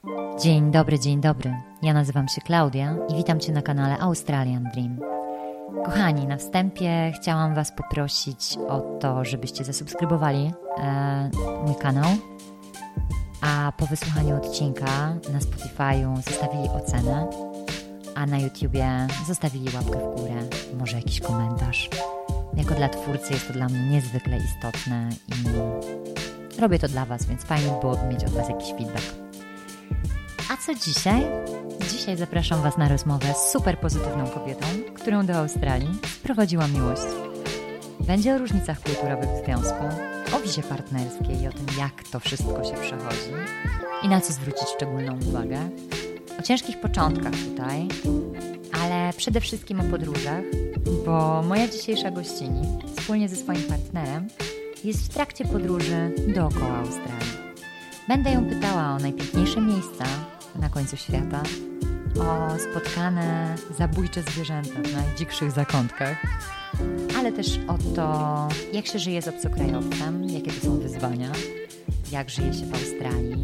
Dzień dobry, dzień dobry. Ja nazywam się Klaudia i witam Cię na kanale Australian Dream. Kochani, na wstępie chciałam Was poprosić o to, żebyście zasubskrybowali mój kanał, a po wysłuchaniu odcinka na Spotify'u zostawili ocenę, a na YouTubie zostawili łapkę w górę, może jakiś komentarz. Jako dla twórcy jest to dla mnie niezwykle istotne i robię to dla Was, więc fajnie byłoby mieć od Was jakiś feedback. A co dzisiaj? Dzisiaj zapraszam Was na rozmowę z super pozytywną kobietą, którą do Australii sprowadziła miłość. Będzie o różnicach kulturowych w związku, o wizie partnerskiej i o tym, jak to wszystko się przechodzi i na co zwrócić szczególną uwagę. O ciężkich początkach tutaj, ale przede wszystkim o podróżach, bo moja dzisiejsza gościni wspólnie ze swoim partnerem jest w trakcie podróży dookoła Australii. Będę ją pytała o najpiękniejsze miejsca na końcu świata, o spotkane zabójcze zwierzęta w najdzikszych zakątkach, ale też o to, jak się żyje z obcokrajowcem, jakie to są wyzwania, jak żyje się w Australii.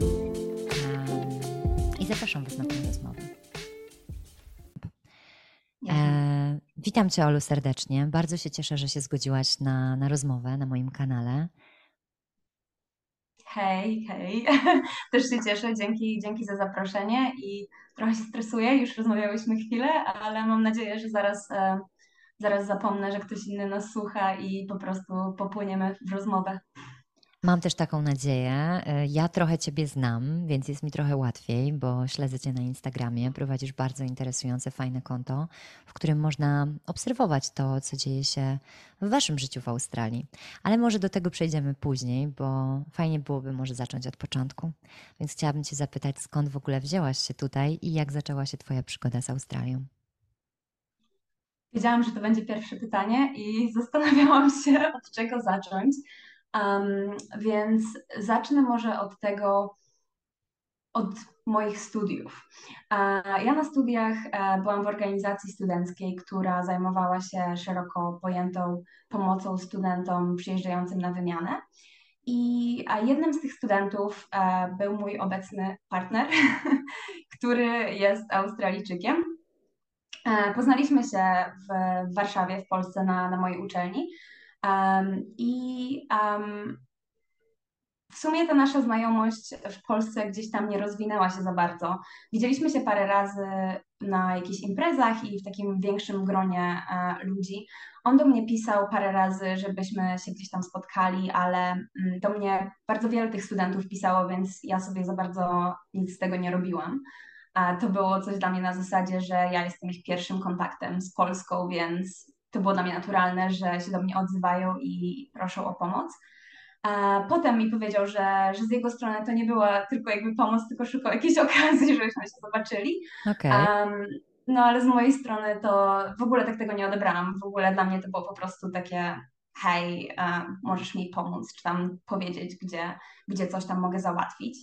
I zapraszam Was na tę rozmowę. Witam Cię, Olu, serdecznie. Bardzo się cieszę, że się zgodziłaś na rozmowę na moim kanale. Hej. Też się cieszę, dzięki za zaproszenie i trochę się stresuję, już rozmawiałyśmy chwilę, ale mam nadzieję, że zaraz zapomnę, że ktoś inny nas słucha i po prostu popłyniemy w rozmowę. Mam też taką nadzieję. Ja trochę Ciebie znam, więc jest mi trochę łatwiej, bo śledzę Cię na Instagramie. Prowadzisz bardzo interesujące, fajne konto, w którym można obserwować to, co dzieje się w Waszym życiu w Australii. Ale może do tego przejdziemy później, bo fajnie byłoby może zacząć od początku. Więc chciałabym Cię zapytać, skąd w ogóle wzięłaś się tutaj i jak zaczęła się Twoja przygoda z Australią? Wiedziałam, że to będzie pierwsze pytanie i zastanawiałam się, od czego zacząć. Więc zacznę może od tego, od moich studiów. Ja na studiach byłam w organizacji studenckiej, która zajmowała się szeroko pojętą pomocą studentom przyjeżdżającym na wymianę. A jednym z tych studentów był mój obecny partner, który jest Australijczykiem. Poznaliśmy się w Warszawie, w Polsce, na mojej uczelni. W sumie ta nasza znajomość w Polsce gdzieś tam nie rozwinęła się za bardzo. Widzieliśmy się parę razy na jakichś imprezach i w takim większym gronie ludzi. On do mnie pisał parę razy, żebyśmy się gdzieś tam spotkali, ale do mnie bardzo wiele tych studentów pisało, więc ja sobie za bardzo nic z tego nie robiłam. A to było coś dla mnie na zasadzie, że ja jestem ich pierwszym kontaktem z Polską, więc to było dla mnie naturalne, że się do mnie odzywają i proszą o pomoc. A potem mi powiedział, że z jego strony to nie była tylko jakby pomoc, tylko szukał jakiejś okazji, żebyśmy się zobaczyli. Okej. No ale z mojej strony to w ogóle tak tego nie odebrałam. W ogóle dla mnie to było po prostu takie hej, możesz mi pomóc, czy tam powiedzieć, gdzie coś tam mogę załatwić.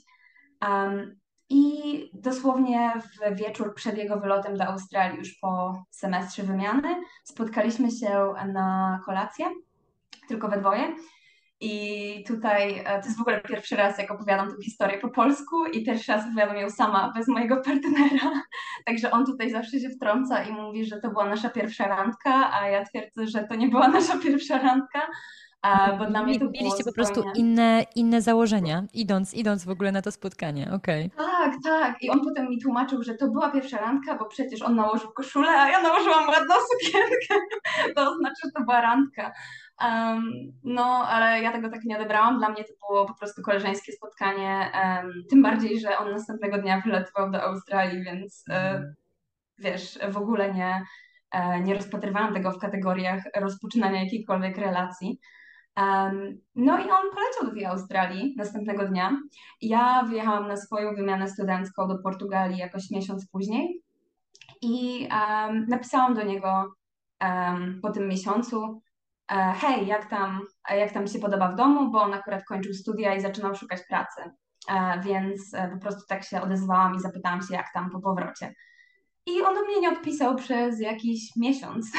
I dosłownie w wieczór przed jego wylotem do Australii, już po semestrze wymiany, spotkaliśmy się na kolację, tylko we dwoje. I tutaj to jest w ogóle pierwszy raz, jak opowiadam tę historię po polsku i pierwszy raz opowiadam ją sama, bez mojego partnera. Także on tutaj zawsze się wtrąca i mówi, że to była nasza pierwsza randka, a ja twierdzę, że to nie była nasza pierwsza randka, bo dla mnie to było Mieliście po prostu zupełnie... inne założenia, idąc w ogóle na to spotkanie. Okej. Tak. I on potem mi tłumaczył, że to była pierwsza randka, bo przecież on nałożył koszulę, a ja nałożyłam ładną sukienkę. To oznacza, że to była randka. No, ale ja tego tak nie odebrałam. Dla mnie to było po prostu koleżeńskie spotkanie. Tym bardziej, że on następnego dnia wylatywał do Australii, więc wiesz, w ogóle nie rozpatrywałam tego w kategoriach rozpoczynania jakiejkolwiek relacji. No i on poleciał do tej Australii następnego dnia. Ja wyjechałam na swoją wymianę studencką do Portugalii jakoś miesiąc później i napisałam do niego po tym miesiącu, hej, jak tam się podoba w domu, bo on akurat kończył studia i zaczynał szukać pracy. Więc po prostu tak się odezwałam i zapytałam się, jak tam po powrocie. I on do mnie nie odpisał przez jakiś miesiąc.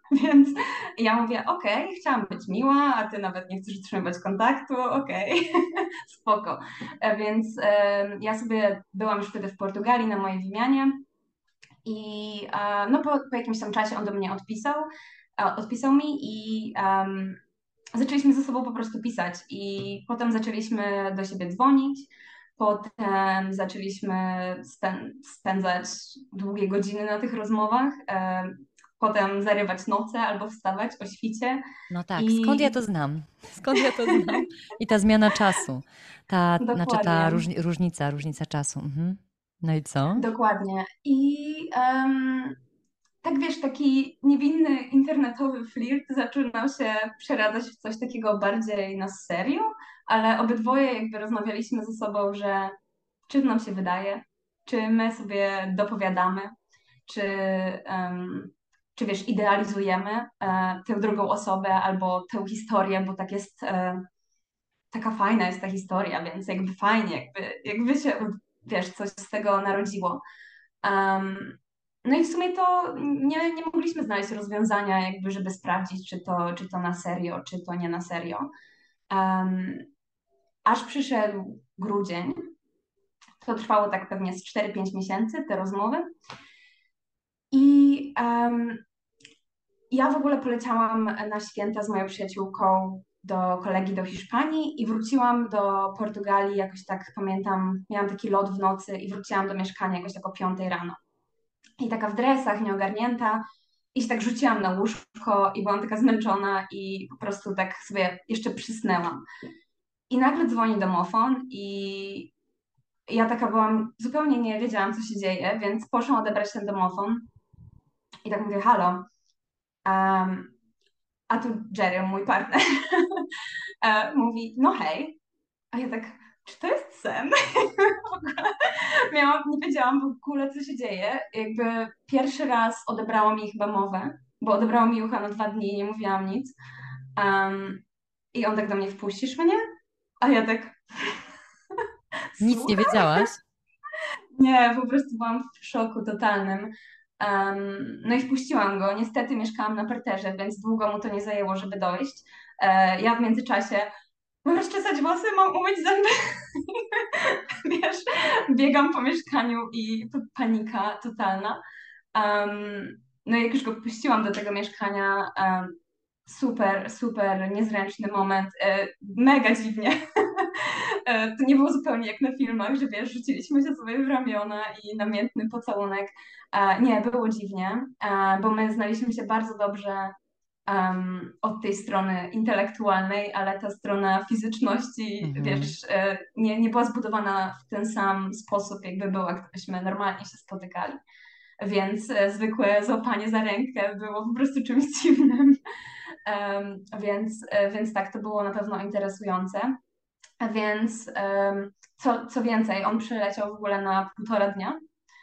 Więc ja mówię, okej, chciałam być miła, a ty nawet nie chcesz utrzymywać kontaktu, okej, spoko. Więc ja sobie byłam już wtedy w Portugalii na mojej wymianie i no po jakimś tam czasie on do mnie odpisał mi i zaczęliśmy ze sobą po prostu pisać i potem zaczęliśmy do siebie dzwonić, potem zaczęliśmy spędzać długie godziny na tych rozmowach, potem zarywać noce albo wstawać o świcie No tak, skąd ja i to znam? Skąd ja to znam? I ta zmiana czasu, znaczy ta dokładnie. różnica czasu. Mhm. No i co? Dokładnie. I tak wiesz, taki niewinny internetowy flirt zaczynał się przeradzać w coś takiego bardziej na serio, ale obydwoje jakby rozmawialiśmy ze sobą, że czy nam się wydaje, czy my sobie dopowiadamy, czy, em, czy wiesz, idealizujemy tę drugą osobę albo tę historię, bo tak jest, taka fajna jest ta historia, więc jakby fajnie, jakby się, wiesz, coś z tego narodziło. No i w sumie to nie mogliśmy znaleźć rozwiązania, jakby, żeby sprawdzić, czy to na serio, czy to nie na serio. Um, Aż przyszedł grudzień, to trwało tak pewnie z 4-5 miesięcy, te rozmowy. I ja w ogóle poleciałam na święta z moją przyjaciółką do kolegi do Hiszpanii i wróciłam do Portugalii, jakoś tak pamiętam, miałam taki lot w nocy i wróciłam do mieszkania jakoś tak o 5 rano. I taka w dresach, nieogarnięta. I się tak rzuciłam na łóżko i byłam taka zmęczona i po prostu tak sobie jeszcze przysnęłam. I nagle dzwoni domofon i ja taka byłam, zupełnie nie wiedziałam, co się dzieje, więc poszłam odebrać ten domofon i tak mówię, halo, a tu Jerry, mój partner, mówi, no hej, a ja tak, czy to jest sen? Nie wiedziałam w ogóle, co się dzieje. Jakby pierwszy raz odebrało mi chyba mowę, bo odebrało mi ucha na 2 dni i nie mówiłam nic. I on tak do mnie, wpuścisz mnie? A ja tak, Nic nie słucham? wiedziałaś? Nie, po prostu byłam w szoku totalnym. No i wpuściłam go. Niestety mieszkałam na parterze, więc długo mu to nie zajęło, żeby dojść. Ja w międzyczasie mam rozczesać włosy, mam umyć zęby. Wiesz, biegam po mieszkaniu i panika totalna. No i jak już go puściłam do tego mieszkania, super, super niezręczny moment, mega dziwnie. To nie było zupełnie jak na filmach, że wiesz, rzuciliśmy się sobie w ramiona i namiętny pocałunek. Nie, było dziwnie, bo my znaliśmy się bardzo dobrze od tej strony intelektualnej, ale ta strona fizyczności, Mhm. wiesz, nie była zbudowana w ten sam sposób, jakby była, gdybyśmy normalnie się spotykali. Więc zwykłe złapanie za rękę było po prostu czymś dziwnym. Więc tak, to było na pewno interesujące. Więc co więcej, on przyleciał w ogóle na 1,5 dnia,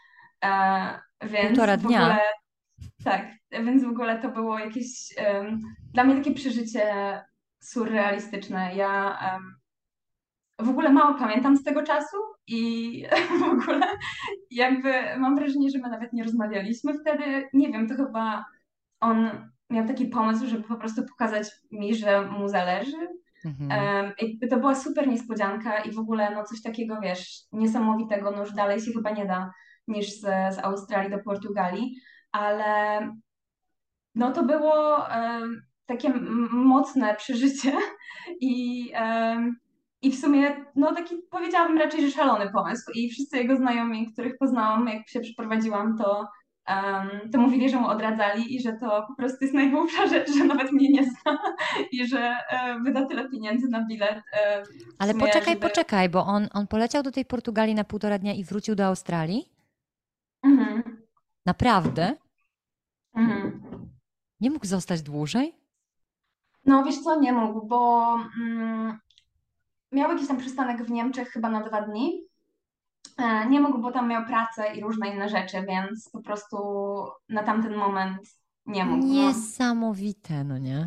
więc Półtora w ogóle dnia? tak, więc w ogóle to było jakieś dla mnie takie przeżycie surrealistyczne. Ja w ogóle mało pamiętam z tego czasu i w ogóle jakby mam wrażenie, że my nawet nie rozmawialiśmy wtedy. Nie wiem, to chyba on miał taki pomysł, żeby po prostu pokazać mi, że mu zależy. Mhm. Jakby to była super niespodzianka i w ogóle no coś takiego, wiesz, niesamowitego, no już dalej się chyba nie da niż z Australii do Portugalii, ale no to było takie mocne przeżycie i, i w sumie no taki powiedziałabym raczej, że szalony pomysł i wszyscy jego znajomi, których poznałam, jak się przeprowadziłam, to mówili, że mu odradzali i że to po prostu jest najgłupsza rzecz, że nawet mnie nie zna i że wyda tyle pieniędzy na bilet w Ale sumie, poczekaj, żeby... poczekaj, bo on poleciał do tej Portugalii na półtora dnia i wrócił do Australii? Mhm, Naprawdę? mhm. Nie mógł zostać dłużej? No wiesz co, nie mógł, bo miał jakiś tam przystanek w Niemczech chyba na 2 dni. Nie mógł, bo tam miał pracę i różne inne rzeczy, więc po prostu na tamten moment nie mógł. No, Niesamowite, no nie?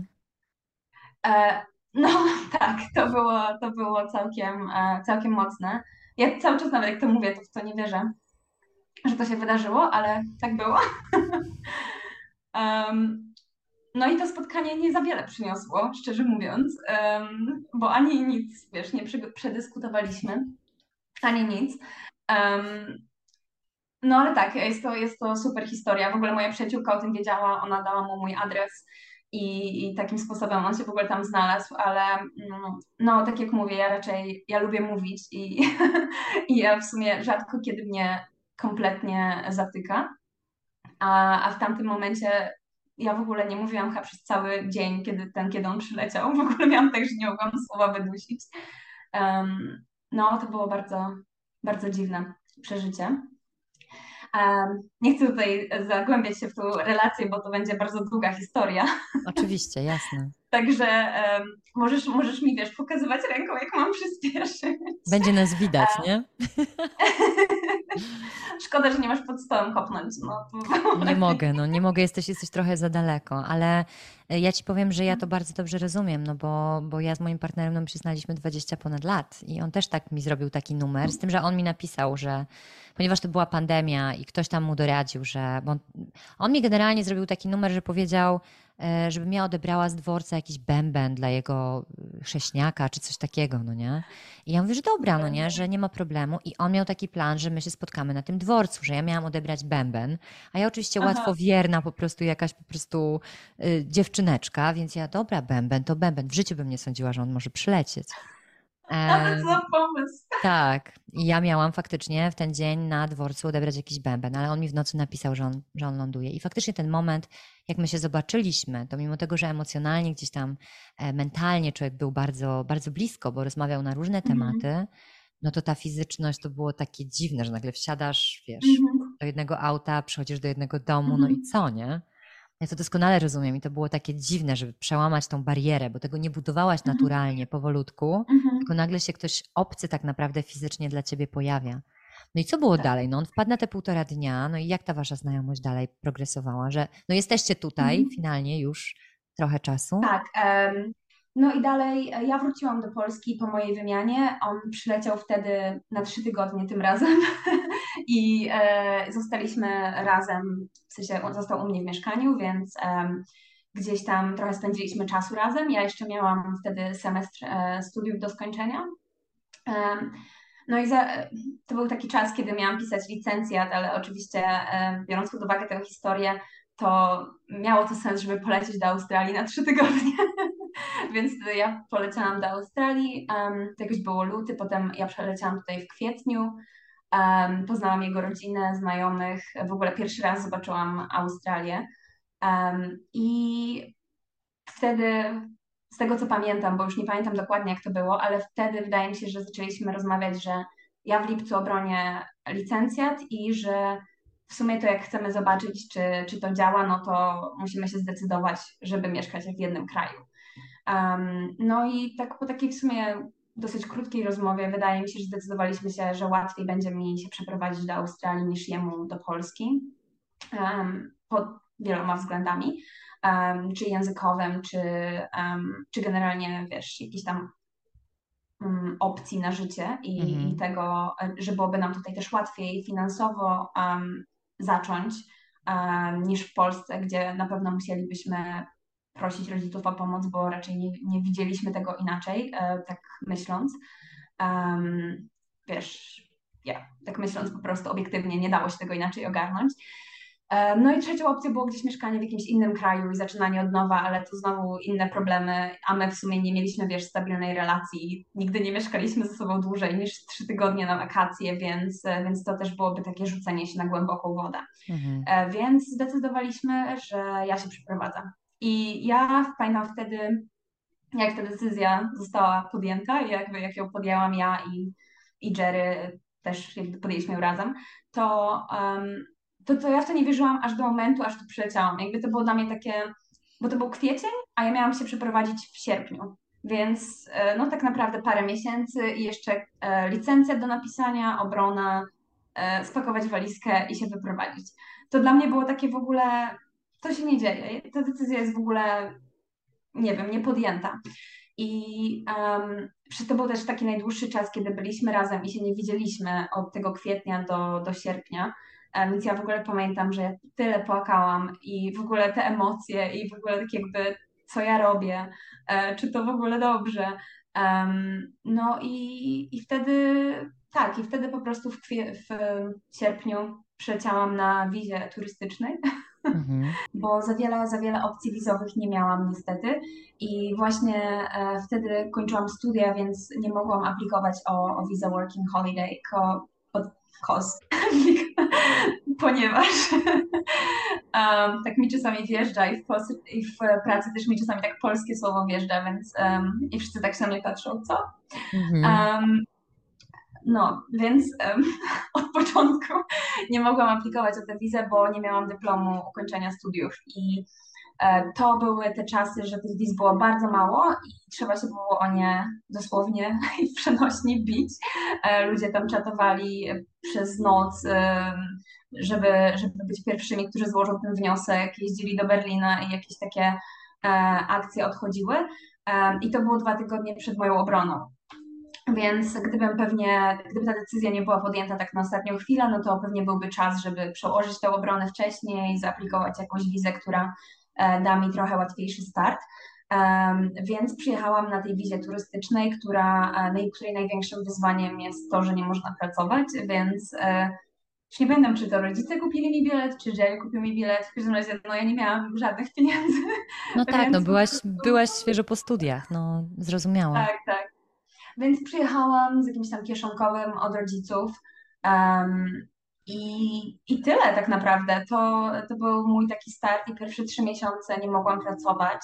no tak, to było całkiem mocne. Ja cały czas nawet jak to mówię, to w to nie wierzę, że to się wydarzyło, ale tak było. Um, No i to spotkanie nie za wiele przyniosło, szczerze mówiąc, bo ani nic, wiesz, nie przedyskutowaliśmy, ani nic. Em, no ale tak, jest to super historia. W ogóle moja przyjaciółka o tym wiedziała, ona dała mu mój adres i takim sposobem on się w ogóle tam znalazł, ale no tak jak mówię, ja lubię mówić i, i ja w sumie rzadko kiedy mnie kompletnie zatyka, a w tamtym momencie ja w ogóle nie mówiłam chyba przez cały dzień, kiedy on przyleciał. W ogóle miałam tak, że nie mogłam słowa wydusić. No, to było bardzo, bardzo dziwne przeżycie. Nie chcę tutaj zagłębiać się w tą relację, bo to będzie bardzo długa historia. Oczywiście, jasne. Także możesz mi, wiesz, pokazywać ręką, jak mam przyspieszyć. Będzie nas widać, nie? Szkoda, że nie masz pod stołem kopnąć. No, to... Nie mogę, no nie mogę, jesteś trochę za daleko, ale ja ci powiem, że ja to bardzo dobrze rozumiem, no bo ja z moim partnerem no, my się znaliśmy 20 ponad lat i on też tak mi zrobił taki numer, z tym, że on mi napisał, że ponieważ to była pandemia i ktoś tam mu doradził, że bo on mi generalnie zrobił taki numer, że powiedział, żebym ja odebrała z dworca jakiś bęben dla jego chrześniaka czy coś takiego, no nie? I ja mówię, że dobra, no nie, że nie ma problemu. I on miał taki plan, że my się spotkamy na tym dworcu, że ja miałam odebrać bęben, a ja oczywiście Aha, łatwowierna, po prostu jakaś po prostu dziewczyneczka, więc ja dobra, bęben to bęben. W życiu bym nie sądziła, że on może przylecieć. ale co za pomysł. Tak, i ja miałam faktycznie w ten dzień na dworcu odebrać jakiś bęben, ale on mi w nocy napisał, że on ląduje. I faktycznie ten moment, jak my się zobaczyliśmy, to mimo tego, że emocjonalnie gdzieś tam, mentalnie człowiek był bardzo, bardzo blisko, bo rozmawiał na różne Mhm. tematy, no to ta fizyczność to było takie dziwne, że nagle wsiadasz, wiesz, Mhm. do jednego auta, przychodzisz do jednego domu, no i Mhm. co, nie? Ja to doskonale rozumiem i to było takie dziwne, żeby przełamać tą barierę, bo tego nie budowałaś Mhm. naturalnie, powolutku, tylko Mhm. nagle się ktoś obcy tak naprawdę fizycznie dla ciebie pojawia. No i co było Tak. dalej? No on wpadł na te 1,5 dnia, no i jak ta wasza znajomość dalej progresowała, że no jesteście tutaj Mhm. finalnie już trochę czasu? Tak. No i dalej ja wróciłam do Polski po mojej wymianie. On przyleciał wtedy na 3 tygodnie tym razem i zostaliśmy razem, w sensie on został u mnie w mieszkaniu, więc gdzieś tam trochę spędziliśmy czasu razem. Ja jeszcze miałam wtedy semestr studiów do skończenia. Em, No i to był taki czas, kiedy miałam pisać licencjat, ale oczywiście biorąc pod uwagę tę historię, to miało to sens, żeby polecieć do Australii na 3 tygodnie. Więc ja poleciałam do Australii, to jakoś było luty, potem ja przeleciałam tutaj w kwietniu, poznałam jego rodzinę, znajomych, w ogóle pierwszy raz zobaczyłam Australię. I wtedy, z tego co pamiętam, bo już nie pamiętam dokładnie jak to było, ale wtedy wydaje mi się, że zaczęliśmy rozmawiać, że ja w lipcu obronię licencjat i że w sumie to jak chcemy zobaczyć, czy to działa, no to musimy się zdecydować, żeby mieszkać w jednym kraju. No i tak po takiej w sumie dosyć krótkiej rozmowie wydaje mi się, że zdecydowaliśmy się, że łatwiej będzie mi się przeprowadzić do Australii niż jemu do Polski pod wieloma względami, czy językowym, czy generalnie, wiesz, jakiś tam opcji na życie i Mhm. tego, że byłoby nam tutaj też łatwiej finansowo zacząć niż w Polsce, gdzie na pewno musielibyśmy prosić rodziców o pomoc, bo raczej nie widzieliśmy tego inaczej, tak myśląc. Um, wiesz, tak myśląc po prostu obiektywnie nie dało się tego inaczej ogarnąć. No i trzecią opcją było gdzieś mieszkanie w jakimś innym kraju i zaczynanie od nowa, ale to znowu inne problemy, a my w sumie nie mieliśmy, wiesz, stabilnej relacji. Nigdy nie mieszkaliśmy ze sobą dłużej niż 3 tygodnie na wakacje, więc to też byłoby takie rzucenie się na głęboką wodę. Mhm. Więc zdecydowaliśmy, że ja się przeprowadzam. I ja pamiętam wtedy, jak ta decyzja została podjęta i jak ją podjęłam ja i Jerry też jakby podjęliśmy ją razem, to, to ja w to nie wierzyłam aż do momentu, aż tu przyleciałam. Jakby to było dla mnie takie, bo to był kwiecień, a ja miałam się przeprowadzić w sierpniu. Więc no tak naprawdę parę miesięcy i jeszcze licencja do napisania, obrona, spakować walizkę i się wyprowadzić. To dla mnie było takie w ogóle, to się nie dzieje. Ta decyzja jest w ogóle, nie wiem, niepodjęta. I to był też taki najdłuższy czas, kiedy byliśmy razem i się nie widzieliśmy od tego kwietnia do sierpnia. Więc ja w ogóle pamiętam, że ja tyle płakałam i w ogóle te emocje i w ogóle tak jakby co ja robię, czy to w ogóle dobrze. No i wtedy, tak, i wtedy po prostu w sierpniu przyleciałam na wizie turystycznej, Mhm. bo za wiele opcji wizowych nie miałam niestety. I właśnie wtedy kończyłam studia, więc nie mogłam aplikować o visa working holiday, cause, ponieważ tak mi czasami wjeżdża i w pracy też mi czasami tak polskie słowo wjeżdża, więc i wszyscy tak się na mnie patrzą, co? Mhm. Um, no, więc od początku nie mogłam aplikować o tę wizę, bo nie miałam dyplomu ukończenia studiów i to były te czasy, że tych wiz było bardzo mało i trzeba się było o nie dosłownie i w przenośni bić. Ludzie tam czatowali przez noc, żeby być pierwszymi, którzy złożą ten wniosek, jeździli do Berlina i jakieś takie akcje odchodziły. I to było 2 tygodnie przed moją obroną. Więc gdyby ta decyzja nie była podjęta tak na ostatnią chwilę, no to pewnie byłby czas, żeby przełożyć tę obronę wcześniej, zaaplikować jakąś wizę, która da mi trochę łatwiejszy start. Więc przyjechałam na tej wizie turystycznej, której największym wyzwaniem jest to, że nie można pracować, więc już nie pamiętam, czy to rodzice kupili mi bilet, czy Jerry kupił mi bilet. W każdym razie, no ja nie miałam żadnych pieniędzy, No tak, no więc po prostu byłaś świeżo po studiach, no zrozumiałe. tak, tak. Więc przyjechałam z jakimś tam kieszonkowym od rodziców. Um, i tyle tak naprawdę. To był mój taki start i pierwsze 3 miesiące nie mogłam pracować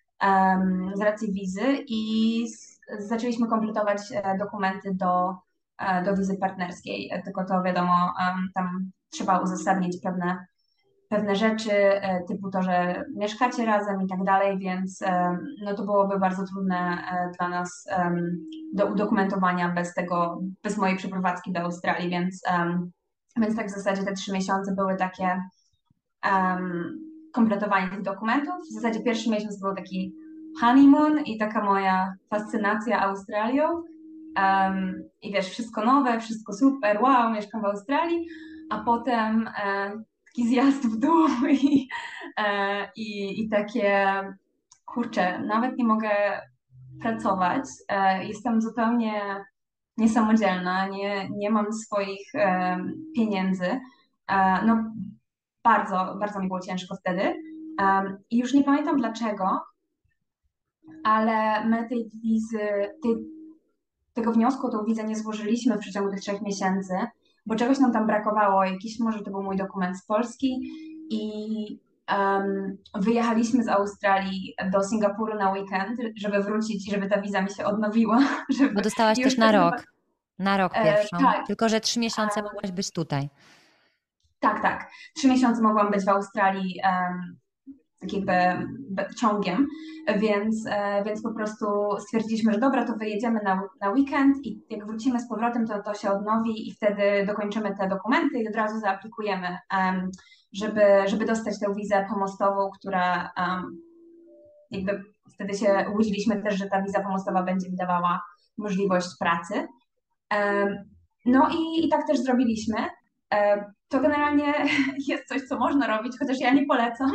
z racji wizy i zaczęliśmy kompletować dokumenty do wizy partnerskiej. Tylko to wiadomo, tam trzeba uzasadnić pewne rzeczy, typu to, że mieszkacie razem i tak dalej, więc no to byłoby bardzo trudne dla nas do udokumentowania bez mojej przeprowadzki do Australii, więc tak w zasadzie te 3 miesiące były takie kompletowanie tych dokumentów. W zasadzie pierwszy miesiąc był taki honeymoon i taka moja fascynacja Australią. I wiesz, wszystko nowe, wszystko super, wow, mieszkam w Australii, a potem taki zjazd w dół i takie, kurczę, nawet nie mogę pracować, jestem zupełnie niesamodzielna, nie mam swoich pieniędzy. No, bardzo, bardzo mi było ciężko wtedy. I już nie pamiętam dlaczego, ale my tego wniosku o tą wizę nie złożyliśmy w przeciągu tych 3 miesięcy, bo czegoś nam tam brakowało. Może to był mój dokument z Polski i wyjechaliśmy z Australii do Singapuru na weekend, żeby wrócić i żeby ta wiza mi się odnowiła. Bo dostałaś I już też wtedy chyba, na rok pierwszą, tak, tylko że 3 miesiące mogłaś być tutaj. tak, tak. 3 miesiące mogłam być w Australii tak jakby ciągiem, więc po prostu stwierdziliśmy, że dobra, to wyjedziemy na weekend i jak wrócimy z powrotem, to się odnowi i wtedy dokończymy te dokumenty i od razu zaaplikujemy, żeby dostać tę wizę pomostową, która jakby wtedy się łudziliśmy też, że ta wiza pomostowa będzie mi dawała możliwość pracy. No i tak też zrobiliśmy. To generalnie jest coś, co można robić, chociaż ja nie polecam,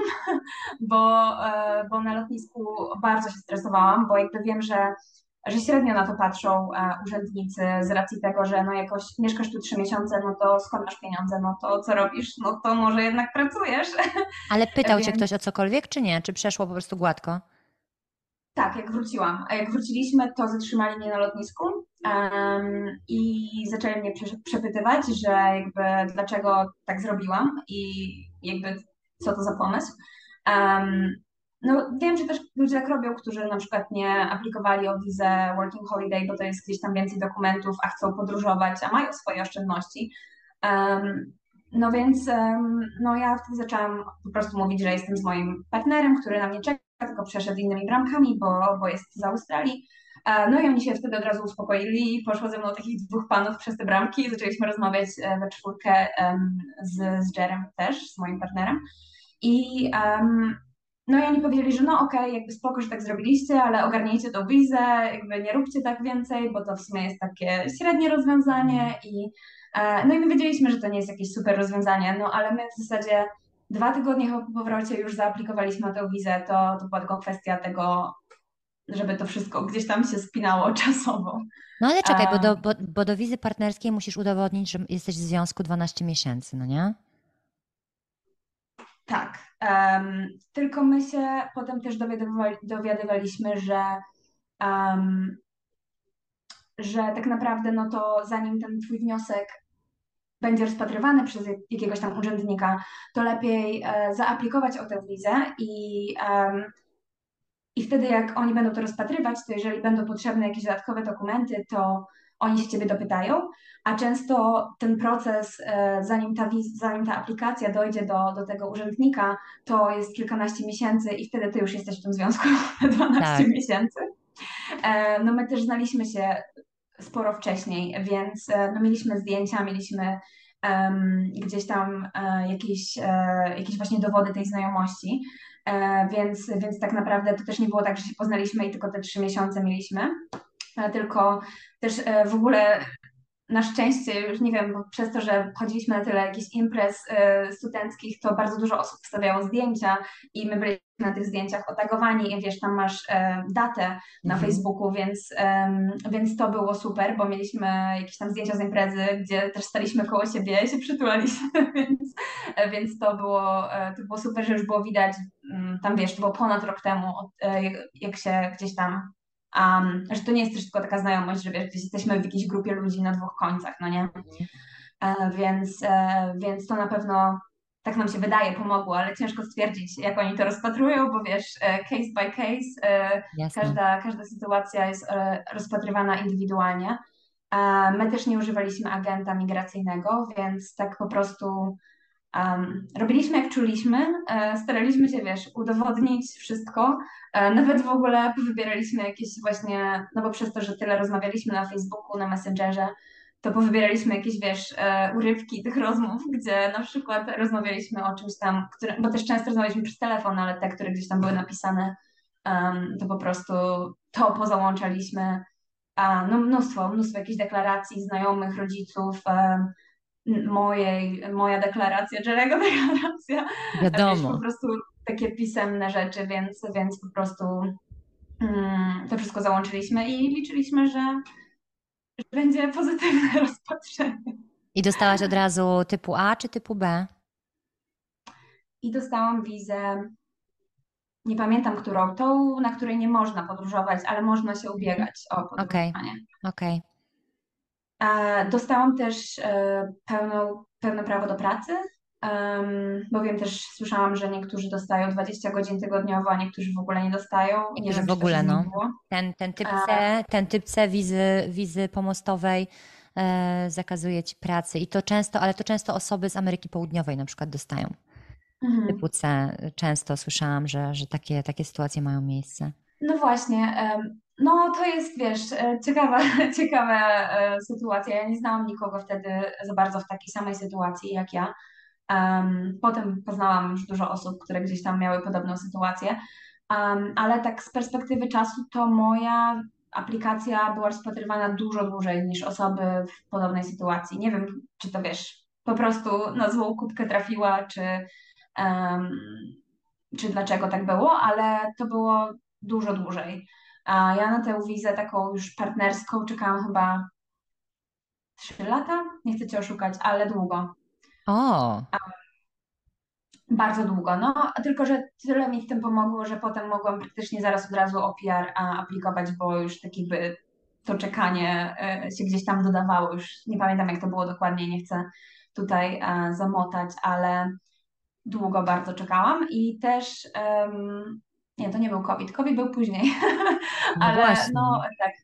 bo na lotnisku bardzo się stresowałam, bo jakby wiem, że średnio na to patrzą urzędnicy z racji tego, że no jakoś mieszkasz tu 3 miesiące, no to skąd masz pieniądze, no to co robisz, no to może jednak pracujesz. Ale pytał cię Więc ktoś o cokolwiek, czy nie? Czy przeszło po prostu gładko? tak, jak wróciłam. A jak wróciliśmy, to zatrzymali mnie na lotnisku i zaczęli mnie przepytywać, że jakby dlaczego tak zrobiłam i jakby co to za pomysł. Um, no wiem, że też ludzie tak robią, którzy na przykład nie aplikowali o wizę Working Holiday, bo to jest gdzieś tam więcej dokumentów, a chcą podróżować, a mają swoje oszczędności. No więc no ja wtedy zaczęłam po prostu mówić, że jestem z moim partnerem, który na mnie czeka, tylko przeszedł innymi bramkami, bo jest z Australii. No i oni się wtedy od razu uspokoili. Poszło ze mną takich 2 panów przez te bramki. Zaczęliśmy rozmawiać we czwórkę z Jerem też, z moim partnerem. I no i oni powiedzieli, że no okej, jakby spoko, że tak zrobiliście, ale ogarnijcie tą wizę, jakby nie róbcie tak więcej, bo to w sumie jest takie średnie rozwiązanie No i my wiedzieliśmy, że to nie jest jakieś super rozwiązanie, no ale my w zasadzie 2 tygodnie chyba po powrocie już zaaplikowaliśmy na tę wizę, to była tylko kwestia tego, żeby to wszystko gdzieś tam się spinało czasowo. No ale czekaj, bo Um, bo do wizy partnerskiej musisz udowodnić, że jesteś w związku 12 miesięcy, no nie? tak, tylko my się potem też dowiadywaliśmy, um, że tak naprawdę no to zanim ten twój wniosek będzie rozpatrywany przez jakiegoś tam urzędnika, to lepiej zaaplikować o tę wizę i wtedy jak oni będą to rozpatrywać, to jeżeli będą potrzebne jakieś dodatkowe dokumenty, to oni się ciebie dopytają, a często ten proces, zanim ta aplikacja dojdzie do tego urzędnika, to jest kilkanaście miesięcy i wtedy ty już jesteś w tym związku na 12 Tak. miesięcy. No my też znaliśmy się sporo wcześniej, więc no, mieliśmy zdjęcia, mieliśmy gdzieś tam jakieś właśnie dowody tej znajomości, więc tak naprawdę to też nie było tak, że się poznaliśmy i tylko te 3 miesiące mieliśmy, tylko też w ogóle na szczęście, już nie wiem, bo przez to, że chodziliśmy na tyle jakichś imprez studenckich, to bardzo dużo osób wstawiało zdjęcia i my byliśmy na tych zdjęciach otagowani i wiesz, tam masz datę na Mhm. Facebooku, więc to było super, bo mieliśmy jakieś tam zdjęcia z imprezy, gdzie też staliśmy koło siebie i się przytulaliśmy, więc to było super, że już było widać, tam wiesz, to było ponad rok temu, jak się gdzieś tam że to nie jest też tylko taka znajomość, że wiesz, gdzieś jesteśmy w jakiejś grupie ludzi na dwóch końcach, no nie? Mhm. Więc to na pewno tak nam się wydaje pomogło, ale ciężko stwierdzić, jak oni to rozpatrują, bo wiesz, case by case, Jasne. każda sytuacja jest rozpatrywana indywidualnie. My też nie używaliśmy agenta migracyjnego, więc tak po prostu robiliśmy jak czuliśmy, staraliśmy się, wiesz, udowodnić wszystko, nawet w ogóle wybieraliśmy jakieś właśnie, no bo przez to, że tyle rozmawialiśmy na Facebooku, na Messengerze, to powybieraliśmy jakieś, wiesz, urywki tych rozmów, gdzie na przykład rozmawialiśmy o czymś tam, bo też często rozmawialiśmy przez telefon, ale te, które gdzieś tam były napisane, to po prostu to pozałączaliśmy, no mnóstwo jakichś deklaracji znajomych, rodziców, moja deklaracja, Jerego deklaracja, wiesz, po Wiadomo. prostu takie pisemne rzeczy, więc po prostu to wszystko załączyliśmy i liczyliśmy, że będzie pozytywne rozpatrzenie. I dostałaś od razu typu A czy typu B? I dostałam wizę, nie pamiętam którą, tą, na której nie można podróżować, ale można się Mhm. ubiegać o Okej, podróżowanie. okej. Dostałam też pełne prawo do pracy, bo wiem też, słyszałam, że niektórzy dostają 20 godzin tygodniowo, a niektórzy w ogóle nie dostają. Nie Niektórzy wiem, w czy to się ogóle, no. zmieniło. Ten typ C wizy pomostowej zakazuje ci pracy i to często, ale to często osoby z Ameryki Południowej na przykład dostają. Mhm. Typu C często słyszałam, że takie sytuacje mają miejsce. No właśnie, no to jest, wiesz, ciekawa, ciekawa sytuacja. Ja nie znałam nikogo wtedy za bardzo w takiej samej sytuacji jak ja. Potem poznałam już dużo osób, które gdzieś tam miały podobną sytuację, ale tak z perspektywy czasu to moja aplikacja była rozpatrywana dużo dłużej niż osoby w podobnej sytuacji. Nie wiem, czy to wiesz, po prostu na złą kubkę trafiła, em, czy dlaczego tak było, ale to było dużo dłużej. A ja na tę wizę taką już partnerską czekałam chyba 3 lata. Nie chcę cię oszukać, ale długo. O, Bardzo długo, no, tylko że tyle mi w tym pomogło, że potem mogłam praktycznie zaraz od razu o PR aplikować, bo już tak jakby to czekanie się gdzieś tam dodawało. Już nie pamiętam, jak to było dokładnie, nie chcę tutaj zamotać, ale długo bardzo czekałam i też, nie, to nie był COVID, COVID był później, no ale właśnie.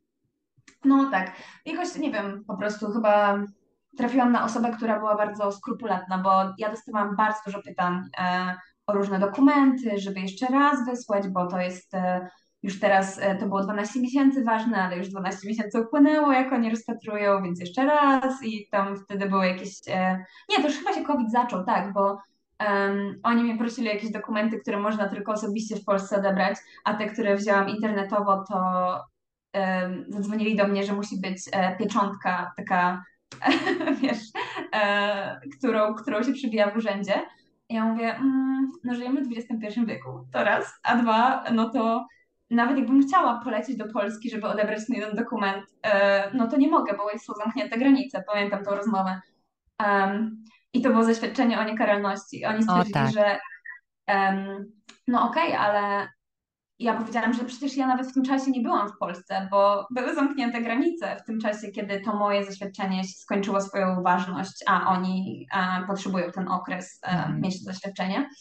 no tak. Jakoś, nie wiem, po prostu chyba trafiłam na osobę, która była bardzo skrupulatna, bo ja dostawałam bardzo dużo pytań o różne dokumenty, żeby jeszcze raz wysłać, bo to jest już teraz, to było 12 miesięcy ważne, ale już 12 miesięcy upłynęło, jak oni rozpatrują, więc jeszcze raz i tam wtedy były jakieś, nie, to już chyba się COVID zaczął, tak, bo oni mnie prosili o jakieś dokumenty, które można tylko osobiście w Polsce odebrać, a te, które wzięłam internetowo, to zadzwonili do mnie, że musi być pieczątka taka, wiesz, którą się przybija w urzędzie. I ja mówię, no żyjemy w XXI wieku, to raz, a dwa, no to nawet jakbym chciała polecieć do Polski, żeby odebrać ten jeden dokument, no to nie mogę, bo są zamknięte granice, pamiętam tą rozmowę. I to było zaświadczenie o niekaralności. Oni O stwierdzili, tak. że no okej, ale ja powiedziałam, że przecież ja nawet w tym czasie nie byłam w Polsce, bo były zamknięte granice w tym czasie, kiedy to moje zaświadczenie skończyło swoją ważność, a oni potrzebują ten okres Mhm. mieć to zaświadczenie.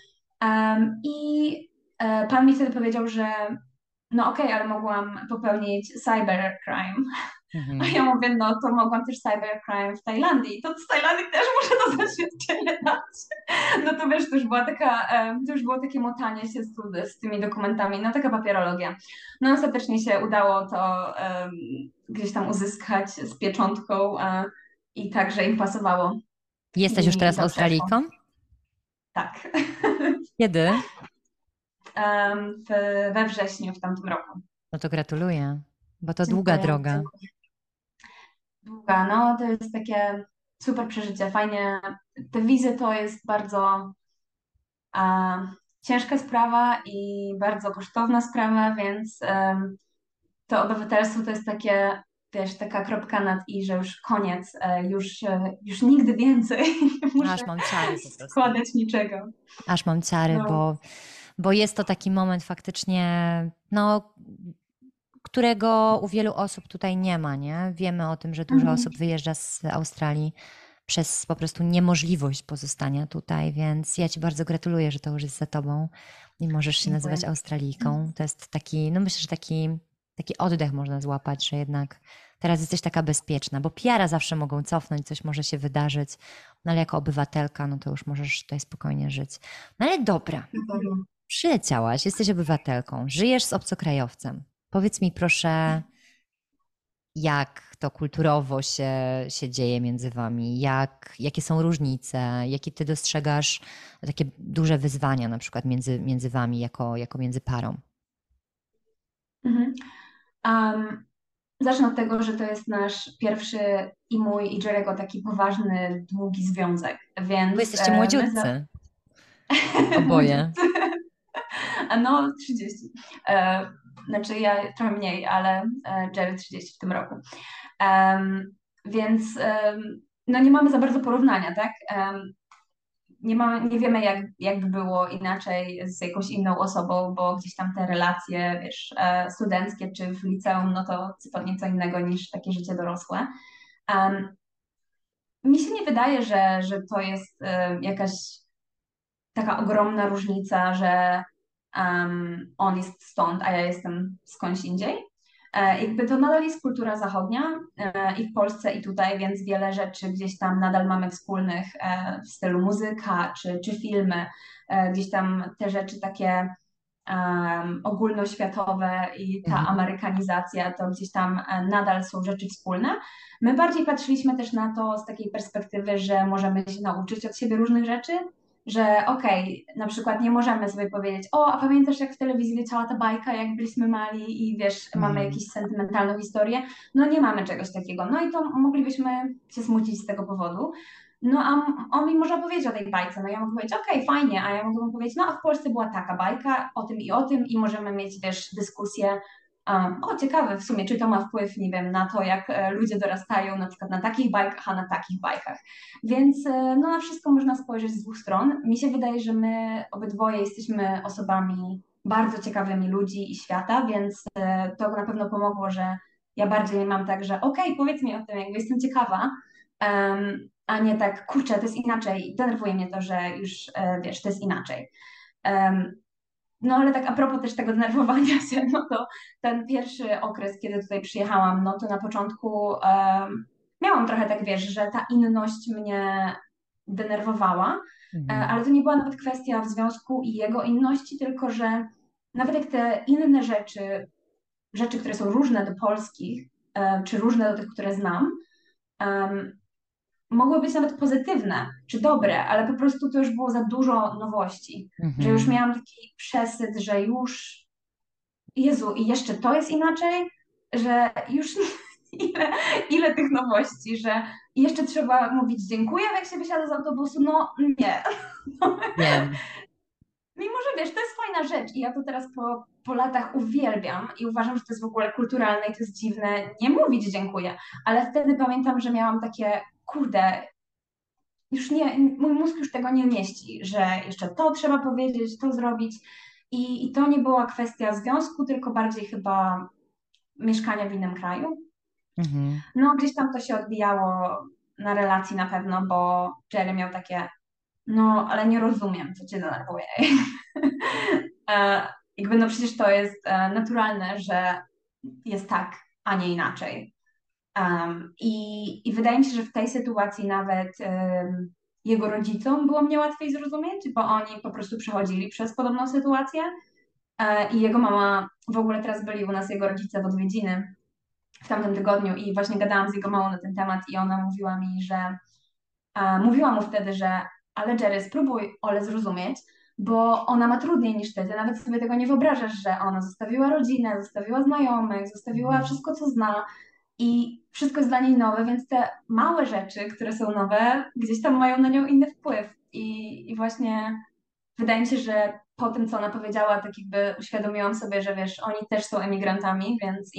I pan mi wtedy powiedział, że no okej, ale mogłam popełnić cybercrime. A Mhm. ja mówię, no to mogłam też cybercrime w Tajlandii. To z Tajlandii też muszę to zaświadczenie dać. No to wiesz, to już było takie motanie się z tymi dokumentami, no taka papierologia. No ostatecznie się udało to gdzieś tam uzyskać z pieczątką i także im pasowało Jesteś już i teraz to przeszło. Australijką? Tak. Kiedy? We wrześniu w tamtym roku. No to gratuluję, bo to długa Dziękuję. droga. Długa, no to jest takie super przeżycie, fajnie. Te wizy to jest bardzo a, ciężka sprawa i bardzo kosztowna sprawa, więc to obywatelstwo to jest takie, wiesz, taka kropka nad i, że już koniec, już nigdy więcej nie Aż muszę mam ciary po prostu. składać niczego. Aż mam ciary, No. bo jest to taki moment faktycznie, no, którego u wielu osób tutaj nie ma, nie? Wiemy o tym, że dużo Mhm. osób wyjeżdża z Australii przez po prostu niemożliwość pozostania tutaj, więc ja Ci bardzo gratuluję, że to już jest za Tobą i możesz się Dziękuję. nazywać Australijką. To jest taki, no myślę, że taki oddech można złapać, że jednak teraz jesteś taka bezpieczna, bo PR-a zawsze mogą cofnąć, coś może się wydarzyć, no ale jako obywatelka, no to już możesz tutaj spokojnie żyć. No ale dobra, przyleciałaś, jesteś obywatelką, żyjesz z obcokrajowcem. Powiedz mi proszę, jak to kulturowo się dzieje między wami, jakie są różnice, jakie ty dostrzegasz takie duże wyzwania na przykład między wami jako między parą? Mhm. Um, Zacznę od tego, że to jest nasz pierwszy i mój i Jerego taki poważny, długi związek, Bo więc jesteście młodziutcy, oboje. No, 30. Znaczy ja trochę mniej, ale Jerry 30 w tym roku. Więc no nie mamy za bardzo porównania, tak? Nie wiemy, jakby było inaczej z jakąś inną osobą, bo gdzieś tam te relacje, wiesz, studenckie czy w liceum, no to zupełnie co innego niż takie życie dorosłe. Em, Mi się nie wydaje, że to jest jakaś taka ogromna różnica, że on jest stąd, a ja jestem skądś indziej. Jakby to nadal jest kultura zachodnia i w Polsce, i tutaj, więc wiele rzeczy gdzieś tam nadal mamy wspólnych w stylu muzyka czy filmy. Gdzieś tam te rzeczy takie ogólnoświatowe i ta Mhm. amerykanizacja to gdzieś tam nadal są rzeczy wspólne. My bardziej patrzyliśmy też na to z takiej perspektywy, że możemy się nauczyć od siebie różnych rzeczy, że okej, na przykład nie możemy sobie powiedzieć, o, a pamiętasz jak w telewizji leciała ta bajka, jak byliśmy mali i wiesz, mamy Mhm. jakąś sentymentalną historię. No nie mamy czegoś takiego. No i to moglibyśmy się smucić z tego powodu. No a on mi może opowiedzieć o tej bajce, no ja mogę powiedzieć, okej, fajnie, a ja mogę mu powiedzieć, no a w Polsce była taka bajka o tym i możemy mieć, wiesz, dyskusję, o ciekawe w sumie, czy to ma wpływ, nie wiem, na to, jak ludzie dorastają na przykład na takich bajkach, a na takich bajkach. Więc no na wszystko można spojrzeć z dwóch stron. Mi się wydaje, że my obydwoje jesteśmy osobami bardzo ciekawymi ludzi i świata, więc to na pewno pomogło, że ja bardziej mam tak, że okej, powiedz mi o tym, jakby jestem ciekawa, a nie tak, kurczę, to jest inaczej. Denerwuje mnie to, że już wiesz, to jest inaczej. No ale tak a propos też tego denerwowania się, no to ten pierwszy okres, kiedy tutaj przyjechałam, no to na początku miałam trochę tak, wiesz, że ta inność mnie denerwowała, Mhm. ale to nie była nawet kwestia w związku i jego inności, tylko że nawet jak te inne rzeczy, które są różne do polskich, czy różne do tych, które znam, mogły być nawet pozytywne czy dobre, ale po prostu to już było za dużo nowości, że już Mhm. miałam taki przesyt, że już, Jezu, i jeszcze to jest inaczej, że już ile tych nowości, że I jeszcze trzeba mówić dziękuję, jak się wysiada z autobusu. No nie. Wiem. Mimo, że wiesz, to jest fajna rzecz i ja to teraz po latach uwielbiam i uważam, że to jest w ogóle kulturalne i to jest dziwne nie mówić dziękuję, ale wtedy pamiętam, że miałam takie, kurde, już nie, mój mózg już tego nie mieści, że jeszcze to trzeba powiedzieć, to zrobić i to nie była kwestia związku, tylko bardziej chyba mieszkania w innym kraju. Mhm. No gdzieś tam to się odbijało na relacji na pewno, bo Jerry miał takie, no ale nie rozumiem, co cię denerwuje. E, Jakby no przecież to jest naturalne, że jest tak, a nie inaczej. I wydaje mi się, że w tej sytuacji nawet jego rodzicom było mnie łatwiej zrozumieć, bo oni po prostu przechodzili przez podobną sytuację. I jego mama, w ogóle teraz byli u nas jego rodzice w odwiedziny w tamtym tygodniu i właśnie gadałam z jego mamą na ten temat i ona mówiła mi, że mówiła mu wtedy, że ale Jerry, spróbuj Ole zrozumieć, bo ona ma trudniej niż ty. Ty nawet sobie tego nie wyobrażasz, że ona zostawiła rodzinę, zostawiła znajomych, zostawiła Mhm. wszystko, co zna i wszystko jest dla niej nowe, więc te małe rzeczy, które są nowe, gdzieś tam mają na nią inny wpływ. I właśnie wydaje mi się, że po tym, co ona powiedziała, tak jakby uświadomiłam sobie, że wiesz, oni też są emigrantami,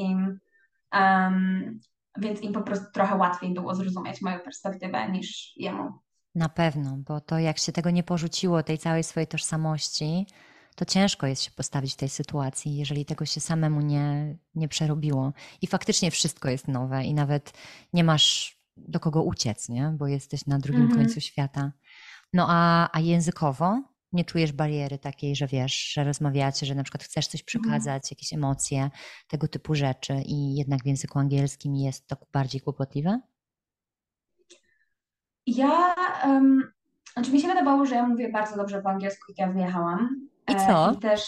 um, więc im po prostu trochę łatwiej było zrozumieć moją perspektywę niż jemu. Na pewno, bo to jak się tego nie porzuciło, tej całej swojej tożsamości, to ciężko jest się postawić w tej sytuacji, jeżeli tego się samemu nie przerobiło. I faktycznie wszystko jest nowe i nawet nie masz do kogo uciec, nie? Bo jesteś na drugim Mhm. końcu świata. No a językowo nie czujesz bariery takiej, że wiesz, że rozmawiacie, że na przykład chcesz coś Mhm. przekazać, jakieś emocje, tego typu rzeczy i jednak w języku angielskim jest to bardziej kłopotliwe? Ja, znaczy mi się wydawało, że ja mówię bardzo dobrze po angielsku, jak ja wyjechałam. I co? I też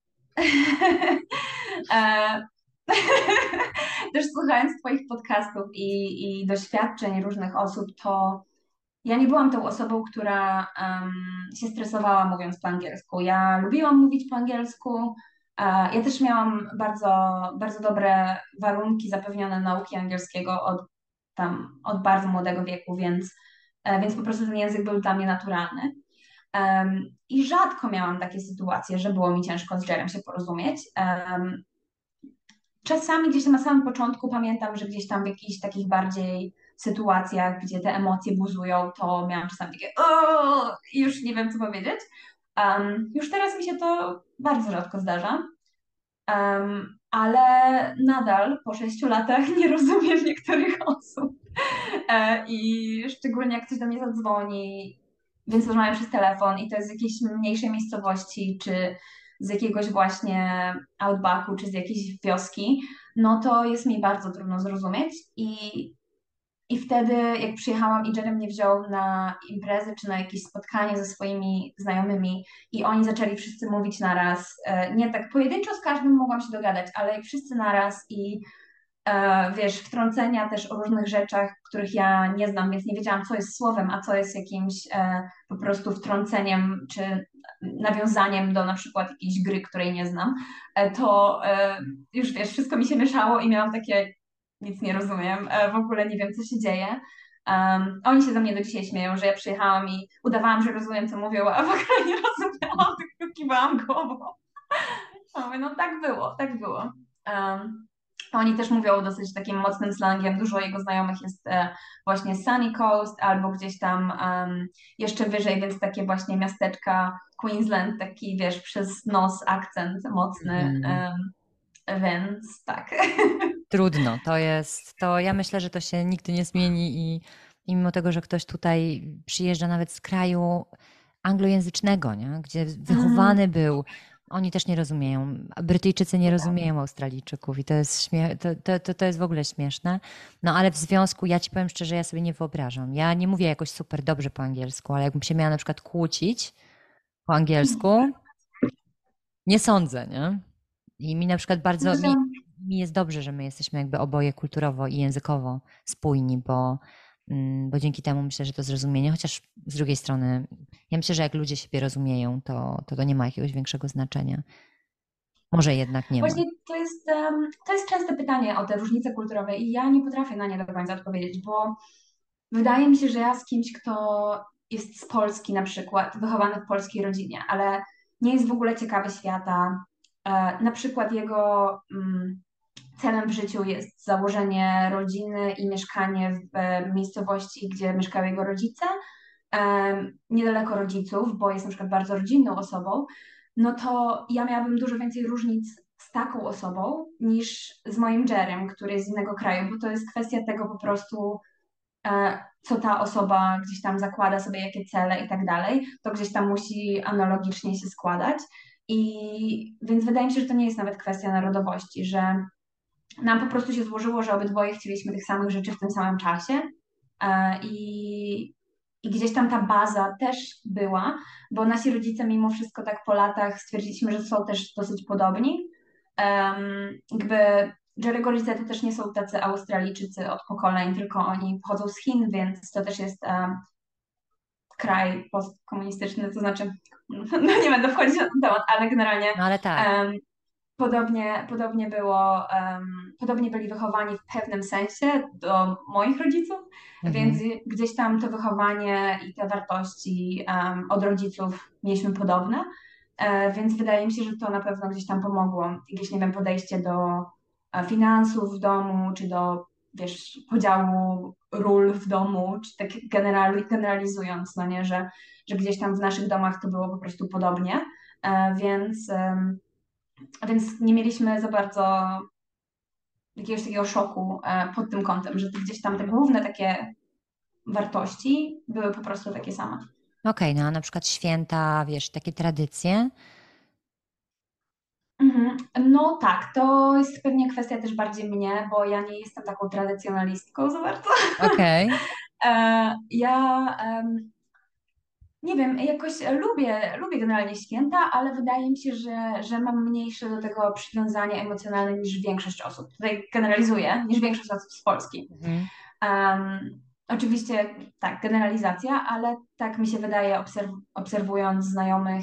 e, też słuchając Twoich podcastów i doświadczeń różnych osób, to ja nie byłam tą osobą, która się stresowała mówiąc po angielsku. Ja lubiłam mówić po angielsku. Ja też miałam bardzo dobre warunki zapewnione nauki angielskiego od bardzo młodego wieku, więc po prostu ten język był dla mnie naturalny. I rzadko miałam takie sytuacje, że było mi ciężko z Jerem się porozumieć. Czasami gdzieś tam na samym początku pamiętam, że gdzieś tam w jakichś takich bardziej sytuacjach, gdzie te emocje buzują, to miałam czasami takie o, już nie wiem, co powiedzieć. Już teraz mi się to bardzo rzadko zdarza, ale nadal po 6 latach nie rozumiem niektórych osób. I szczególnie jak ktoś do mnie zadzwoni, więc rozmawiam przez telefon i to jest z jakiejś mniejszej miejscowości, czy z jakiegoś właśnie outbacku, czy z jakiejś wioski, no to jest mi bardzo trudno zrozumieć i wtedy, jak przyjechałam i Jerry mnie wziął na imprezę czy na jakieś spotkanie ze swoimi znajomymi i oni zaczęli wszyscy mówić naraz, nie tak pojedynczo z każdym mogłam się dogadać, ale jak wszyscy naraz i wiesz, wtrącenia też o różnych rzeczach, których ja nie znam, więc nie wiedziałam, co jest słowem, a co jest jakimś po prostu wtrąceniem czy nawiązaniem do na przykład jakiejś gry, której nie znam, to już wiesz, wszystko mi się mieszało i miałam takie, nic nie rozumiem, w ogóle nie wiem, co się dzieje. Oni się ze mnie do dzisiaj śmieją, że ja przyjechałam i udawałam, że rozumiem, co mówią, a w ogóle nie rozumiałam, tylko kiwałam głową. A mówię, no tak było, tak było. Oni też mówią dosyć takim mocnym slangiem. Dużo jego znajomych jest właśnie Sunny Coast albo gdzieś tam jeszcze wyżej, więc takie właśnie miasteczka Queensland, taki wiesz, przez nos akcent mocny, Mhm. więc tak. Trudno, to ja myślę, że to się nigdy nie zmieni i mimo tego, że ktoś tutaj przyjeżdża nawet z kraju anglojęzycznego, nie? Gdzie Mhm. wychowany był, oni też nie rozumieją. A Brytyjczycy nie rozumieją Australijczyków i to jest to jest w ogóle śmieszne. No ale w związku, ja ci powiem szczerze, ja sobie nie wyobrażam. Ja nie mówię jakoś super dobrze po angielsku, ale jakbym się miała na przykład kłócić po angielsku, nie sądzę, nie? I mi na przykład bardzo, Zresztą mi jest dobrze, że my jesteśmy jakby oboje kulturowo i językowo spójni, bo dzięki temu myślę, że to zrozumienie, chociaż z drugiej strony, ja myślę, że jak ludzie siebie rozumieją, to nie ma jakiegoś większego znaczenia. Może jednak nie ma. właśnie to jest częste pytanie o te różnice kulturowe i ja nie potrafię na nie do końca odpowiedzieć, bo wydaje mi się, że ja z kimś, kto jest z Polski na przykład, wychowany w polskiej rodzinie, ale nie jest w ogóle ciekawy świata. Na przykład jego celem w życiu jest założenie rodziny i mieszkanie w miejscowości, gdzie mieszkają jego rodzice, niedaleko rodziców, bo jest na przykład bardzo rodzinną osobą, no to ja miałabym dużo więcej różnic z taką osobą niż z moim Jerem, który jest z innego kraju, bo to jest kwestia tego po prostu, co ta osoba gdzieś tam zakłada sobie, jakie cele i tak dalej, to gdzieś tam musi analogicznie się składać. I więc wydaje mi się, że to nie jest nawet kwestia narodowości, że nam po prostu się złożyło, że obydwoje chcieliśmy tych samych rzeczy w tym samym czasie. I, I gdzieś tam ta baza też była, bo nasi rodzice mimo wszystko tak po latach stwierdziliśmy, że są też dosyć podobni. Jakby Jerry'ego rodzice to też nie są tacy Australijczycy od pokoleń, tylko oni pochodzą z Chin, więc to też jest kraj postkomunistyczny, to znaczy, no nie będę wchodzić na ten temat, ale generalnie No ale tak. podobnie było, podobnie byli wychowani w pewnym sensie do moich rodziców, więc Mhm. gdzieś tam to wychowanie i te wartości od rodziców mieliśmy podobne, więc wydaje mi się, że to na pewno gdzieś tam pomogło. Jakieś, nie wiem, podejście do finansów w domu, czy do, wiesz, podziału ról w domu, czy tak generalizując, no nie, że gdzieś tam w naszych domach to było po prostu podobnie, więc nie mieliśmy za bardzo jakiegoś takiego szoku pod tym kątem, że gdzieś tam te główne takie wartości były po prostu takie same. Okej, no a na przykład święta, wiesz, takie tradycje. Mhm. No tak, to jest pewnie kwestia też bardziej mnie, bo ja nie jestem taką tradycjonalistką za bardzo. Okej. Ja nie wiem, jakoś lubię generalnie święta, ale wydaje mi się, że mam mniejsze do tego przywiązanie emocjonalne niż większość osób. Tutaj generalizuję, niż większość osób z Polski. Mhm. Oczywiście tak, generalizacja, ale tak mi się wydaje, obserwując znajomych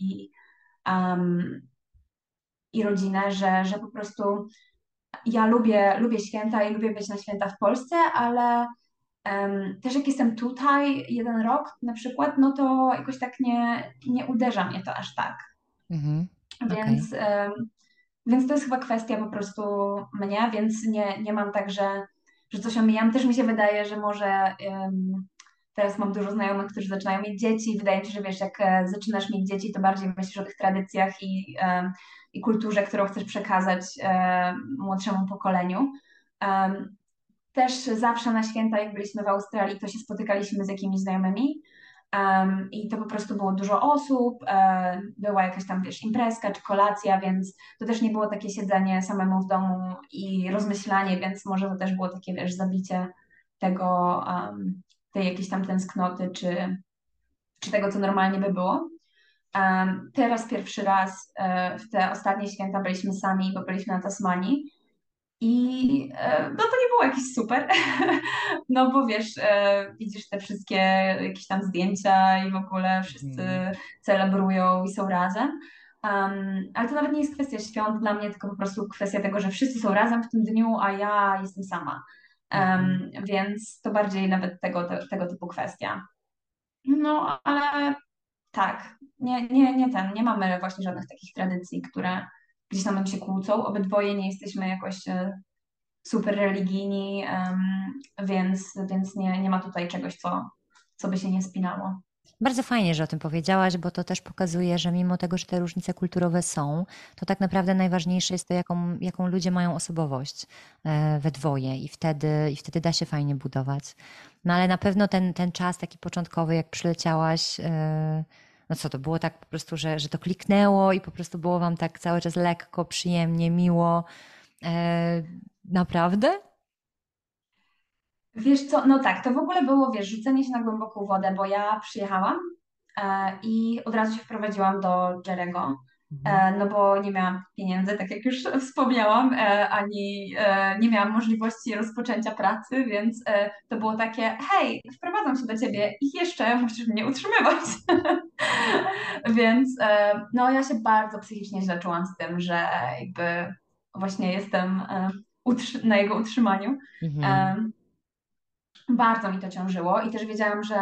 um, i rodzinę, że po prostu ja lubię święta i lubię być na święta w Polsce, ale też jak jestem tutaj jeden rok na przykład, no to jakoś tak nie uderza mnie to aż tak. Mhm. Okej. Więc, więc to jest chyba kwestia po prostu mnie, więc nie mam tak, że coś omijam. Też mi się wydaje, że może teraz mam dużo znajomych, którzy zaczynają mieć dzieci. Wydaje mi się, że wiesz, jak zaczynasz mieć dzieci, to bardziej myślisz o tych tradycjach i kulturze, którą chcesz przekazać młodszemu pokoleniu. Też zawsze na święta, jak byliśmy w Australii, to się spotykaliśmy z jakimiś znajomymi. I to po prostu było dużo osób, była jakaś tam, wiesz, imprezka czy kolacja, więc to też nie było takie siedzenie samemu w domu i rozmyślanie, więc może to też było takie, wiesz, zabicie tego, tej jakiejś tam tęsknoty, czy tego, co normalnie by było. Teraz pierwszy raz w te ostatnie święta byliśmy sami, bo byliśmy na Tasmanii i no to nie było jakieś super, no bo wiesz, widzisz te wszystkie jakieś tam zdjęcia i w ogóle wszyscy Mhm. celebrują i są razem. Ale to nawet nie jest kwestia świąt dla mnie, tylko po prostu kwestia tego, że wszyscy są razem w tym dniu, a ja jestem sama. Mhm. Więc to bardziej nawet tego typu kwestia. No, ale tak, nie mamy właśnie żadnych takich tradycji, które gdzieś tam nam się kłócą. Obydwoje nie jesteśmy jakoś super religijni, więc nie ma tutaj czegoś, co by się nie spinało. Bardzo fajnie, że o tym powiedziałaś, bo to też pokazuje, że mimo tego, że te różnice kulturowe są, to tak naprawdę najważniejsze jest to, jaką ludzie mają osobowość we dwoje i wtedy da się fajnie budować. No ale na pewno ten czas taki początkowy, jak przyleciałaś, no co, to było tak po prostu, że to kliknęło i po prostu było wam tak cały czas lekko, przyjemnie, miło. E, Naprawdę? Wiesz co, no tak, to w ogóle było, wiesz, rzucenie się na głęboką wodę, bo ja przyjechałam i od razu się wprowadziłam do Jerego, Mhm. no bo nie miałam pieniędzy, tak jak już wspomniałam, ani nie miałam możliwości rozpoczęcia pracy, więc to było takie, hej, wprowadzam się do ciebie i jeszcze musisz mnie utrzymywać. Więc no ja się bardzo psychicznie źle czułam z tym, że jakby właśnie jestem na jego utrzymaniu. Mhm. Bardzo mi to ciążyło i też wiedziałam, że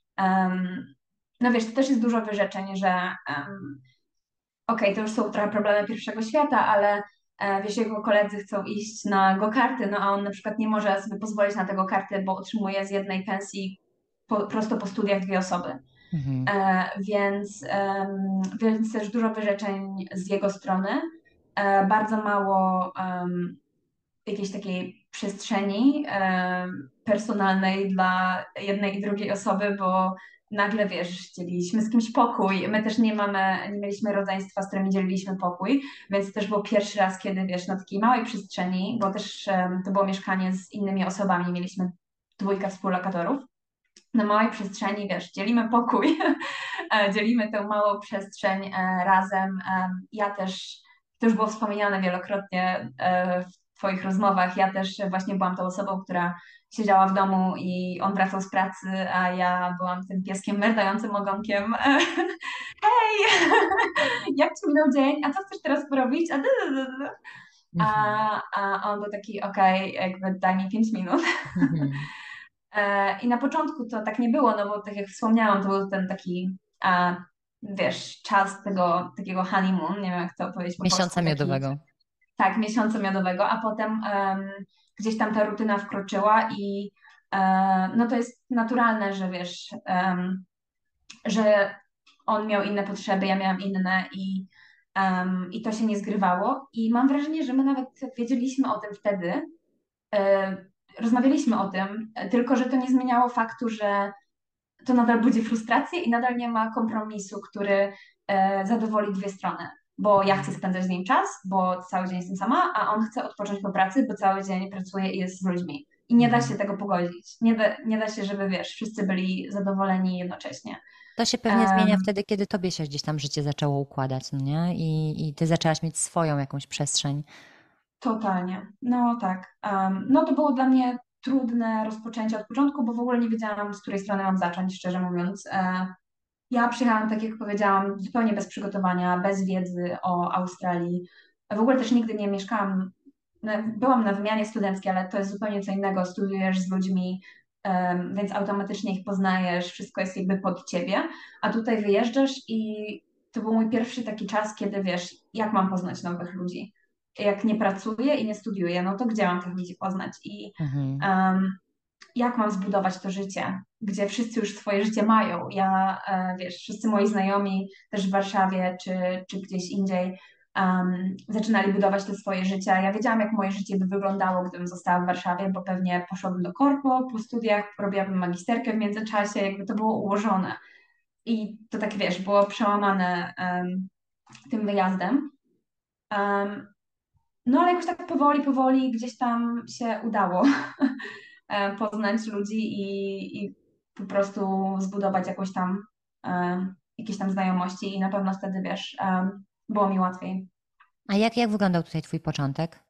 no wiesz, to też jest dużo wyrzeczeń, że okej, to już są trochę problemy pierwszego świata, ale wiesz, jego koledzy chcą iść na go-karty, no a on na przykład nie może sobie pozwolić na te go-karty, bo otrzymuje z jednej pensji prosto po studiach dwie osoby. Mhm. Więc też dużo wyrzeczeń z jego strony, bardzo mało jakiejś takiej przestrzeni personalnej dla jednej i drugiej osoby, bo nagle, wiesz, dzieliliśmy z kimś pokój. My też nie mieliśmy rodzeństwa, z którymi dzieliliśmy pokój, więc też był pierwszy raz, kiedy, wiesz, na takiej małej przestrzeni, bo też to było mieszkanie z innymi osobami, mieliśmy dwójkę współlokatorów. Na małej przestrzeni, wiesz, dzielimy pokój, dzielimy tę małą przestrzeń razem. Ja też, to już było wspomniane wielokrotnie w Twoich rozmowach, ja też właśnie byłam tą osobą, która siedziała w domu i on wracał z pracy, a ja byłam tym pieskiem merdającym ogonkiem. Hej, jak Ci minął dzień? A co chcesz teraz porobić? Mhm. A on był taki, okej, jakby daj mi 5 minut. Mhm. I na początku to tak nie było, no bo tak jak wspomniałam, to był ten taki, wiesz, czas tego takiego honeymoon, nie wiem jak to powiedzieć po Miesiąca polsku, taki, miodowego. tak, miesiąca miodowego, a potem gdzieś tam ta rutyna wkroczyła i no to jest naturalne, że wiesz, że on miał inne potrzeby, ja miałam inne i to się nie zgrywało i mam wrażenie, że my nawet wiedzieliśmy o tym wtedy, e, rozmawialiśmy o tym, tylko że to nie zmieniało faktu, że to nadal budzi frustrację i nadal nie ma kompromisu, który zadowoli dwie strony. Bo ja chcę Mhm. spędzać z nim czas, bo cały dzień jestem sama, a on chce odpocząć po pracy, bo cały dzień pracuje i jest z ludźmi. I nie da się Mhm. tego pogodzić. Nie da się, żeby wiesz, wszyscy byli zadowoleni jednocześnie. To się pewnie zmienia Um, wtedy, kiedy tobie się gdzieś tam życie zaczęło układać, no nie? I ty zaczęłaś mieć swoją jakąś przestrzeń. Totalnie. No tak. No to było dla mnie trudne rozpoczęcie od początku, bo w ogóle nie wiedziałam, z której strony mam zacząć, szczerze mówiąc. Ja przyjechałam, tak jak powiedziałam, zupełnie bez przygotowania, bez wiedzy o Australii. W ogóle też nigdy nie mieszkałam, byłam na wymianie studenckiej, ale to jest zupełnie co innego. Studiujesz z ludźmi, więc automatycznie ich poznajesz, wszystko jest jakby pod ciebie, a tutaj wyjeżdżasz i to był mój pierwszy taki czas, kiedy wiesz, jak mam poznać nowych ludzi. Jak nie pracuję i nie studiuję, no to gdzie mam tych ludzi poznać? I Mhm. um, jak mam zbudować to życie, gdzie wszyscy już swoje życie mają. Ja, wiesz, wszyscy moi znajomi też w Warszawie czy gdzieś indziej zaczynali budować to swoje życie. Ja wiedziałam, jak moje życie by wyglądało, gdybym została w Warszawie, bo pewnie poszłabym do korpo po studiach, robiłabym magisterkę w międzyczasie, jakby to było ułożone. I to tak, wiesz, było przełamane tym wyjazdem. Um, no ale jakoś tak powoli, powoli gdzieś tam się udało poznać ludzi i po prostu zbudować jakieś tam znajomości i na pewno wtedy, wiesz, było mi łatwiej. A jak wyglądał tutaj twój początek?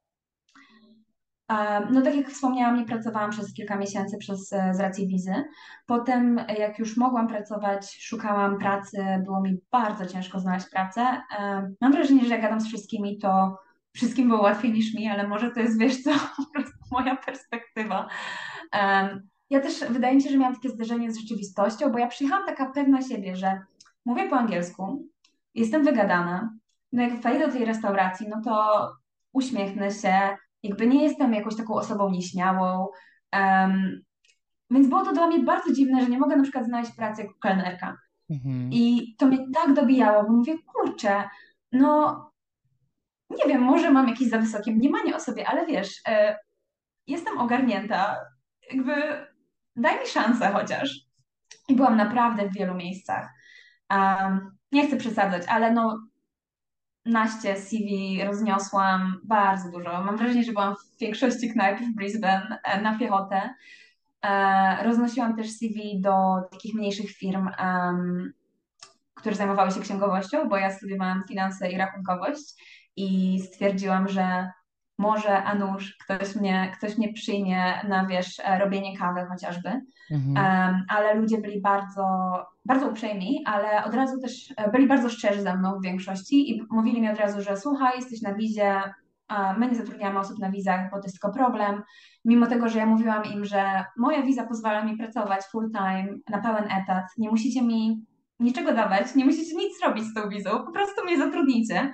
No tak jak wspomniałam, nie pracowałam przez kilka miesięcy z racji wizy. Potem, jak już mogłam pracować, szukałam pracy, było mi bardzo ciężko znaleźć pracę. Mam wrażenie, że jak gadam z wszystkimi, to wszystkim było łatwiej niż mi, ale może to jest, wiesz co, po prostu moja perspektywa. Ja też, wydaje mi się, że miałam takie zderzenie z rzeczywistością, bo ja przyjechałam taka pewna siebie, że mówię po angielsku, jestem wygadana, no jak wejdę do tej restauracji, no to uśmiechnę się, jakby nie jestem jakąś taką osobą nieśmiałą, um, więc było to dla mnie bardzo dziwne, że nie mogę na przykład znaleźć pracy jako kelnerka. Mhm. I to mnie tak dobijało, bo mówię, kurczę, no nie wiem, może mam jakieś za wysokie mniemanie o sobie, ale wiesz, jestem ogarnięta, jakby daj mi szansę chociaż. I byłam naprawdę w wielu miejscach. Nie chcę przesadzać, ale no naście CV rozniosłam bardzo dużo. Mam wrażenie, że byłam w większości knajp w Brisbane na piechotę. Roznosiłam też CV do takich mniejszych firm, które zajmowały się księgowością, bo ja studiowałam finanse i rachunkowość i stwierdziłam, że może, a nuż, ktoś mnie przyjmie na, wiesz, robienie kawy chociażby. Mhm. Ale ludzie byli bardzo, bardzo uprzejmi, ale od razu też byli bardzo szczerzy ze mną w większości i mówili mi od razu, że słuchaj, jesteś na wizie, my nie zatrudniamy osób na wizach, bo to jest tylko problem. Mimo tego, że ja mówiłam im, że moja wiza pozwala mi pracować full time, na pełen etat, nie musicie mi niczego dawać, nie musicie nic robić z tą wizą, po prostu mnie zatrudnicie.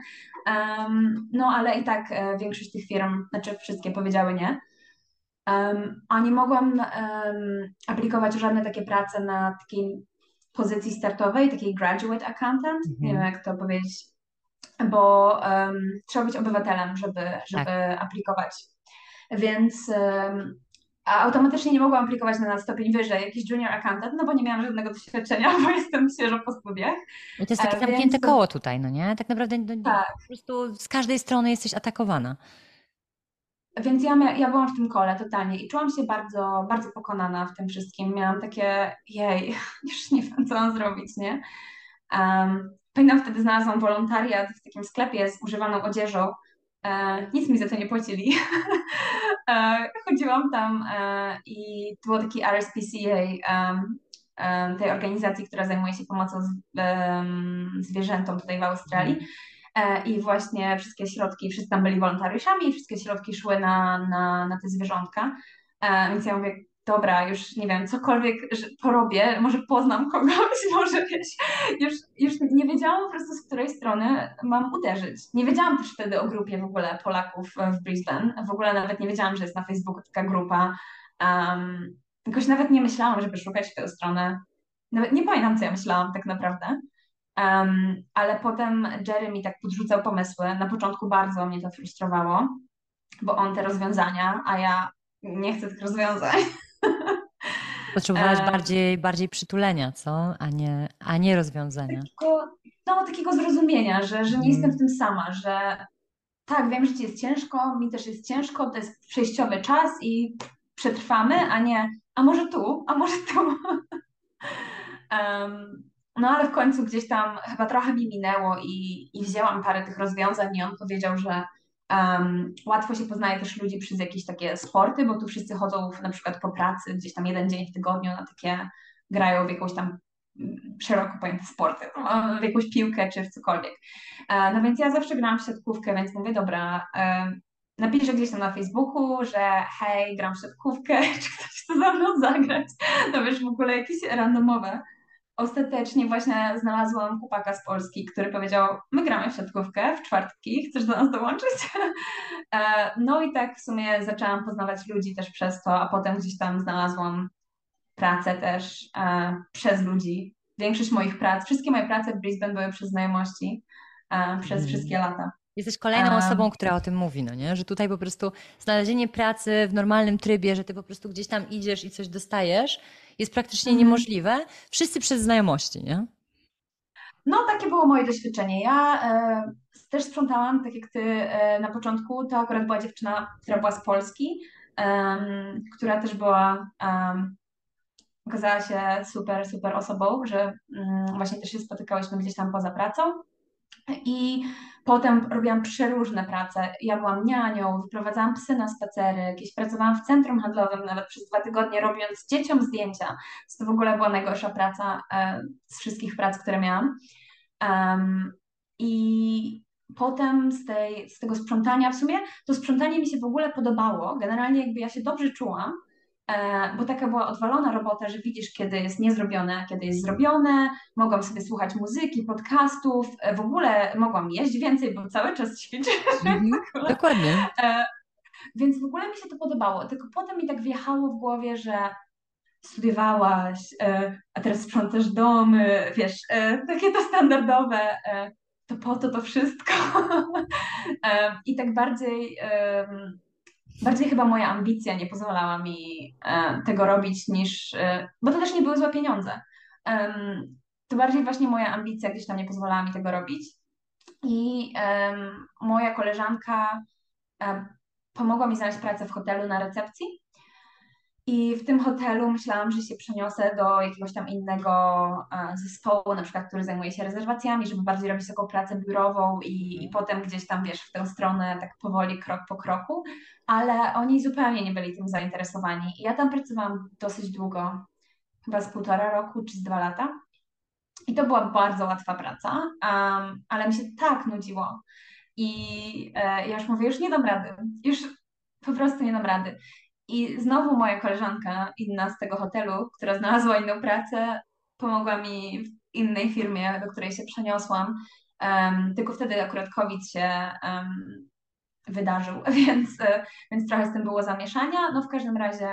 No ale i tak większość tych firm, znaczy wszystkie powiedziały nie. A nie mogłam aplikować o żadne takie prace na takiej pozycji startowej, takiej graduate accountant, nie wiem Mhm. jak to powiedzieć, bo trzeba być obywatelem, żeby Tak. aplikować. Więc a automatycznie nie mogłam aplikować na stopień wyżej, jakiś junior accountant, no bo nie miałam żadnego doświadczenia, bo jestem świeżo po studiach. I to jest takie zamknięte Więc koło tutaj, no nie? Tak naprawdę po tak, prostu z każdej strony jesteś atakowana. więc ja byłam w tym kole totalnie i czułam się bardzo, bardzo pokonana w tym wszystkim. Miałam takie, jej, już nie wiem, co mam zrobić, nie? Pamiętam, wtedy znalazłam wolontariat w takim sklepie z używaną odzieżą. Nic mi za to nie płacili. Chodziłam tam i to był taki RSPCA, tej organizacji, która zajmuje się pomocą zwierzętom tutaj w Australii. Mhm. I właśnie wszystkie środki, wszyscy tam byli wolontariuszami i wszystkie środki szły na te zwierzątka. Więc ja mówię, dobra, już nie wiem, cokolwiek porobię, może poznam kogoś, może wiesz, już nie wiedziałam po prostu, z której strony mam uderzyć. Nie wiedziałam też wtedy o grupie w ogóle Polaków w Brisbane. W ogóle nawet nie wiedziałam, że jest na Facebooku taka grupa. Jakoś nawet nie myślałam, żeby szukać w tę stronę. Nawet nie pamiętam, co ja myślałam tak naprawdę. Ale potem Jerry mi tak podrzucał pomysły. Na początku bardzo mnie to frustrowało, bo on te rozwiązania, a ja nie chcę tych rozwiązań. Potrzebowałaś Em, bardziej przytulenia, co? A nie rozwiązania. takiego zrozumienia, że nie jestem w Mhm. tym sama, że tak, wiem, że ci jest ciężko, mi też jest ciężko, to jest przejściowy czas i przetrwamy, a nie, a może tu, a może tu. No ale w końcu gdzieś tam chyba trochę mi minęło i wzięłam parę tych rozwiązań i on powiedział, że łatwo się poznaje też ludzi przez jakieś takie sporty, bo tu wszyscy chodzą na przykład po pracy gdzieś tam jeden dzień w tygodniu na takie, grają w jakąś tam szeroko pojęte sporty, w jakąś piłkę czy w cokolwiek. No więc ja zawsze grałam w siatkówkę, więc mówię, dobra, napiszę gdzieś tam na Facebooku, że hej, gram w siatkówkę, czy ktoś chce ze mną zagrać. No wiesz, w ogóle jakieś randomowe. Ostatecznie właśnie znalazłam chłopaka z Polski, który powiedział, my gramy w siatkówkę w czwartki, chcesz do nas dołączyć? No i tak w sumie zaczęłam poznawać ludzi też przez to, a potem gdzieś tam znalazłam pracę też przez ludzi. Większość moich prac, wszystkie moje prace w Brisbane były przez znajomości przez Mhm. wszystkie lata. Jesteś kolejną Um, osobą, która o tym mówi, no nie? Że tutaj po prostu znalezienie pracy w normalnym trybie, że ty po prostu gdzieś tam idziesz i coś dostajesz, jest praktycznie mhm. niemożliwe. Wszyscy przez znajomości, nie? No, takie było moje doświadczenie. Ja też sprzątałam, tak jak ty na początku. To akurat była dziewczyna, która była z Polski, która też była, okazała się super, super osobą, że właśnie też się spotykałyśmy gdzieś tam poza pracą. I potem robiłam przeróżne prace. Ja byłam nianią, wyprowadzałam psy na spacery, jakieś pracowałam w centrum handlowym nawet przez 2 tygodnie, robiąc dzieciom zdjęcia. To w ogóle była najgorsza praca z wszystkich prac, które miałam. Um, I potem z tego sprzątania, w sumie to sprzątanie mi się w ogóle podobało. Generalnie jakby ja się dobrze czułam, bo taka była odwalona robota, że widzisz, kiedy jest niezrobione, a kiedy jest zrobione. Mogłam sobie słuchać muzyki, podcastów, w ogóle mogłam jeść więcej, bo cały czas ćwiczyłam Mhm. w ogóle. Dokładnie. E, Więc w ogóle mi się to podobało. Tylko potem mi tak wjechało w głowie, że studiowałaś, a teraz sprzątasz domy, wiesz, takie to standardowe, to po to to wszystko. I tak bardziej chyba moja ambicja nie pozwalała mi tego robić niż, bo to też nie były złe pieniądze. To bardziej właśnie moja ambicja gdzieś tam nie pozwalała mi tego robić. I moja koleżanka em, pomogła mi znaleźć pracę w hotelu na recepcji. I w tym hotelu myślałam, że się przeniosę do jakiegoś tam innego zespołu, na przykład, który zajmuje się rezerwacjami, żeby bardziej robić taką pracę biurową i potem gdzieś tam, wiesz, w tę stronę tak powoli, krok po kroku, ale oni zupełnie nie byli tym zainteresowani. I ja tam pracowałam dosyć długo, chyba z 1,5 roku czy z 2 lata. I to była bardzo łatwa praca, ale mi się tak nudziło. i ja już mówię, już nie dam rady, już po prostu nie dam rady. I znowu moja koleżanka, inna z tego hotelu, która znalazła inną pracę, pomogła mi w innej firmie, do której się przeniosłam. Tylko wtedy akurat COVID się wydarzył, więc trochę z tym było zamieszania. No w każdym razie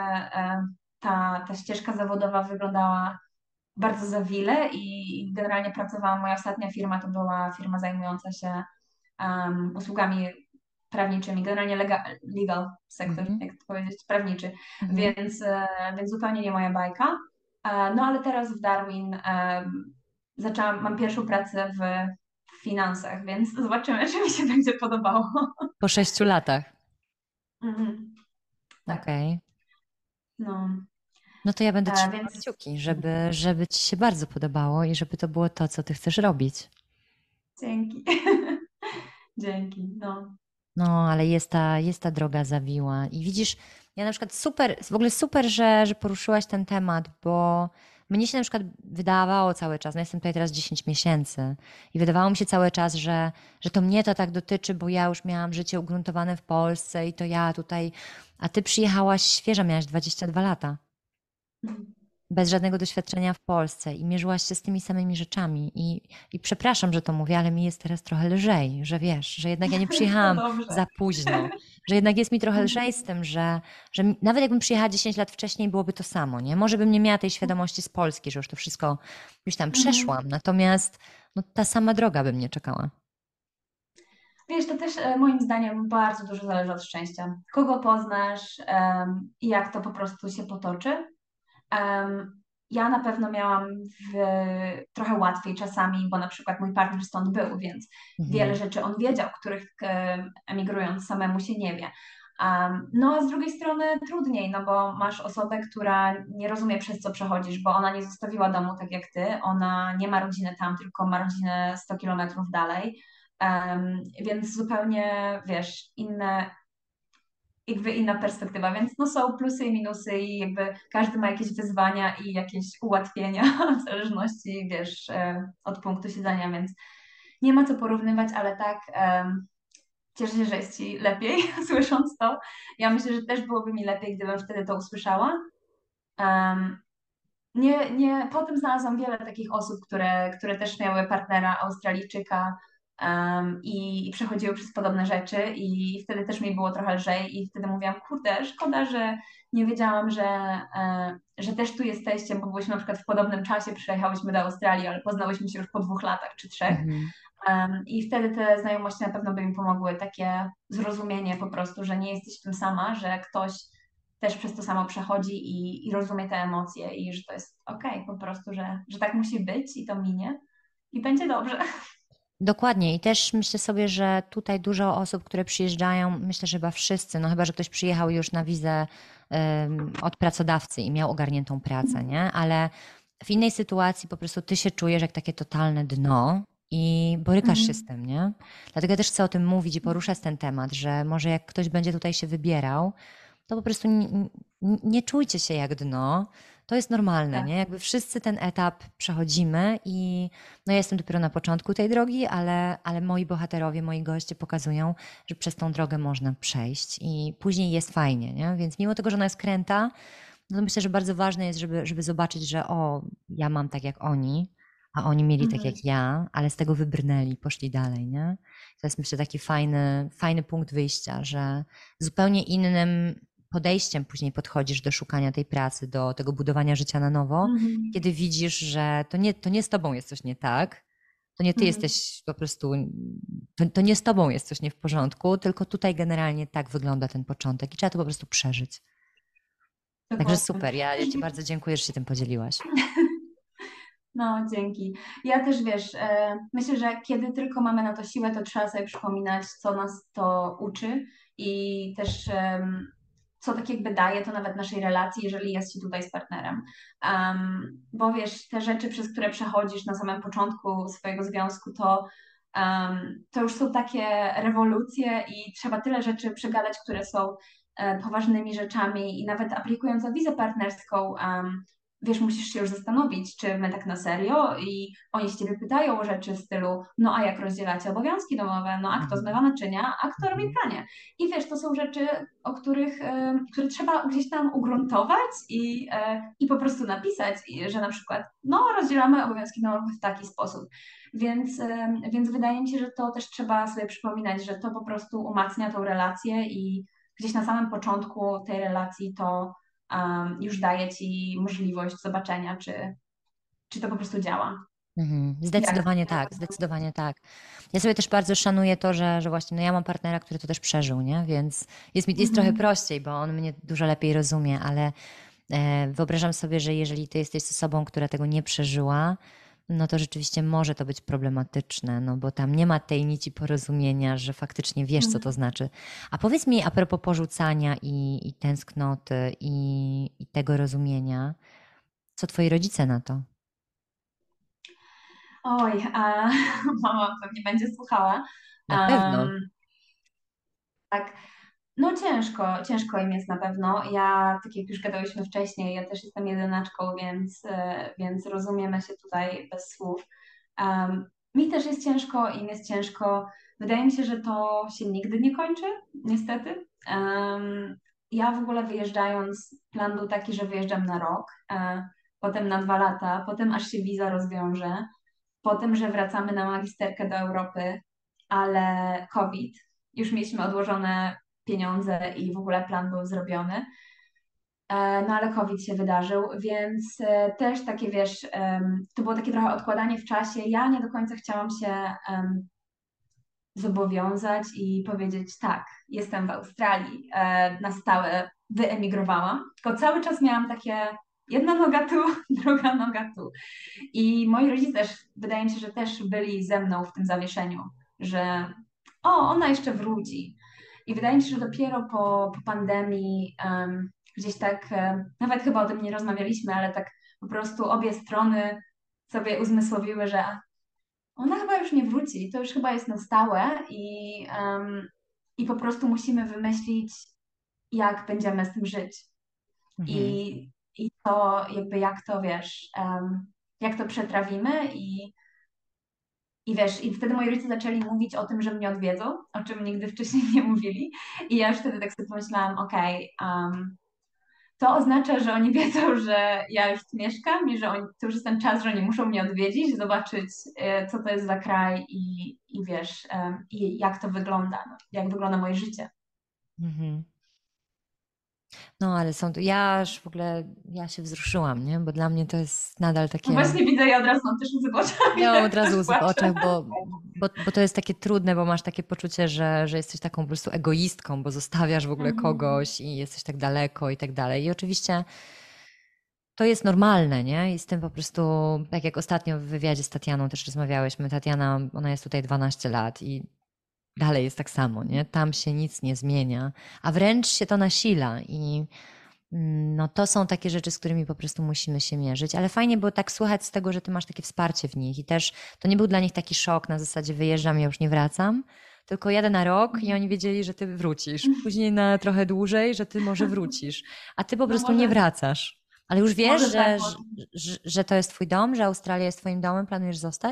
ta ścieżka zawodowa wyglądała bardzo zawile i generalnie pracowałam, moja ostatnia firma to była firma zajmująca się usługami prawniczymi, generalnie legal sektor, Mhm. jak to powiedzieć, prawniczy, Mhm. więc zupełnie nie moja bajka. No ale teraz w Darwin mam pierwszą pracę w finansach, więc zobaczymy, czy mi się będzie podobało. Po 6 latach. Mhm, tak, Okej. no, No to ja będę trzymała więc kciuki, żeby ci się bardzo podobało i żeby to było to, co ty chcesz robić. dzięki. Dzięki, no. No, ale jest ta droga zawiła. I widzisz, ja na przykład super, w ogóle super, że poruszyłaś ten temat, bo mnie się na przykład wydawało cały czas, no jestem tutaj teraz 10 miesięcy i wydawało mi się cały czas, że to mnie to tak dotyczy, bo ja już miałam życie ugruntowane w Polsce i to ja tutaj, a ty przyjechałaś świeża, miałaś 22 lata. Bez żadnego doświadczenia w Polsce i mierzyłaś się z tymi samymi rzeczami. I przepraszam, że to mówię, ale mi jest teraz trochę lżej, że wiesz, że jednak ja nie To przyjechałam dobrze. za późno, że jednak jest mi trochę lżej z tym, nawet jakbym przyjechała 10 lat wcześniej, byłoby to samo, nie? Może bym nie miała tej świadomości z Polski, że już to wszystko już tam Mhm. przeszłam, natomiast no, ta sama droga by mnie czekała. Wiesz, to też moim zdaniem bardzo dużo zależy od szczęścia. Kogo poznasz i jak to po prostu się potoczy. Ja na pewno miałam trochę łatwiej czasami, bo na przykład mój partner stąd był, więc wiele Mhm. rzeczy on wiedział, których emigrując samemu się nie wie. No a z drugiej strony trudniej, no bo masz osobę, która nie rozumie przez co przechodzisz, bo ona nie zostawiła domu tak jak ty, ona nie ma rodziny tam, tylko ma rodzinę 100 kilometrów dalej. Więc zupełnie, wiesz, inna perspektywa, więc no są plusy i minusy i jakby każdy ma jakieś wyzwania i jakieś ułatwienia w zależności, wiesz, od punktu siedzenia, więc nie ma co porównywać, ale tak, cieszę się, że jest Ci lepiej słysząc to. Ja myślę, że też byłoby mi lepiej, gdybym wtedy to usłyszała. Um, Potem znalazłam wiele takich osób, które też miały partnera Australijczyka i przechodziły przez podobne rzeczy i wtedy też mi było trochę lżej i wtedy mówiłam, kurde, szkoda, że nie wiedziałam, że też tu jesteście, bo byliśmy na przykład w podobnym czasie, przyjechałyśmy do Australii, ale poznałyśmy się już po 2 latach czy 3. Mhm. I wtedy te znajomości na pewno by mi pomogły, takie zrozumienie po prostu, że nie jesteś w tym sama, że ktoś też przez to samo przechodzi i rozumie te emocje i że to jest okej, po prostu, że tak musi być i to minie i będzie dobrze. Dokładnie i też myślę sobie, że tutaj dużo osób, które przyjeżdżają, myślę, że chyba wszyscy, no chyba, że ktoś przyjechał już na wizę od pracodawcy i miał ogarniętą pracę, nie? Ale w innej sytuacji po prostu ty się czujesz jak takie totalne dno i borykasz się z Mhm. tym, nie? Dlatego ja też chcę o tym mówić i poruszać ten temat, że może jak ktoś będzie tutaj się wybierał, to po prostu nie czujcie się jak dno. To jest normalne, Tak. nie? Jakby wszyscy ten etap przechodzimy i no ja jestem dopiero na początku tej drogi, ale moi bohaterowie, moi goście pokazują, że przez tą drogę można przejść i później jest fajnie, nie? Więc mimo tego, że ona jest kręta, no to myślę, że bardzo ważne jest, żeby zobaczyć, że ja mam tak jak oni, a oni mieli tak Mhm. jak ja, ale z tego wybrnęli, poszli dalej, nie? To jest myślę taki fajny punkt wyjścia, że zupełnie innym podejściem później podchodzisz do szukania tej pracy, do tego budowania życia na nowo, Mhm. kiedy widzisz, że to nie z tobą jest coś nie tak, to nie ty Mhm. jesteś po prostu, to nie z tobą jest coś nie w porządku, tylko tutaj generalnie tak wygląda ten początek i trzeba to po prostu przeżyć. Także Dokładnie. super, ja ci bardzo dziękuję, że się tym podzieliłaś. No, dzięki. Ja też wiesz, myślę, że kiedy tylko mamy na to siłę, to trzeba sobie przypominać, co nas to uczy i też co tak jakby daje to nawet naszej relacji, jeżeli jest się tutaj z partnerem. Bo wiesz, te rzeczy, przez które przechodzisz na samym początku swojego związku, to już są takie rewolucje i trzeba tyle rzeczy przegadać, które są poważnymi rzeczami i nawet aplikując o wizę partnerską, wiesz, musisz się już zastanowić, czy my tak na serio i oni się ciebie pytają o rzeczy w stylu, no a jak rozdzielacie obowiązki domowe, no a kto zmywa Mhm. naczynia, a kto robi Mhm. pranie. I wiesz, to są rzeczy, które trzeba gdzieś tam ugruntować i po prostu napisać, że na przykład, no rozdzielamy obowiązki domowe w taki sposób. Więc wydaje mi się, że to też trzeba sobie przypominać, że to po prostu umacnia tą relację i gdzieś na samym początku tej relacji to już daje ci możliwość zobaczenia, czy to po prostu działa. Mhm. Jak? Zdecydowanie tak, zdecydowanie tak. Ja sobie też bardzo szanuję to, że właśnie no ja mam partnera, który to też przeżył, nie? Więc jest trochę Mhm. prościej, bo on mnie dużo lepiej rozumie, ale wyobrażam sobie, że jeżeli ty jesteś osobą, która tego nie przeżyła, no to rzeczywiście może to być problematyczne, no bo tam nie ma tej nici porozumienia, że faktycznie wiesz, co to Mhm. znaczy. A powiedz mi a propos porzucania i tęsknoty i tego rozumienia, co twoi rodzice na to? Oj, a mama pewnie będzie słuchała. Na pewno. Tak, no ciężko im jest na pewno. Ja, tak jak już gadałyśmy wcześniej, ja też jestem jedynaczką, więc rozumiemy się tutaj bez słów. Mi też jest ciężko, im jest ciężko. Wydaje mi się, że to się nigdy nie kończy, niestety. Ja w ogóle wyjeżdżając, plan był taki, że wyjeżdżam na rok, potem na 2 lata, potem aż się wiza rozwiąże, potem, że wracamy na magisterkę do Europy, ale COVID, już mieliśmy odłożone pieniądze i w ogóle plan był zrobiony. No ale COVID się wydarzył, więc też takie, wiesz, to było takie trochę odkładanie w czasie. Ja nie do końca chciałam się zobowiązać i powiedzieć tak, jestem w Australii, na stałe wyemigrowałam, tylko cały czas miałam takie jedna noga tu, druga noga tu. I moi rodzice też, wydaje mi się, że też byli ze mną w tym zawieszeniu, że ona jeszcze wróci. I wydaje mi się, że dopiero po pandemii gdzieś tak, nawet chyba o tym nie rozmawialiśmy, ale tak po prostu obie strony sobie uzmysłowiły, że ona chyba już nie wróci, to już chyba jest na stałe i po prostu musimy wymyślić, jak będziemy z tym żyć. Mhm. I to jakby jak to wiesz, jak to przetrawimy i wiesz, i wtedy moi rodzice zaczęli mówić o tym, że mnie odwiedzą, o czym nigdy wcześniej nie mówili. I ja już wtedy tak sobie pomyślałam, okej, to oznacza, że oni wiedzą, że ja już tu mieszkam i że to już jest ten czas, że oni muszą mnie odwiedzić, zobaczyć, co to jest za kraj i wiesz, i jak to wygląda, no, jak wygląda moje życie. Mhm. No, ale ja już w ogóle, ja się wzruszyłam, nie? Bo dla mnie to jest nadal No takie, właśnie widzę, ja od razu mam też łzy w oczach, miałam od jak razu też łzy w płaczę. oczach, bo to jest takie trudne, bo masz takie poczucie, że jesteś taką po prostu egoistką, bo zostawiasz w ogóle Mhm. kogoś i jesteś tak daleko i tak dalej. I oczywiście to jest normalne, nie? I z tym po prostu, tak jak ostatnio w wywiadzie z Tatianą też rozmawiałyśmy, Tatiana, ona jest tutaj 12 lat i dalej jest tak samo, nie? Tam się nic nie zmienia, a wręcz się to nasila i no to są takie rzeczy, z którymi po prostu musimy się mierzyć, ale fajnie było tak słuchać z tego, że ty masz takie wsparcie w nich i też to nie był dla nich taki szok na zasadzie wyjeżdżam, ja już nie wracam, tylko jadę na rok i oni wiedzieli, że ty wrócisz, później na trochę dłużej, że ty może wrócisz, a ty po No prostu nie może, wracasz. Ale już wiesz, może tak, że to jest twój dom, że Australia jest twoim domem, planujesz zostać?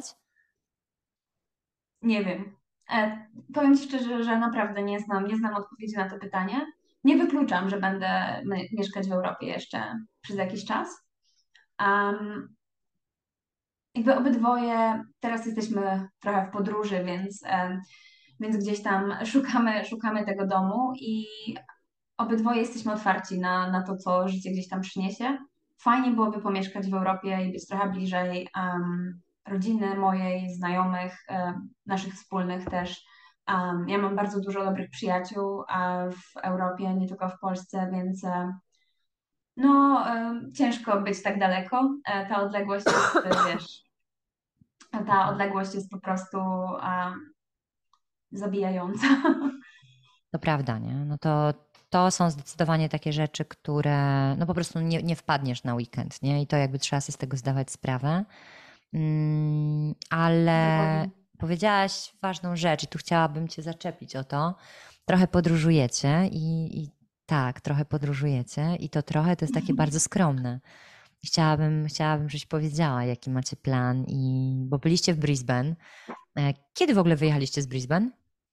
nie wiem. Powiem Ci szczerze, że naprawdę nie znam odpowiedzi na to pytanie. Nie wykluczam, że będę mieszkać w Europie jeszcze przez jakiś czas. Um, Jakby obydwoje teraz jesteśmy trochę w podróży, więc gdzieś tam szukamy tego domu i obydwoje jesteśmy otwarci na to, co życie gdzieś tam przyniesie. Fajnie byłoby pomieszkać w Europie i być trochę bliżej rodziny mojej, znajomych, naszych wspólnych też. Ja mam bardzo dużo dobrych przyjaciół w Europie, nie tylko w Polsce, więc no, ciężko być tak daleko. Ta odległość jest, wiesz, ta odległość jest po prostu zabijająca. To prawda, nie? No to są zdecydowanie takie rzeczy, które no po prostu nie wpadniesz na weekend, nie? I to jakby trzeba sobie z tego zdawać sprawę. Ale Dokładnie. powiedziałaś ważną rzecz i tu chciałabym cię zaczepić o to. Trochę podróżujecie i tak, trochę podróżujecie i to trochę to jest takie bardzo skromne. Chciałabym, żebyś powiedziała, jaki macie plan bo byliście w Brisbane. Kiedy w ogóle wyjechaliście z Brisbane?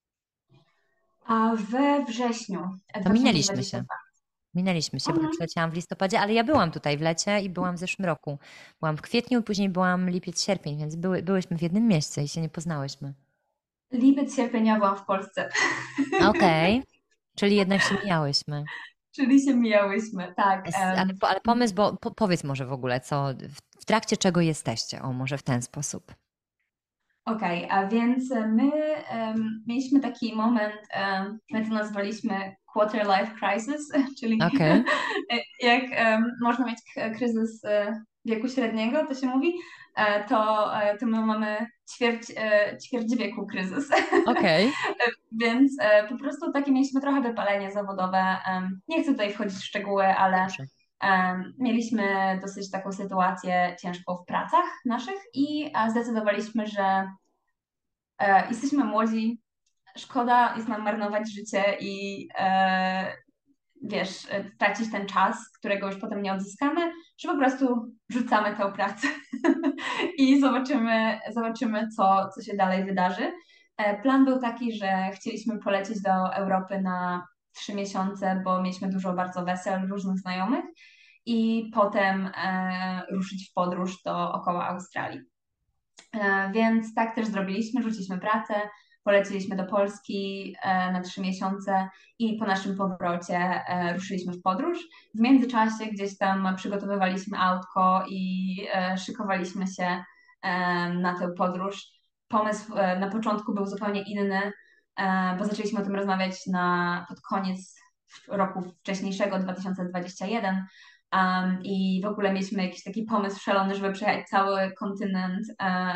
A we wrześniu To minęliśmy się. 2022. Minęliśmy się, bo ja Mhm. przyleciałam w listopadzie, ale ja byłam tutaj w lecie i byłam w zeszłym roku. Byłam w kwietniu, później byłam lipiec, sierpień, więc byłyśmy w jednym mieście i się nie poznałyśmy. Lipiec, sierpień ja byłam w Polsce, Okej, czyli jednak się mijałyśmy. czyli się mijałyśmy, tak. Ale pomysł, bo powiedz może w ogóle, w trakcie czego jesteście? O, może w ten sposób. Okej, a więc my mieliśmy taki moment, my to nazwaliśmy quarter life crisis, czyli Okej, jak można mieć kryzys wieku średniego, to się mówi, to my mamy ćwierć wieku kryzys. okej. Więc po prostu takie mieliśmy trochę wypalenie zawodowe. Nie chcę tutaj wchodzić w szczegóły, ale Dobrze. mieliśmy dosyć taką sytuację ciężką w pracach naszych i zdecydowaliśmy, że jesteśmy młodzi, szkoda jest nam marnować życie i wiesz, tracić ten czas, którego już potem nie odzyskamy, że po prostu rzucamy tę pracę i zobaczymy co się dalej wydarzy. Plan był taki, że chcieliśmy polecieć do Europy na 3 miesiące, bo mieliśmy dużo bardzo wesel różnych znajomych i potem ruszyć w podróż dookoła Australii. Więc tak też zrobiliśmy, rzuciliśmy pracę, poleciliśmy do Polski na 3 miesiące i po naszym powrocie ruszyliśmy w podróż. W międzyczasie gdzieś tam przygotowywaliśmy autko i szykowaliśmy się na tę podróż. Pomysł na początku był zupełnie inny, bo zaczęliśmy o tym rozmawiać pod koniec roku wcześniejszego, 2021. I w ogóle mieliśmy jakiś taki pomysł szalony, żeby przejechać cały kontynent,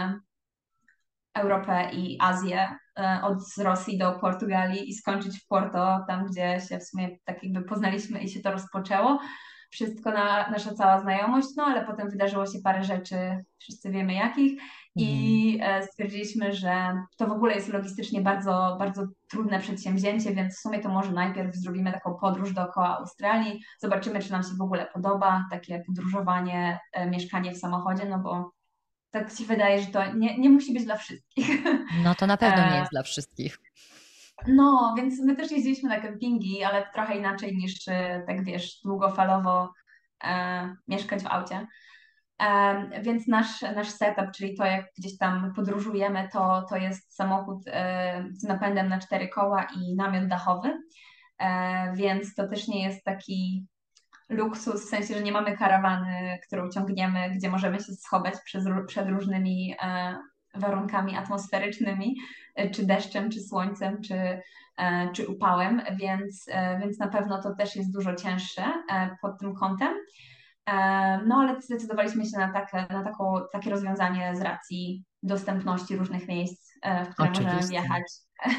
Europę i Azję, od Rosji do Portugalii i skończyć w Porto, tam gdzie się w sumie tak jakby poznaliśmy i się to rozpoczęło. Wszystko nasza cała znajomość, no ale potem wydarzyło się parę rzeczy, wszyscy wiemy jakich, Mhm. i stwierdziliśmy, że to w ogóle jest logistycznie bardzo, bardzo trudne przedsięwzięcie, więc w sumie to może najpierw zrobimy taką podróż dookoła Australii, zobaczymy, czy nam się w ogóle podoba takie podróżowanie, mieszkanie w samochodzie, no bo tak ci wydaje, że to nie musi być dla wszystkich. No to na pewno nie E, jest dla wszystkich. No, więc my też jeździliśmy na kempingi, ale trochę inaczej niż tak wiesz, długofalowo mieszkać w aucie. Więc nasz setup, czyli to, jak gdzieś tam podróżujemy, to jest samochód z napędem na 4 koła i namiot dachowy. Więc to też nie jest taki luksus, w sensie, że nie mamy karawany, którą ciągniemy, gdzie możemy się schować przed różnymi warunkami atmosferycznymi, czy deszczem, czy słońcem, czy upałem, więc na pewno to też jest dużo cięższe pod tym kątem. No ale zdecydowaliśmy się takie rozwiązanie z racji dostępności różnych miejsc, w które możemy Oczywiście. wjechać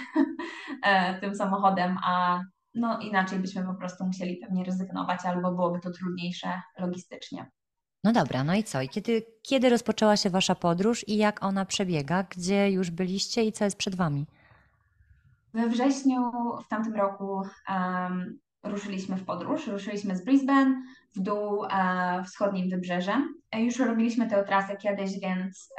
tym samochodem, a no inaczej byśmy po prostu musieli pewnie rezygnować, albo byłoby to trudniejsze logistycznie. No dobra, no i co? I kiedy rozpoczęła się wasza podróż i jak ona przebiega? Gdzie już byliście i co jest przed wami? We wrześniu w tamtym roku ruszyliśmy w podróż. Ruszyliśmy z Brisbane w dół wschodnim wybrzeżem. Już robiliśmy tę trasę kiedyś, więc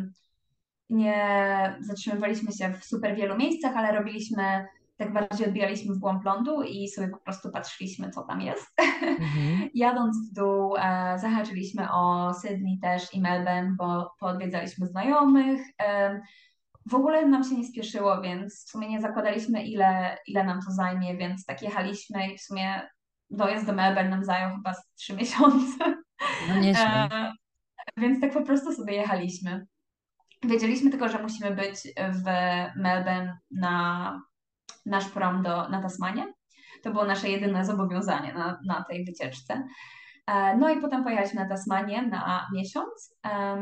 nie zatrzymywaliśmy się w super wielu miejscach, ale robiliśmy, tak bardziej odbijaliśmy w głąb lądu i sobie po prostu patrzyliśmy, co tam jest. Mhm. Jadąc w dół, zahaczyliśmy o Sydney też i Melbourne, bo poodwiedzaliśmy znajomych. W ogóle nam się nie spieszyło, więc w sumie nie zakładaliśmy, ile nam to zajmie, więc tak jechaliśmy i w sumie dojazd do Melbourne nam zajął chyba z 3 miesiące. No nieźle. E, Więc tak po prostu sobie jechaliśmy. Wiedzieliśmy tylko, że musimy być w Melbourne na nasz prom na Tasmanię. To było nasze jedyne zobowiązanie na tej wycieczce. No i potem pojechaliśmy na Tasmanię na miesiąc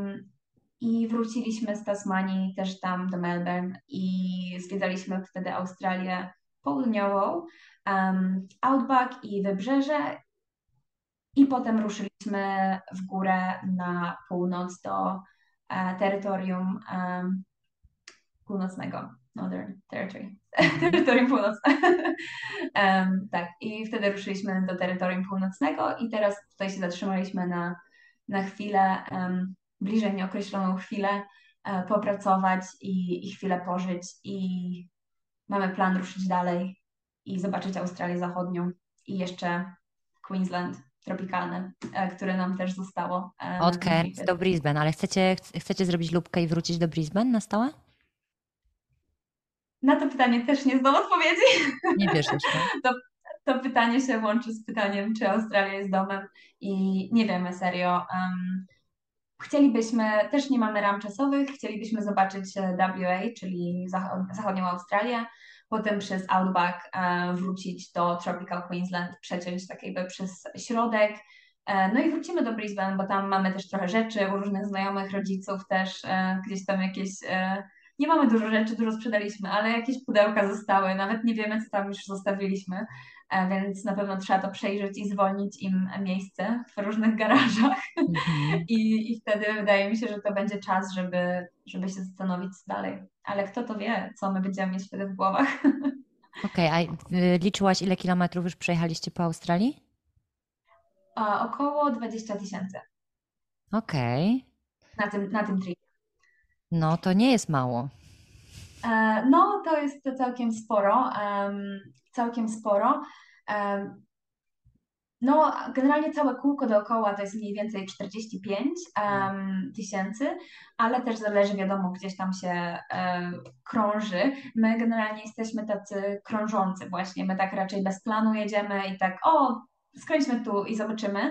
i wróciliśmy z Tasmanii też tam do Melbourne i zwiedzaliśmy wtedy Australię Południową, Outback i Wybrzeże, i potem ruszyliśmy w górę na północ do terytorium północnego, Northern Territory, Mhm. terytorium północne. Tak, i wtedy ruszyliśmy do terytorium północnego i teraz tutaj się zatrzymaliśmy na na chwilę, bliżej nieokreśloną chwilę, popracować i chwilę pożyć i mamy plan ruszyć dalej i zobaczyć Australię Zachodnią i jeszcze Queensland tropikalne, które nam też zostało Od na tym Cairns tripie. do Brisbane, ale chcecie zrobić lubkę i wrócić do Brisbane na stałe? Na to pytanie też nie znam odpowiedzi. Nie wiesz jeszcze. To, to pytanie się łączy z pytaniem, czy Australia jest domem i nie wiemy serio. Chcielibyśmy, też nie mamy ram czasowych, chcielibyśmy zobaczyć WA, czyli zachodnią Australię, potem przez Outback wrócić do Tropical Queensland, przeciąć tak jakby przez środek. No i wrócimy do Brisbane, bo tam mamy też trochę rzeczy u różnych znajomych, rodziców też, gdzieś tam jakieś, nie mamy dużo rzeczy, dużo sprzedaliśmy, ale jakieś pudełka zostały, nawet nie wiemy, co tam już zostawiliśmy, więc na pewno trzeba to przejrzeć i zwolnić im miejsce w różnych garażach. Mhm. I wtedy wydaje mi się, że to będzie czas, żeby się zastanowić co dalej. Ale kto to wie, co my będziemy mieć wtedy w głowach. Okej, a liczyłaś, ile kilometrów już przejechaliście po Australii? Około 20 000 Okej, na tym trip. no to nie jest mało. No, to jest to całkiem sporo. Całkiem sporo. No, generalnie całe kółko dookoła to jest mniej więcej 45 tysięcy, ale też zależy, wiadomo, gdzieś tam się krąży. My generalnie jesteśmy tacy krążący właśnie, my tak raczej bez planu jedziemy i tak, o, skręćmy tu i zobaczymy.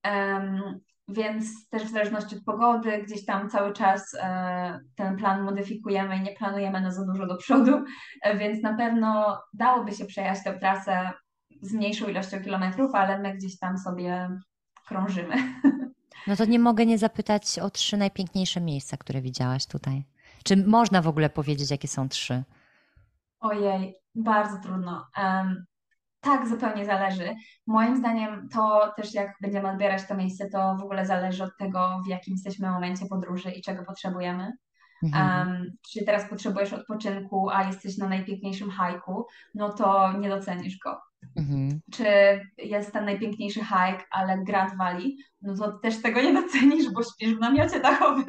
Więc też w zależności od pogody, gdzieś tam cały czas ten plan modyfikujemy i nie planujemy na za dużo do przodu, więc na pewno dałoby się przejechać tę trasę z mniejszą ilością kilometrów, ale my gdzieś tam sobie krążymy. No to nie mogę nie zapytać o 3 najpiękniejsze miejsca, które widziałaś tutaj. Czy można w ogóle powiedzieć, jakie są 3? Ojej, bardzo trudno. Tak, zupełnie zależy. Moim zdaniem to też jak będziemy odbierać to miejsce, to w ogóle zależy od tego, w jakim jesteśmy momencie podróży i czego potrzebujemy. Mhm. Czy teraz potrzebujesz odpoczynku, a jesteś na najpiękniejszym hajku, no to nie docenisz go. Mhm. Czy jest tam najpiękniejszy hike, ale Grand Valley, no to też tego nie docenisz, bo śpisz w namiocie dachowym.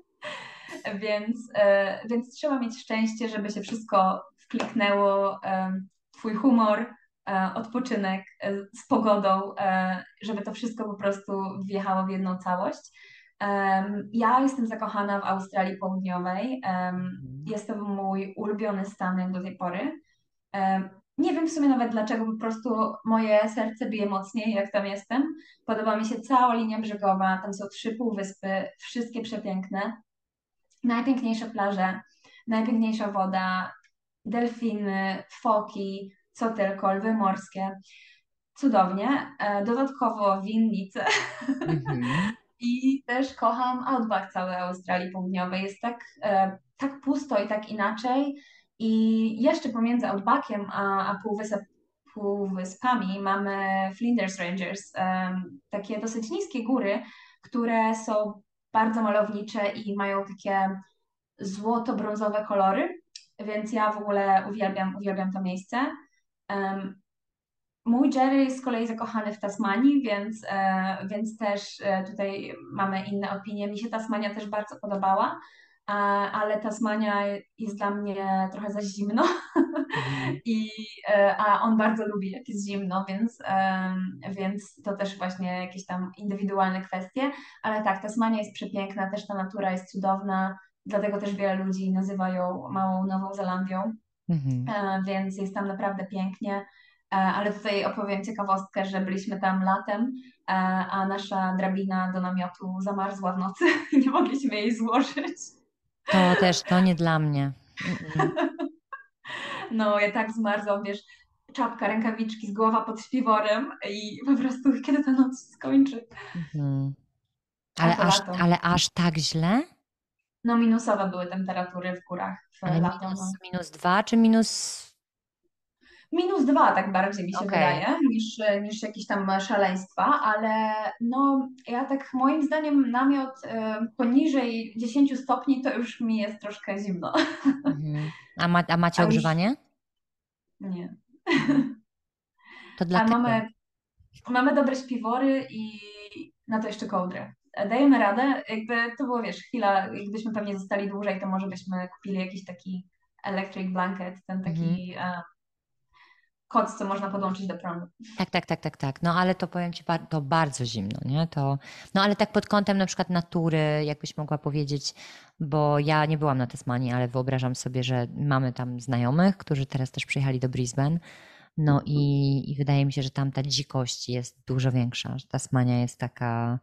Więc trzeba mieć szczęście, żeby się wszystko wkliknęło, twój humor, odpoczynek z pogodą, żeby to wszystko po prostu wjechało w jedną całość. Ja jestem zakochana w Australii Południowej. Mhm. Jest to mój ulubiony stan jak do tej pory. Nie wiem w sumie nawet dlaczego, po prostu moje serce bije mocniej, jak tam jestem. Podoba mi się cała linia brzegowa, tam są 3 półwyspy, wszystkie przepiękne. Najpiękniejsze plaże, najpiękniejsza woda, delfiny, foki, co tylko, lwy morskie. Cudownie. Dodatkowo winnice. Mhm. I też kocham outback całej Australii Południowej. Jest tak pusto i tak inaczej. I jeszcze pomiędzy outbackiem a półwyspami mamy Flinders Ranges, takie dosyć niskie góry, które są bardzo malownicze i mają takie złoto-brązowe kolory, więc ja w ogóle uwielbiam to miejsce. Mój Jerry jest z kolei zakochany w Tasmanii, więc też tutaj mamy inne opinie. Mi się Tasmania też bardzo podobała, ale Tasmania jest dla mnie trochę za zimno Mhm. a on bardzo lubi jak jest zimno, więc to też właśnie jakieś tam indywidualne kwestie. Ale tak, Tasmania jest przepiękna, też ta natura jest cudowna, dlatego też wiele ludzi nazywa ją Małą Nową Zelandią, Mhm. więc jest tam naprawdę pięknie. Ale tutaj opowiem ciekawostkę, że byliśmy tam latem, a nasza drabina do namiotu zamarzła w nocy i nie mogliśmy jej złożyć. To też, to nie dla mnie. Mm-mm. No, ja tak zmarzłam, wiesz, czapka, rękawiczki, z głowa pod śpiworem i po prostu kiedy ta noc się skończy. Mhm. A to lato. Ale aż tak źle? No, minusowe były temperatury w górach w Ale lato. No. minus 2 czy minus... -2 tak bardziej mi się Okej. wydaje, niż jakieś tam szaleństwa, ale no ja tak moim zdaniem namiot poniżej 10 stopni to już mi jest troszkę zimno. Mhm. A macie A już ogrzewanie? nie. Mhm. To A dlatego. mamy dobre śpiwory i na to jeszcze kołdrę. dajemy radę. Jakby to było, wiesz, chwila, jakbyśmy pewnie zostali dłużej, to może byśmy kupili jakiś taki electric blanket, ten Mhm. taki koc, co można podłączyć do prądu. Tak, tak, tak, tak, tak. No ale to powiem ci, to bardzo zimno, nie? No ale tak pod kątem na przykład natury, jakbyś mogła powiedzieć, bo ja nie byłam na Tasmanii, ale wyobrażam sobie, że mamy tam znajomych, którzy teraz też przyjechali do Brisbane. No i wydaje mi się, że tam ta dzikość jest dużo większa, że Tasmania jest taka,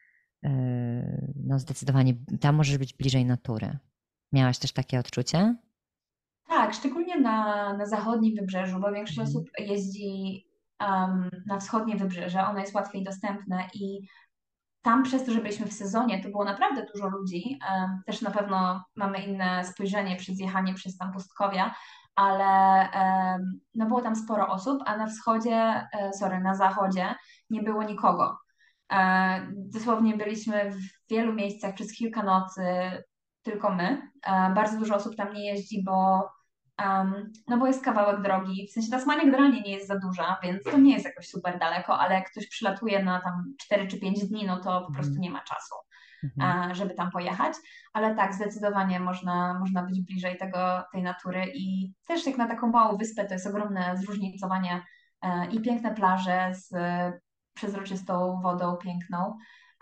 no zdecydowanie, tam możesz być bliżej natury. Miałaś też takie odczucie? Tak, szczególnie na zachodnim wybrzeżu, bo większość Mhm. osób jeździ na wschodnie wybrzeże, ono jest łatwiej dostępne i tam przez to, że byliśmy w sezonie, to było naprawdę dużo ludzi. Też na pewno mamy inne spojrzenie przez jechanie przez tam pustkowia, ale no było tam sporo osób, a na wschodzie, na zachodzie nie było nikogo. Dosłownie byliśmy w wielu miejscach przez kilka nocy, tylko my. Bardzo dużo osób tam nie jeździ, no bo jest kawałek drogi. W sensie Tasmania generalnie nie jest za duża, więc to nie jest jakoś super daleko, ale jak ktoś przylatuje na tam 4 czy 5 dni, no to po prostu Mhm. nie ma czasu, Mhm. żeby tam pojechać. Ale tak, zdecydowanie można być bliżej tej natury i też jak na taką małą wyspę to jest ogromne zróżnicowanie i piękne plaże z przezroczystą wodą piękną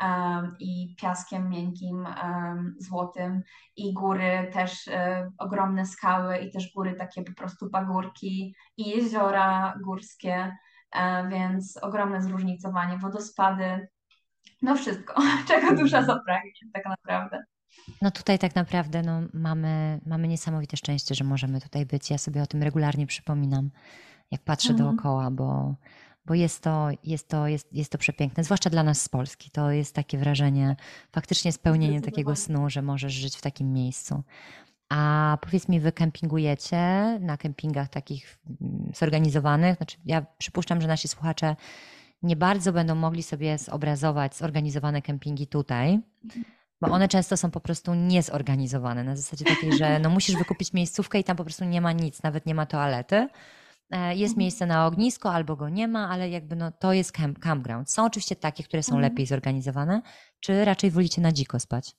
i piaskiem miękkim, złotym i góry też ogromne skały i też góry takie po prostu pagórki i jeziora górskie, więc ogromne zróżnicowanie, wodospady, no wszystko, czego dusza Mhm. zapragnie tak naprawdę. No tutaj tak naprawdę no, mamy niesamowite szczęście, że możemy tutaj być. Ja sobie o tym regularnie przypominam, jak patrzę Mhm. dookoła, bo jest to przepiękne, zwłaszcza dla nas z Polski. To jest takie wrażenie, faktycznie spełnienie takiego Zdecydowanie. snu, że możesz żyć w takim miejscu. A powiedz mi, wy kempingujecie na kempingach takich zorganizowanych? Znaczy, ja przypuszczam, że nasi słuchacze nie bardzo będą mogli sobie zobrazować zorganizowane kempingi tutaj, bo one często są po prostu niezorganizowane. Na zasadzie takiej, że no musisz wykupić miejscówkę i tam po prostu nie ma nic, nawet nie ma toalety. Jest Mhm. miejsce na ognisko albo go nie ma, ale jakby no, to jest campground. Są oczywiście takie, które są lepiej Mhm. zorganizowane, czy raczej wolicie na dziko spać?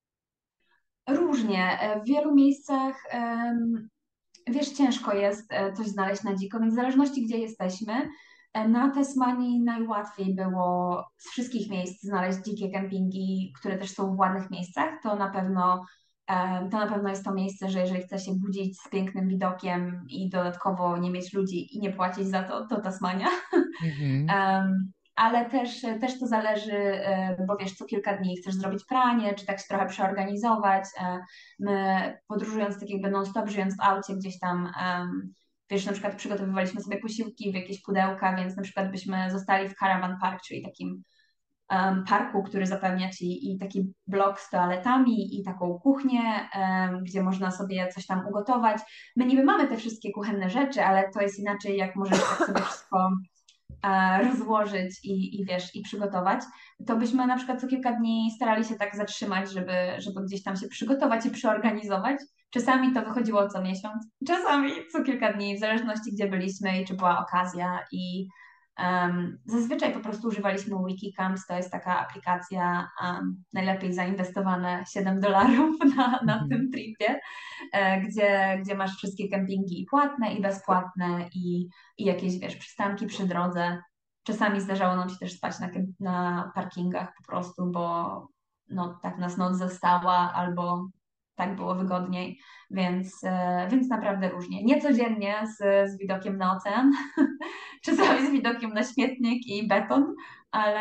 Różnie. W wielu miejscach, wiesz, ciężko jest coś znaleźć na dziko, więc w zależności gdzie jesteśmy, na Tasmanii najłatwiej było z wszystkich miejsc znaleźć dzikie kempingi, które też są w ładnych miejscach. To na pewno jest to miejsce, że jeżeli chce się budzić z pięknym widokiem i dodatkowo nie mieć ludzi i nie płacić za to, to Tasmania. Mhm. Ale też to zależy, bo wiesz, co kilka dni chcesz zrobić pranie, czy tak się trochę przeorganizować. My podróżując tak jakby non-stop, żyjąc w aucie gdzieś tam, wiesz, na przykład przygotowywaliśmy sobie posiłki w jakieś pudełka, więc na przykład byśmy zostali w Caravan Park, czyli takim parku, który zapewnia ci i taki blok z toaletami i taką kuchnię, gdzie można sobie coś tam ugotować. My niby mamy te wszystkie kuchenne rzeczy, ale to jest inaczej, jak możesz tak sobie wszystko rozłożyć i wiesz, i przygotować, to byśmy na przykład co kilka dni starali się tak zatrzymać, żeby gdzieś tam się przygotować i przeorganizować. Czasami to wychodziło co miesiąc, czasami co kilka dni, w zależności gdzie byliśmy i czy była okazja i zazwyczaj po prostu używaliśmy Wikicamps, to jest taka aplikacja, najlepiej zainwestowane $7 na Mhm. tym tripie, gdzie masz wszystkie kempingi i płatne, i bezpłatne, i jakieś, wiesz, przystanki przy drodze. Czasami zdarzało nam się też spać na parkingach po prostu, bo no, tak nas noc zastała, albo tak było wygodniej, więc naprawdę różnie. Nie codziennie z widokiem na ocean, czasami z widokiem na śmietnik i beton, ale,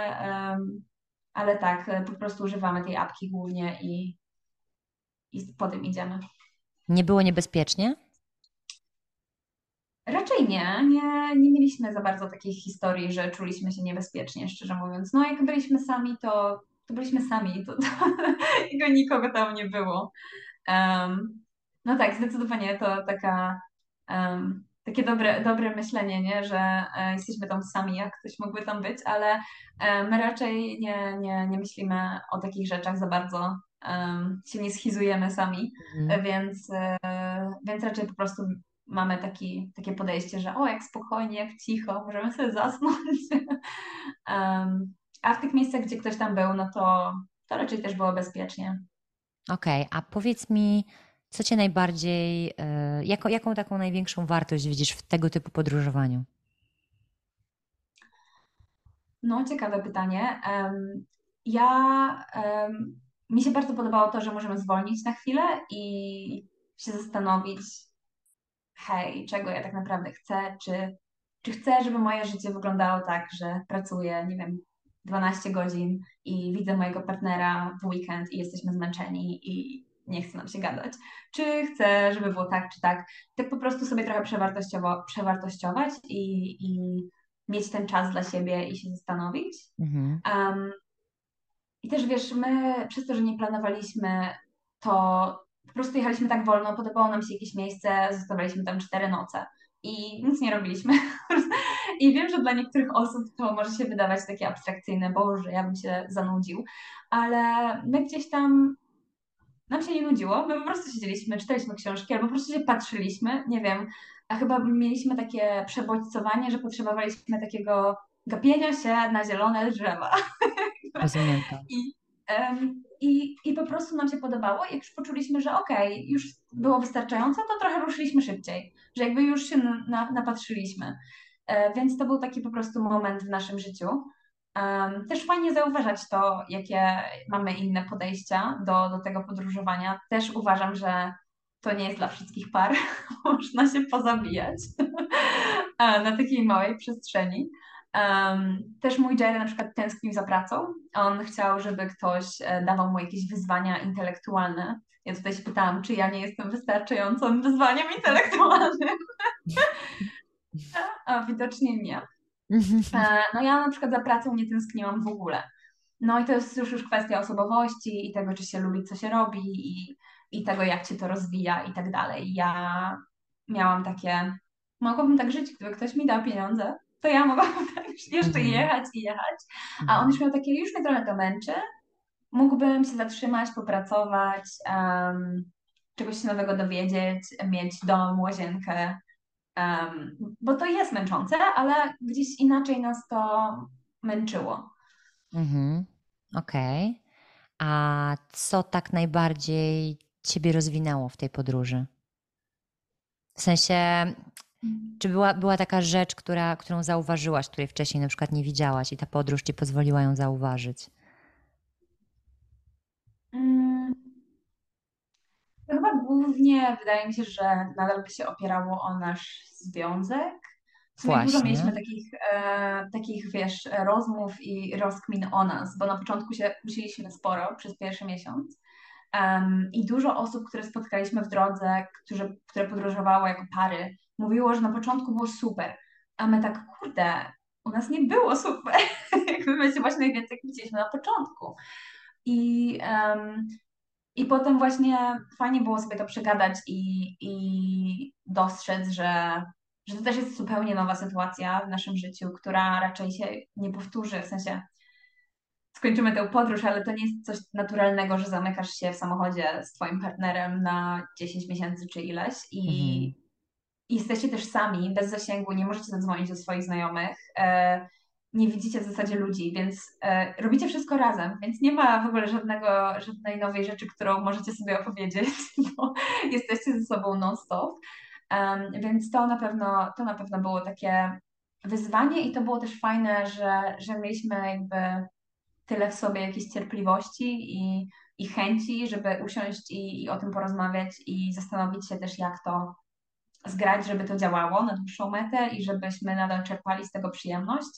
ale tak, po prostu używamy tej apki głównie i po tym idziemy. Nie było niebezpiecznie? Raczej nie mieliśmy za bardzo takich historii, że czuliśmy się niebezpiecznie, szczerze mówiąc. No, jak byliśmy sami, to byliśmy sami, jego nikogo tam nie było. No tak, zdecydowanie to takie dobre myślenie, nie? Że jesteśmy tam sami, jak ktoś mógłby tam być, ale my raczej nie myślimy o takich rzeczach za bardzo. Się nie schizujemy sami, Mhm. więc raczej po prostu mamy takie podejście, że o, jak spokojnie, jak cicho, możemy sobie zasnąć. A w tych miejscach, gdzie ktoś tam był, no to raczej też było bezpiecznie. Okej, a powiedz mi, co cię najbardziej, jaką taką największą wartość widzisz w tego typu podróżowaniu? No, ciekawe pytanie. Ja, mi się bardzo podobało to, że możemy zwolnić na chwilę i się zastanowić, hej, czego ja tak naprawdę chcę, czy chcę, żeby moje życie wyglądało tak, że pracuję, nie wiem, 12 godzin i widzę mojego partnera w weekend i jesteśmy zmęczeni i nie chce nam się gadać. Czy chcę, żeby było tak, czy tak. Tak po prostu sobie trochę przewartościować i mieć ten czas dla siebie i się zastanowić. Mhm. Um, I też wiesz, my przez to, że nie planowaliśmy, to po prostu jechaliśmy tak wolno, podobało nam się jakieś miejsce, zostawaliśmy tam 4 noce i nic nie robiliśmy. I wiem, że dla niektórych osób to może się wydawać takie abstrakcyjne, Boże, ja bym się zanudził, ale my gdzieś tam, nam się nie nudziło, my po prostu siedzieliśmy, czytaliśmy książki albo po prostu się patrzyliśmy, nie wiem, a chyba mieliśmy takie przebodźcowanie, że potrzebowaliśmy takiego gapienia się na zielone drzewa. Rozumiem to. I, i po prostu nam się podobało. Jak już poczuliśmy, że okej, już było wystarczająco, to trochę ruszyliśmy szybciej, że jakby już się napatrzyliśmy. Więc to był taki po prostu moment w naszym życiu. Też fajnie zauważać to, jakie mamy inne podejścia do tego podróżowania. Też uważam, że to nie jest dla wszystkich par. Można się pozabijać na takiej małej przestrzeni. Też mój Jerry na przykład tęsknił za pracą. On chciał, żeby ktoś dawał mu jakieś wyzwania intelektualne. Ja tutaj się pytałam, czy ja nie jestem wystarczającym wyzwaniem intelektualnym, a widocznie nie. No ja na przykład za pracą nie tęskniłam w ogóle. No i to jest już kwestia osobowości i tego, czy się lubi, co się robi i tego, jak cię to rozwija i tak dalej. Ja miałam takie, mogłabym tak żyć, gdyby ktoś mi dał pieniądze, to ja mogłabym tak jeszcze Mhm. jechać i jechać. A on Mhm. już miał takie, już mnie trochę to męczy, mógłbym się zatrzymać, popracować, czegoś się nowego dowiedzieć, mieć dom, łazienkę, bo to jest męczące, ale gdzieś inaczej nas to męczyło. Mhm. Okej. A co tak najbardziej ciebie rozwinęło w tej podróży? W sensie, czy była taka rzecz, którą zauważyłaś, której wcześniej na przykład nie widziałaś i ta podróż ci pozwoliła ją zauważyć? Mm, To chyba głównie wydaje mi się, że nadal by się opierało o nasz związek. W sumie dużo mieliśmy Właśnie. takich, wiesz, rozmów i rozkmin o nas, bo na początku się uczyliśmy sporo przez pierwszy miesiąc. I dużo osób, które spotkaliśmy w drodze, które podróżowało jako pary, mówiło, że na początku było super, a my tak, kurde, u nas nie było super. Jakby my się właśnie najwięcej kłóciliśmy na początku. I i potem właśnie fajnie było sobie to przegadać i dostrzec, że to też jest zupełnie nowa sytuacja w naszym życiu, która raczej się nie powtórzy. W sensie skończymy tę podróż, ale to nie jest coś naturalnego, że zamykasz się w samochodzie z twoim partnerem na 10 miesięcy czy ileś Mhm. i jesteście też sami, bez zasięgu, nie możecie zadzwonić do swoich znajomych, nie widzicie w zasadzie ludzi, więc robicie wszystko razem, więc nie ma w ogóle żadnej nowej rzeczy, którą możecie sobie opowiedzieć, bo jesteście ze sobą non-stop. Więc to na pewno było takie wyzwanie i to było też fajne, że mieliśmy jakby tyle w sobie jakiejś cierpliwości i chęci, żeby usiąść i o tym porozmawiać i zastanowić się też, jak to zgrać, żeby to działało na dłuższą metę i żebyśmy nadal czerpali z tego przyjemność.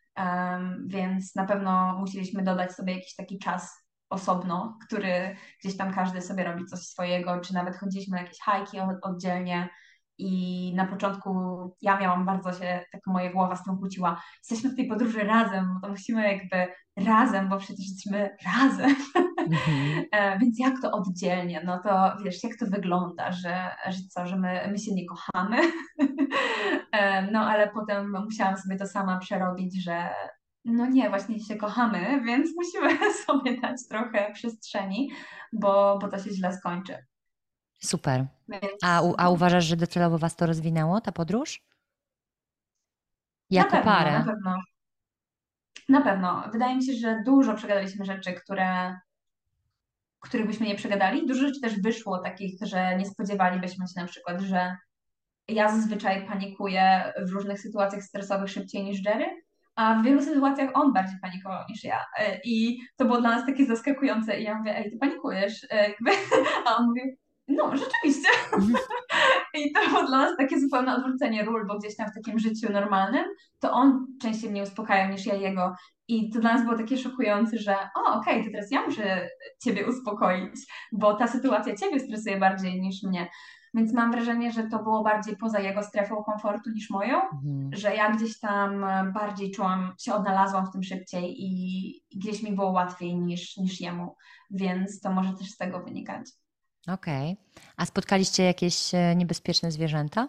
Więc na pewno musieliśmy dodać sobie jakiś taki czas osobno, który gdzieś tam każdy sobie robi coś swojego, czy nawet chodziliśmy na jakieś hajki oddzielnie. I na początku ja miałam bardzo się, tak moja głowa z tym kłóciła. Jesteśmy w tej podróży razem, to musimy jakby razem, bo przecież jesteśmy razem. Mhm. Więc jak to oddzielnie? No to wiesz, jak to wygląda, że co, że my się nie kochamy? No ale potem musiałam sobie to sama przerobić, że no nie, właśnie się kochamy, więc musimy sobie dać trochę przestrzeni, bo to się źle skończy. Super. Więc A no, uważasz, że docelowo was to rozwinęło, ta podróż? na Jako pewno, na parę? pewno. Na pewno. Wydaje mi się, że dużo przegadaliśmy rzeczy, których byśmy nie przegadali. Dużo rzeczy też wyszło takich, że nie spodziewalibyśmy się na przykład, że ja zazwyczaj panikuję w różnych sytuacjach stresowych szybciej niż Jerry, a w wielu sytuacjach on bardziej panikował niż ja. I to było dla nas takie zaskakujące. I ja mówię, ej, ty panikujesz. Jakby. A on mówi, no, rzeczywiście. I to było dla nas takie zupełne odwrócenie ról, bo gdzieś tam w takim życiu normalnym, to on częściej mnie uspokajał niż ja jego. I to dla nas było takie szokujące, że okej, to teraz ja muszę ciebie uspokoić, bo ta sytuacja ciebie stresuje bardziej niż mnie. Więc mam wrażenie, że to było bardziej poza jego strefą komfortu niż moją, Mhm. że ja gdzieś tam bardziej czułam, się odnalazłam w tym szybciej i gdzieś mi było łatwiej niż jemu. Więc to może też z tego wynikać. Okej. A spotkaliście jakieś niebezpieczne zwierzęta?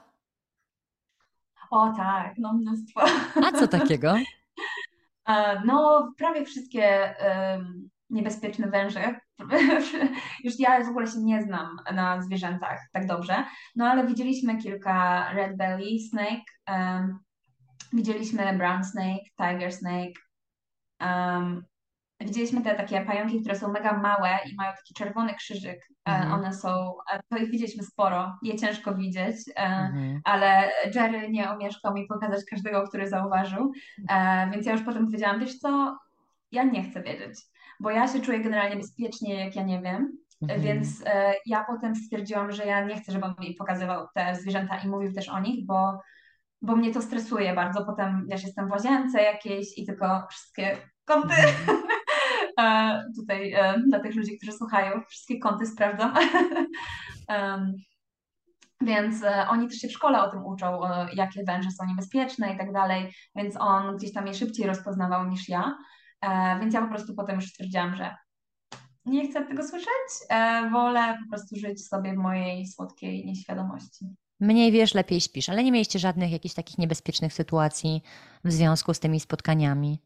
O tak, no mnóstwo. A co takiego? No, prawie wszystkie niebezpieczne węże. Już ja w ogóle się nie znam na zwierzętach tak dobrze, no ale widzieliśmy kilka red belly snake, widzieliśmy brown snake, tiger snake, em, widzieliśmy te takie pająki, które są mega małe i mają taki czerwony krzyżyk. Mhm. One są, to ich widzieliśmy sporo, je ciężko widzieć, Mhm. ale Jerry nie omieszkał mi pokazać każdego, który zauważył. Więc ja już potem powiedziałam, wiesz co, ja nie chcę wiedzieć, bo ja się czuję generalnie bezpiecznie, jak ja nie wiem. Mhm. Więc ja potem stwierdziłam, że ja nie chcę, żeby on mi pokazywał te zwierzęta i mówił też o nich, bo mnie to stresuje bardzo. Potem, wiesz, jestem w łazience jakiejś i tylko wszystkie kąty Mhm. tutaj dla tych ludzi, którzy słuchają, wszystkie kąty sprawdzam. Em, Więc oni też się w szkole o tym uczą, jakie węże są niebezpieczne i tak dalej, więc on gdzieś tam je szybciej rozpoznawał niż ja. Więc ja po prostu potem już stwierdziłam, że nie chcę tego słyszeć, wolę po prostu żyć sobie w mojej słodkiej nieświadomości. Mniej wiesz, lepiej śpisz, ale nie mieliście żadnych jakichś takich niebezpiecznych sytuacji w związku z tymi spotkaniami.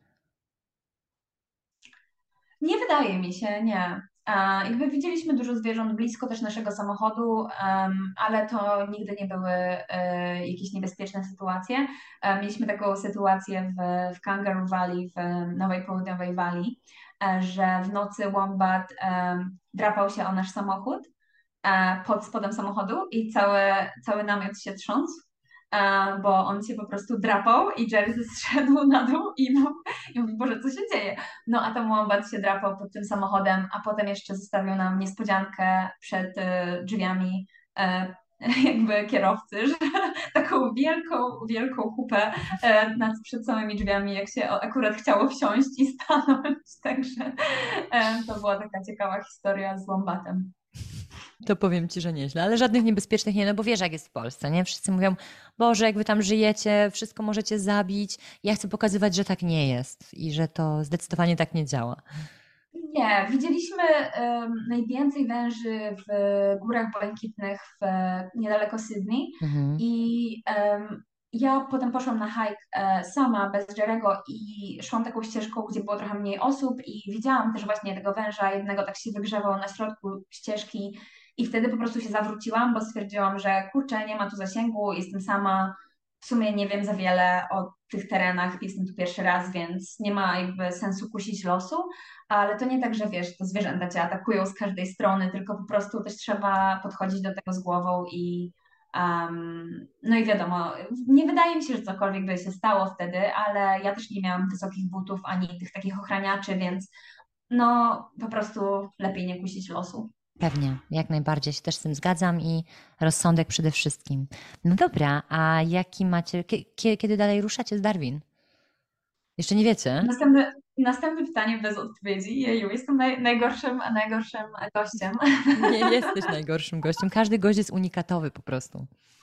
Nie wydaje mi się, nie. Jakby widzieliśmy dużo zwierząt blisko też naszego samochodu, ale to nigdy nie były jakieś niebezpieczne sytuacje. Mieliśmy taką sytuację w Kangaroo Valley, w Nowej Południowej Walii, że w nocy wombat drapał się o nasz samochód pod spodem samochodu i cały namiot się trząsł, bo on się po prostu drapał i Jerry zeszedł na dół i mówi, Boże, co się dzieje? No a tam wombat się drapał pod tym samochodem, a potem jeszcze zostawił nam niespodziankę przed drzwiami jakby kierowcy, że taką wielką, wielką kupę przed samymi drzwiami, jak się akurat chciało wsiąść i stanąć. Także to była taka ciekawa historia z wombatem. To powiem ci, że nieźle, ale żadnych niebezpiecznych nie, no bo wiesz, jak jest w Polsce, nie? Wszyscy mówią, Boże, jak wy tam żyjecie, wszystko możecie zabić. Ja chcę pokazywać, że tak nie jest i że to zdecydowanie tak nie działa. Nie, widzieliśmy najwięcej węży w Górach Błękitnych niedaleko Sydney Mhm. i ja potem poszłam na hike sama, bez Jerego i szłam taką ścieżką, gdzie było trochę mniej osób i widziałam też właśnie tego węża, jednego tak się wygrzewał na środku ścieżki i wtedy po prostu się zawróciłam, bo stwierdziłam, że kurczę, nie ma tu zasięgu, jestem sama, w sumie nie wiem za wiele o tych terenach, jestem tu pierwszy raz, więc nie ma jakby sensu kusić losu. Ale to nie tak, że wiesz, to zwierzęta cię atakują z każdej strony, tylko po prostu też trzeba podchodzić do tego z głową no i wiadomo, nie wydaje mi się, że cokolwiek by się stało wtedy, ale ja też nie miałam wysokich butów ani tych takich ochraniaczy, więc no po prostu lepiej nie kusić losu. Pewnie, jak najbardziej się też z tym zgadzam i rozsądek przede wszystkim. No dobra, a jaki macie, kiedy dalej ruszacie z Darwin? Jeszcze nie wiecie? Następne pytanie bez odpowiedzi. Jeju, jestem najgorszym gościem. Nie jesteś najgorszym gościem. Każdy gość jest unikatowy po prostu.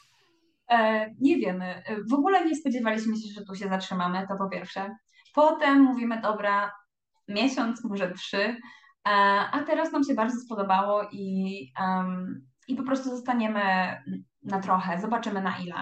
Nie wiemy. W ogóle nie spodziewaliśmy się, że tu się zatrzymamy, to po pierwsze. Potem mówimy, dobra, miesiąc, może 3, a teraz nam się bardzo spodobało i po prostu zostaniemy na trochę, zobaczymy na ile.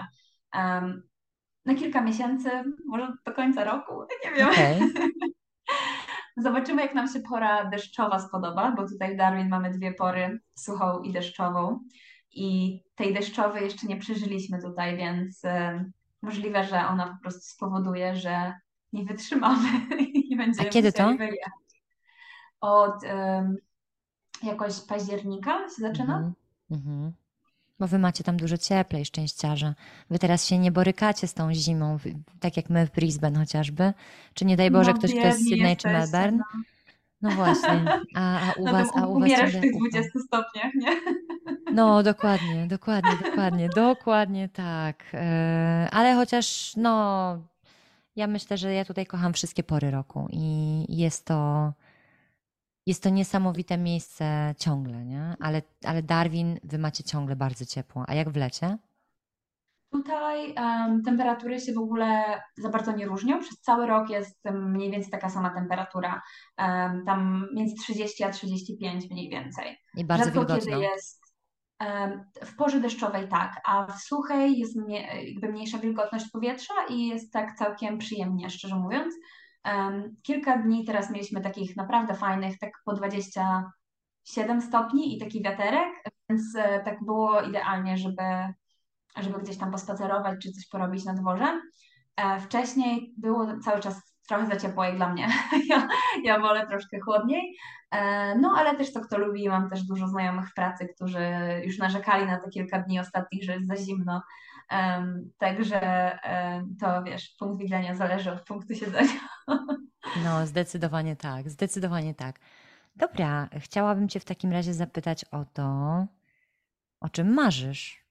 Na kilka miesięcy, może do końca roku, nie wiem. Okej. Zobaczymy, jak nam się pora deszczowa spodoba, bo tutaj w Darwin mamy dwie pory, suchą i deszczową. I tej deszczowej jeszcze nie przeżyliśmy tutaj, więc możliwe, że ona po prostu spowoduje, że nie wytrzymamy i A będziemy kiedy musieli to? wyjechać. Od jakoś października się zaczyna? Mhm. Mhm. Bo wy macie tam dużo cieplej, szczęściarze. Wy teraz się nie borykacie z tą zimą, tak jak my w Brisbane chociażby. Czy nie daj Boże No ktoś, kto jest z biedni Sydney czy jesteście, Melbourne? no. No właśnie. Na tym A u was umierasz w ciągle tych upał. 20 stopniach, nie? No, dokładnie, dokładnie, dokładnie, dokładnie tak. Ale chociaż, no, ja myślę, że ja tutaj kocham wszystkie pory roku i jest to niesamowite miejsce ciągle, nie? Ale Darwin, wy macie ciągle bardzo ciepło. A jak w lecie? Tutaj temperatury się w ogóle za bardzo nie różnią. Przez cały rok jest mniej więcej taka sama temperatura. Tam między 30 a 35 mniej więcej. I bardzo Rzadko kiedy wilgotno. jest w porze deszczowej tak, a w suchej jest jakby mniejsza wilgotność powietrza i jest tak całkiem przyjemnie, szczerze mówiąc. Kilka dni teraz mieliśmy takich naprawdę fajnych, tak po 27 stopni i taki wiaterek, więc tak było idealnie, żeby gdzieś tam pospacerować czy coś porobić na dworze. Wcześniej było cały czas trochę za ciepło jak dla mnie. Ja, ja wolę troszkę chłodniej. No ale też to kto lubi, mam też dużo znajomych w pracy, którzy już narzekali na te kilka dni ostatnich, że jest za zimno. Także to wiesz, punkt widzenia zależy od punktu siedzenia. No, zdecydowanie tak, zdecydowanie tak. Dobra, chciałabym cię w takim razie zapytać o to, o czym marzysz?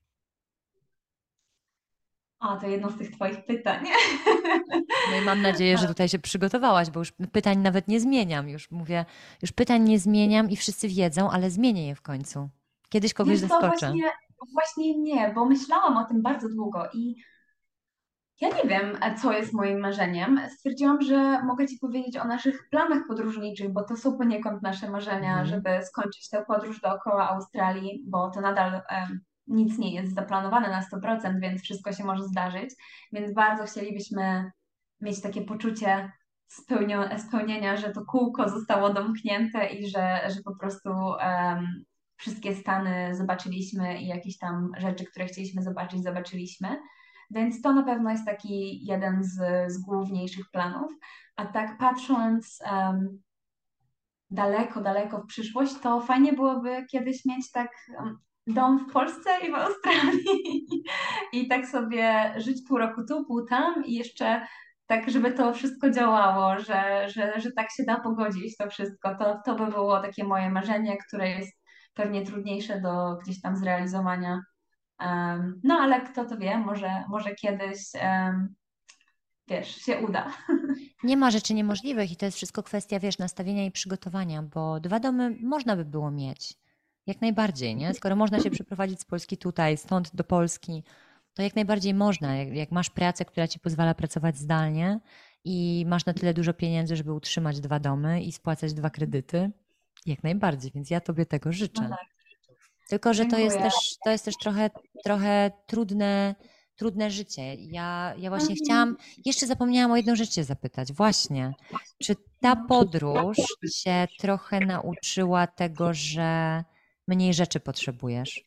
A, to jedno z tych twoich pytań. No i mam nadzieję, że tutaj się przygotowałaś, bo już pytań nawet nie zmieniam. Już mówię, już pytań nie zmieniam i wszyscy wiedzą, ale zmienię je w końcu. Kiedyś kogoś Wiesz co, zaskoczę. właśnie nie, bo myślałam o tym bardzo długo i ja nie wiem, co jest moim marzeniem. Stwierdziłam, że mogę Ci powiedzieć o naszych planach podróżniczych, bo to są poniekąd nasze marzenia, Mhm. żeby skończyć tę podróż dookoła Australii, bo to nadal nic nie jest zaplanowane na 100%, więc wszystko się może zdarzyć. Więc bardzo chcielibyśmy mieć takie poczucie spełnienia, że to kółko zostało domknięte i że po prostu wszystkie Stany zobaczyliśmy i jakieś tam rzeczy, które chcieliśmy zobaczyć, zobaczyliśmy. Więc to na pewno jest taki jeden z główniejszych planów. A tak patrząc daleko, daleko w przyszłość, to fajnie byłoby kiedyś mieć tak dom w Polsce i w Australii i tak sobie żyć pół roku tu, pół tam i jeszcze tak, żeby to wszystko działało, że tak się da pogodzić to wszystko. To by było takie moje marzenie, które jest pewnie trudniejsze do gdzieś tam zrealizowania. No ale kto to wie, może kiedyś, wiesz, się uda. Nie ma rzeczy niemożliwych i to jest wszystko kwestia, wiesz, nastawienia i przygotowania, bo dwa domy można by było mieć. Jak najbardziej, nie? Skoro można się przeprowadzić z Polski tutaj, stąd do Polski, to jak najbardziej można. Jak masz pracę, która ci pozwala pracować zdalnie i masz na tyle dużo pieniędzy, żeby utrzymać dwa domy i spłacać dwa kredyty, jak najbardziej, więc ja tobie tego No życzę. tak, Tylko, że dziękuję. to jest też trochę trudne życie. Ja właśnie Mhm. jeszcze zapomniałam o jedną rzecz cię zapytać. Właśnie, czy ta No. podróż cię trochę nauczyła tego, że mniej rzeczy potrzebujesz,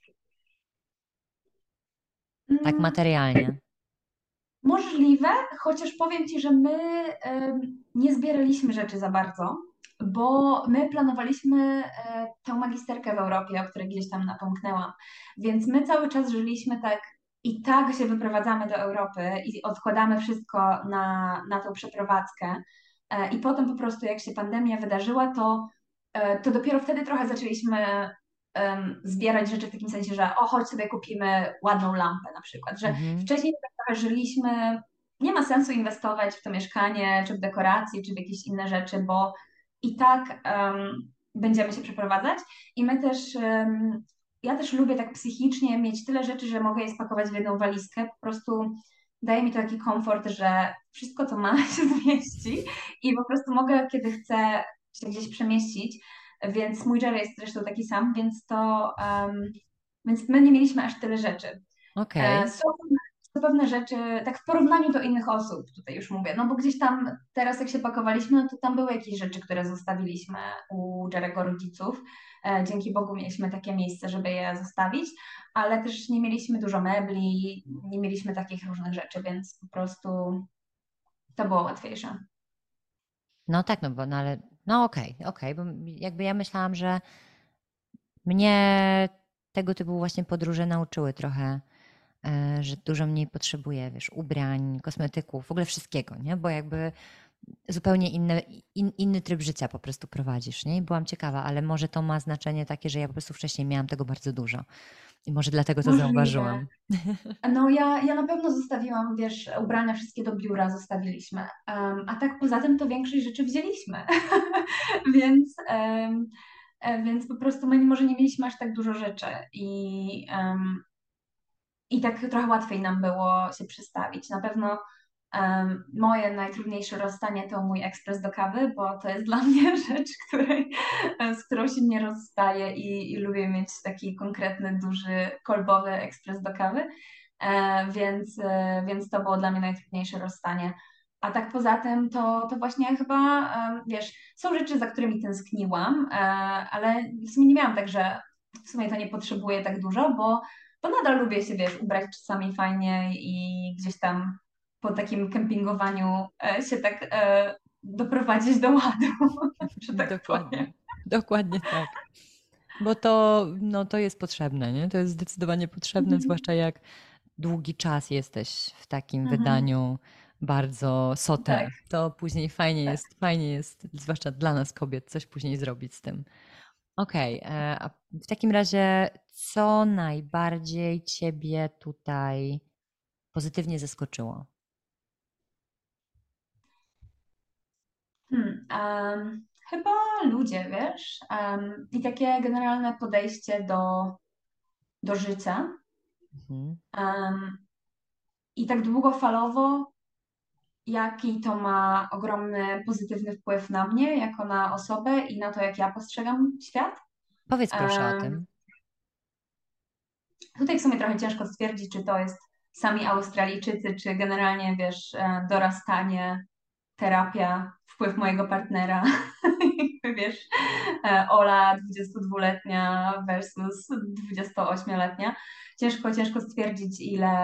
tak Mm, materialnie? Możliwe, chociaż powiem Ci, że my nie zbieraliśmy rzeczy za bardzo, bo my planowaliśmy tę magisterkę w Europie, o której gdzieś tam napomknęłam. Więc my cały czas żyliśmy tak i tak się wyprowadzamy do Europy i odkładamy wszystko na tą przeprowadzkę. I potem po prostu jak się pandemia wydarzyła, to dopiero wtedy trochę zaczęliśmy zbierać rzeczy w takim sensie, że o, chodź sobie kupimy ładną lampę na przykład, że Mhm. wcześniej tak trochę żyliśmy, nie ma sensu inwestować w to mieszkanie, czy w dekoracje, czy w jakieś inne rzeczy, bo i tak będziemy się przeprowadzać i my też, ja też lubię tak psychicznie mieć tyle rzeczy, że mogę je spakować w jedną walizkę, po prostu daje mi to taki komfort, że wszystko, co mam, się zmieści i po prostu mogę, kiedy chcę się gdzieś przemieścić, więc mój Jerry jest zresztą taki sam, więc my nie mieliśmy aż tyle rzeczy. Okej. Są pewne rzeczy, tak w porównaniu do innych osób, tutaj już mówię, no bo gdzieś tam teraz jak się pakowaliśmy, no to tam były jakieś rzeczy, które zostawiliśmy u Jerego rodziców. Dzięki Bogu mieliśmy takie miejsce, żeby je zostawić, ale też nie mieliśmy dużo mebli, nie mieliśmy takich różnych rzeczy, więc po prostu to było łatwiejsze. No tak, no bo, no ale, no okej, bo jakby ja myślałam, że mnie tego typu właśnie podróże nauczyły trochę, że dużo mniej potrzebuję, wiesz, ubrań, kosmetyków, w ogóle wszystkiego, nie? Bo jakby zupełnie inny tryb życia po prostu prowadzisz, nie? I byłam ciekawa, ale może to ma znaczenie takie, że ja po prostu wcześniej miałam tego bardzo dużo i może dlatego to Możliwe. zauważyłam. No ja na pewno zostawiłam, wiesz, ubrania wszystkie do biura zostawiliśmy. A tak poza tym to większość rzeczy wzięliśmy. Więc, więc po prostu my może nie mieliśmy aż tak dużo rzeczy i tak trochę łatwiej nam było się przestawić. Na pewno moje najtrudniejsze rozstanie to mój ekspres do kawy, bo to jest dla mnie rzecz, z którą się nie rozstaję i lubię mieć taki konkretny, duży, kolbowy ekspres do kawy. Więc to było dla mnie najtrudniejsze rozstanie. A tak poza tym to właśnie chyba, wiesz, są rzeczy, za którymi tęskniłam, ale w sumie nie miałam tak, że w sumie to nie potrzebuję tak dużo, bo nadal lubię się, wiesz, ubrać czasami fajnie i gdzieś tam po takim kempingowaniu się tak doprowadzić do ładu, że tak Dokładnie, powiem. dokładnie tak. Bo to, no, to jest potrzebne, nie? To jest zdecydowanie potrzebne, Mhm. zwłaszcza jak długi czas jesteś w takim Mhm. wydaniu bardzo Tak, sote. To później tak. fajnie jest, zwłaszcza dla nas kobiet, coś później zrobić z tym. Okej, a w takim razie, co najbardziej ciebie tutaj pozytywnie zaskoczyło? Chyba ludzie, wiesz, i takie generalne podejście do życia. Mhm. Em, I tak długofalowo, jaki to ma ogromny pozytywny wpływ na mnie, jako na osobę i na to, jak ja postrzegam świat. Powiedz proszę o Em, tym. Tutaj w sumie trochę ciężko stwierdzić, czy to jest sami Australijczycy, czy generalnie, wiesz, dorastanie, terapia, wpływ mojego partnera, wiesz, Ola 22-letnia versus 28-letnia. Ciężko stwierdzić,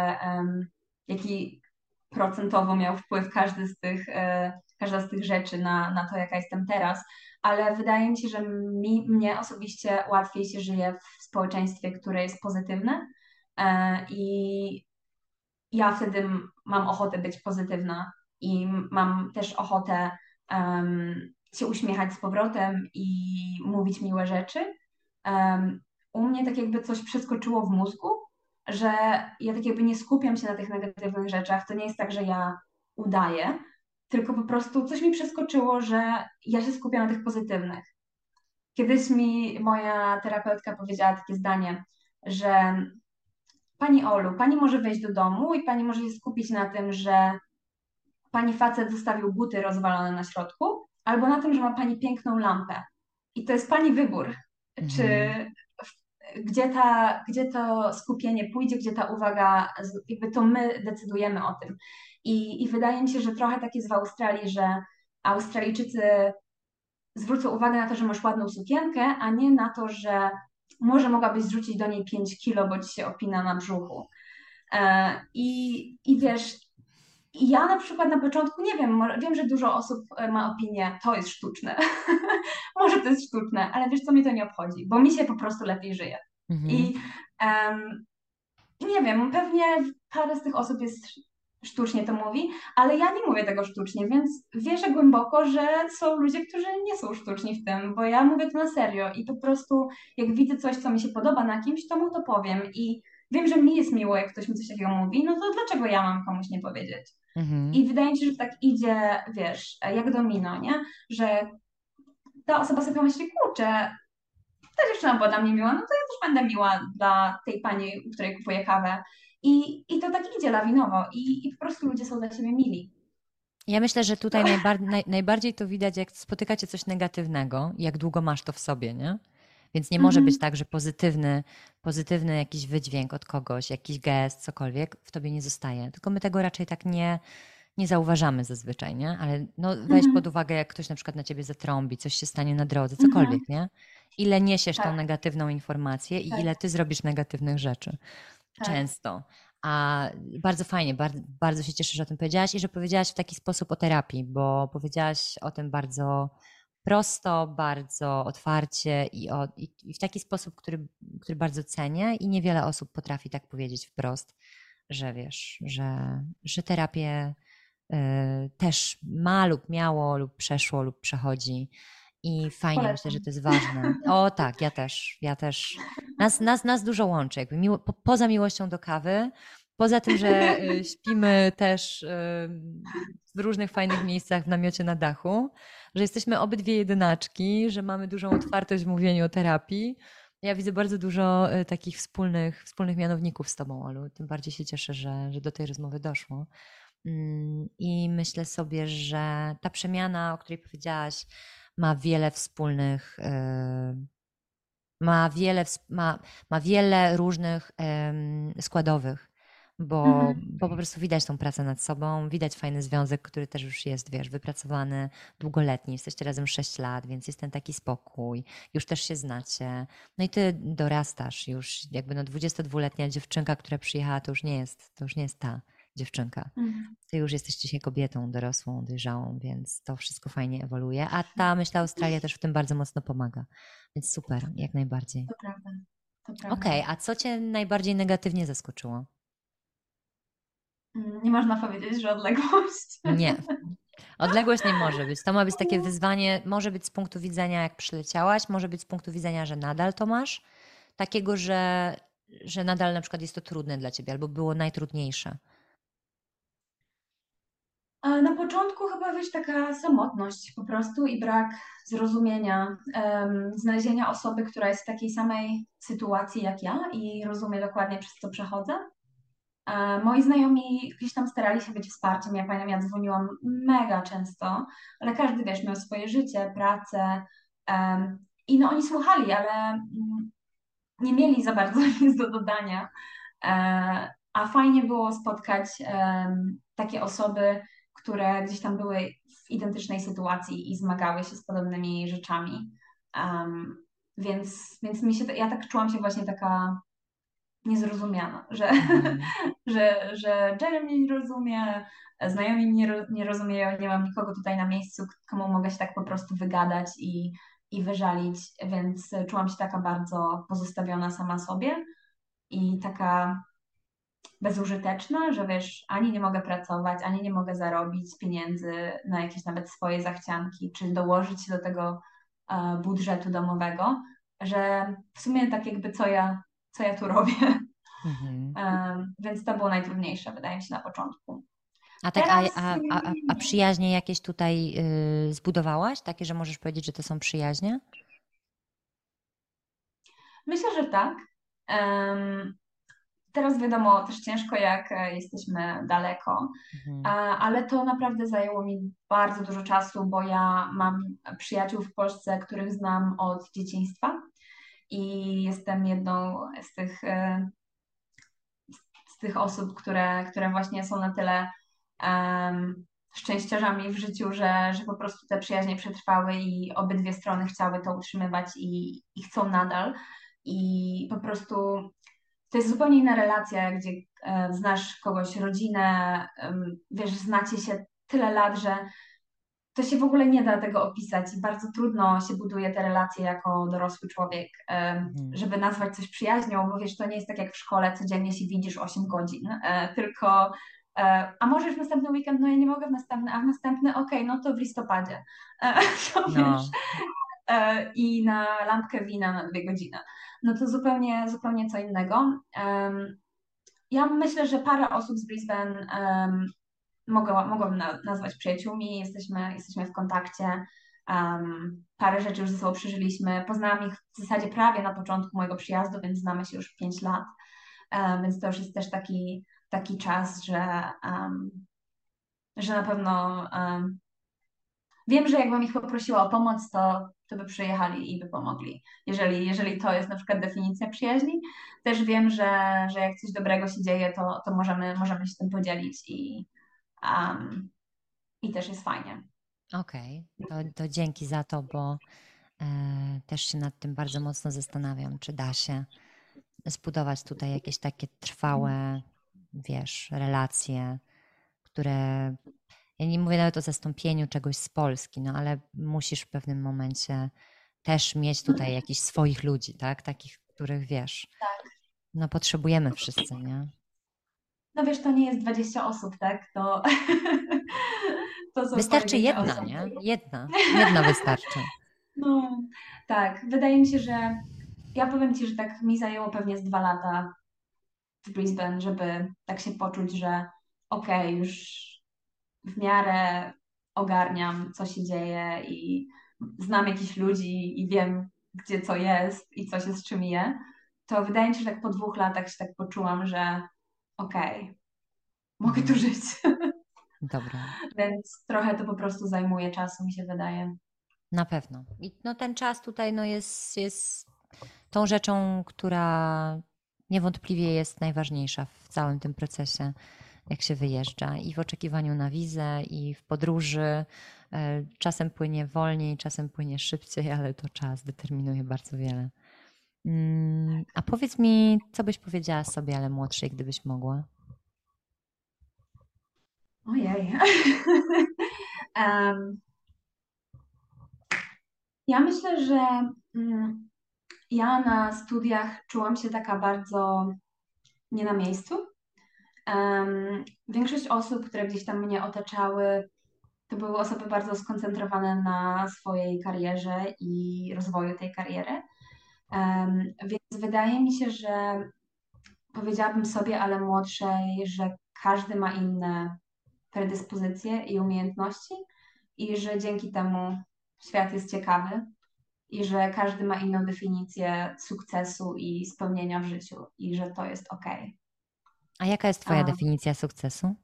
jaki procentowo miał wpływ każda z tych rzeczy na to, jaka jestem teraz, ale wydaje mi się, że mnie osobiście łatwiej się żyje w społeczeństwie, które jest pozytywne i ja wtedy mam ochotę być pozytywna i mam też ochotę się uśmiechać z powrotem i mówić miłe rzeczy. U mnie tak jakby coś przeskoczyło w mózgu, że ja tak jakby nie skupiam się na tych negatywnych rzeczach. To nie jest tak, że ja udaję, tylko po prostu coś mi przeskoczyło, że ja się skupiam na tych pozytywnych. Kiedyś mi moja terapeutka powiedziała takie zdanie, że Pani Olu, pani może wejść do domu i pani może się skupić na tym, że pani facet zostawił buty rozwalone na środku, albo na tym, że ma pani piękną lampę. I to jest pani wybór, czy Mhm. gdzie to skupienie pójdzie, gdzie ta uwaga, jakby to my decydujemy o tym. I wydaje mi się, że trochę tak jest w Australii, że Australijczycy zwrócą uwagę na to, że masz ładną sukienkę, a nie na to, że może mogłabyś zrzucić do niej 5 kilo, bo ci się opina na brzuchu. I wiesz, ja na przykład na początku nie wiem, wiem, że dużo osób ma opinię, to jest sztuczne. Może to jest sztuczne, ale wiesz co, mnie to nie obchodzi, bo mi się po prostu lepiej żyje. Mhm. I, em, i nie wiem, pewnie parę z tych osób jest sztucznie to mówi, ale ja nie mówię tego sztucznie, więc wierzę głęboko, że są ludzie, którzy nie są sztuczni w tym, bo ja mówię to na serio i po prostu jak widzę coś, co mi się podoba na kimś, to mu to powiem i wiem, że mi jest miło, jak ktoś mi coś takiego mówi, no to dlaczego ja mam komuś nie powiedzieć? Mhm. I wydaje mi się, że tak idzie, wiesz, jak domino, nie? Że ta osoba sobie pomyśli, kurczę, ta dziewczyna była dla mnie miła, no to ja też będę miła dla tej pani, u której kupuję kawę. I to tak idzie lawinowo i po prostu ludzie są dla siebie mili. Ja myślę, że No, tutaj najbardziej to widać, jak spotykacie coś negatywnego i jak długo masz to w sobie, nie? Więc nie może być mhm, tak, że pozytywny jakiś wydźwięk od kogoś, jakiś gest, cokolwiek w tobie nie zostaje. Tylko my tego raczej tak nie zauważamy zazwyczaj, nie? Ale no, weź pod mhm, uwagę, jak ktoś na przykład na ciebie zatrąbi, coś się stanie na drodze, mhm, cokolwiek, nie? Ile niesiesz tą tak, negatywną informację i tak, ile ty zrobisz negatywnych rzeczy. tak. Często. A bardzo fajnie, bardzo się cieszę, że o tym powiedziałaś i że powiedziałaś w taki sposób o terapii, bo powiedziałaś o tym bardzo prosto, bardzo otwarcie i w taki sposób, który bardzo cenię i niewiele osób potrafi tak powiedzieć wprost, że wiesz, że terapię też ma lub miało lub przeszło lub przechodzi i fajnie, myślę, że Polecam. to jest ważne. O tak, ja też. Nas dużo łączy, jakby poza miłością do kawy, poza tym, że śpimy też w różnych fajnych miejscach w namiocie na dachu, że jesteśmy obydwie jedynaczki, że mamy dużą otwartość w mówieniu o terapii. Ja widzę bardzo dużo takich wspólnych mianowników z Tobą, Olu. Tym bardziej się cieszę, że do tej rozmowy doszło. I myślę sobie, że ta przemiana, o której powiedziałaś, ma wiele wspólnych, ma wiele różnych składowych, bo po prostu widać tą pracę nad sobą, widać fajny związek, który też już jest, wiesz, wypracowany, długoletni. Jesteście razem 6 lat, więc jest ten taki spokój, już też się znacie. No i ty dorastasz już, jakby no 22-letnia dziewczynka, która przyjechała, to już nie jest ta dziewczynka. Mhm. Ty już jesteś dzisiaj kobietą dorosłą, dojrzałą, więc to wszystko fajnie ewoluuje. A ta, myślę, Australia też w tym bardzo mocno pomaga. Więc super, jak najbardziej. To prawda, to prawda. Okej, a co cię najbardziej negatywnie zaskoczyło? Nie można powiedzieć, że odległość. Nie. Odległość nie może być. To ma być takie wyzwanie, może być z punktu widzenia, jak przyleciałaś, może być z punktu widzenia, że nadal to masz, takiego, że nadal na przykład jest to trudne dla ciebie, albo było najtrudniejsze. A na początku chyba wiesz, taka samotność po prostu i brak zrozumienia, znalezienia osoby, która jest w takiej samej sytuacji jak ja i rozumie dokładnie, przez co przechodzę. Moi znajomi gdzieś tam starali się być wsparciem. Ja pamiętam, ja dzwoniłam mega często, ale każdy, wiesz, miał swoje życie, pracę, i no oni słuchali, ale nie mieli za bardzo nic do dodania. A fajnie było spotkać takie osoby, które gdzieś tam były w identycznej sytuacji i zmagały się z podobnymi rzeczami. Em, więc ja tak czułam się właśnie taka niezrozumiana, że, Mhm. że Jeremy nie rozumie, znajomi mnie nie rozumieją, nie mam nikogo tutaj na miejscu, komu mogę się tak po prostu wygadać i wyżalić, więc czułam się taka bardzo pozostawiona sama sobie i taka bezużyteczna, że wiesz, ani nie mogę pracować, ani nie mogę zarobić pieniędzy na jakieś nawet swoje zachcianki, czy dołożyć się do tego budżetu domowego, że w sumie tak jakby co ja tu robię. Mhm. Więc to było najtrudniejsze, wydaje mi się, na początku. A tak, Teraz a przyjaźnie jakieś tutaj zbudowałaś? Takie, że możesz powiedzieć, że to są przyjaźnie? myślę, że tak. Em, Teraz wiadomo, też ciężko, jak jesteśmy daleko, Mhm. ale to naprawdę zajęło mi bardzo dużo czasu, bo ja mam przyjaciół w Polsce, których znam od dzieciństwa i jestem jedną z tych osób, które właśnie są na tyle szczęściarzami w życiu, że po prostu te przyjaźnie przetrwały i obydwie strony chciały to utrzymywać i chcą nadal. I po prostu to jest zupełnie inna relacja, gdzie znasz kogoś, rodzinę, wiesz, znacie się tyle lat, że to się w ogóle nie da tego opisać i bardzo trudno się buduje te relacje jako dorosły człowiek, Mhm. żeby nazwać coś przyjaźnią, bo wiesz, to nie jest tak jak w szkole, codziennie się widzisz 8 godzin, tylko a możesz w następny weekend, no ja nie mogę w następny, a w następny, okej, no to w listopadzie, e, to wiesz, No. i na lampkę wina na 2 godziny. No to zupełnie, zupełnie co innego. Ja myślę, że parę osób z Brisbane mogłabym nazwać przyjaciółmi, jesteśmy w kontakcie. Parę rzeczy już ze sobą przeżyliśmy. Poznałam ich w zasadzie prawie na początku mojego przyjazdu, więc znamy się już 5 lat. Więc to już jest też taki czas, że na pewno wiem, że jakbym ich poprosiła o pomoc, to by przyjechali i by pomogli. Jeżeli to jest na przykład definicja przyjaźni, też wiem, że jak coś dobrego się dzieje, to możemy się tym podzielić um, i też jest fajnie. Okej, to dzięki za to, bo też się nad tym bardzo mocno zastanawiam, czy da się zbudować tutaj jakieś takie trwałe. wiesz, relacje, które... Ja nie mówię nawet o zastąpieniu czegoś z Polski, no ale musisz w pewnym momencie też mieć tutaj jakichś swoich ludzi, tak? Takich, których wiesz, no potrzebujemy wszyscy, nie? No wiesz, to nie jest 20 osób, tak? To, to są Wystarczy pojedyncze jedna, osoby. nie? Jedna wystarczy. No, tak. Wydaje mi się, że ja powiem Ci, że tak mi zajęło pewnie z 2 lata w Brisbane, żeby tak się poczuć, że okej, już w miarę ogarniam, co się dzieje i znam jakichś ludzi i wiem, gdzie co jest i co się z czym je, to wydaje mi się, że tak po 2 latach się tak poczułam, że okej, mogę tu Mhm. żyć. Dobra, Więc trochę to po prostu zajmuje czasu, mi się wydaje. na pewno. I no ten czas tutaj no jest tą rzeczą, która niewątpliwie jest najważniejsza w całym tym procesie, jak się wyjeżdża i w oczekiwaniu na wizę, i w podróży. Czasem płynie wolniej, czasem płynie szybciej, ale to czas determinuje bardzo wiele. A powiedz mi, co byś powiedziała sobie, ale młodszej, gdybyś mogła? Ojej. Em, ja myślę, że ja na studiach czułam się taka bardzo nie na miejscu. Większość osób, które gdzieś tam mnie otaczały, to były osoby bardzo skoncentrowane na swojej karierze i rozwoju tej kariery. Więc wydaje mi się, że powiedziałabym sobie, ale młodszej, że każdy ma inne predyspozycje i umiejętności i że dzięki temu świat jest ciekawy i że każdy ma inną definicję sukcesu i spełnienia w życiu i że to jest okej. A jaka jest Twoja definicja sukcesu?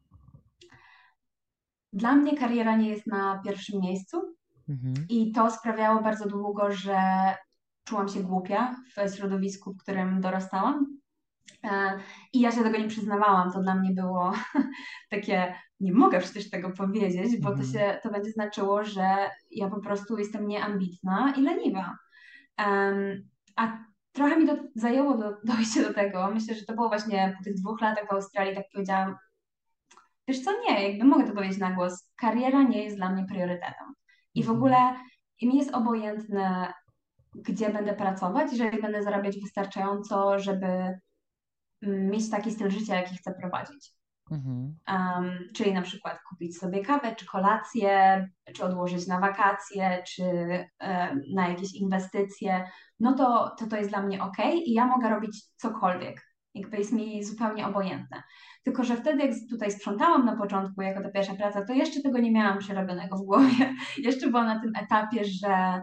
Dla mnie kariera nie jest na pierwszym miejscu Mhm. i to sprawiało bardzo długo, że czułam się głupia w środowisku, w którym dorastałam. E, I ja się tego nie przyznawałam. To dla mnie było takie, nie mogę przecież tego powiedzieć, bo Mhm. to będzie znaczyło, że ja po prostu jestem nieambitna i leniwa. A trochę mi to zajęło dojście do tego. Myślę, że to było właśnie po tych 2 latach w Australii, tak powiedziałam, wiesz co, nie, jakby mogę to powiedzieć na głos, kariera nie jest dla mnie priorytetem. I w ogóle Mhm. mi jest obojętne, gdzie będę pracować, jeżeli będę zarabiać wystarczająco, żeby mieć taki styl życia, jaki chcę prowadzić. Mhm. Czyli na przykład kupić sobie kawę, czy kolację, czy odłożyć na wakacje, czy na jakieś inwestycje, no to jest dla mnie ok i ja mogę robić cokolwiek. Jakby jest mi zupełnie obojętne. Tylko, że wtedy, jak tutaj sprzątałam na początku, jako ta pierwsza praca, to jeszcze tego nie miałam przerobionego w głowie. Jeszcze byłam na tym etapie, że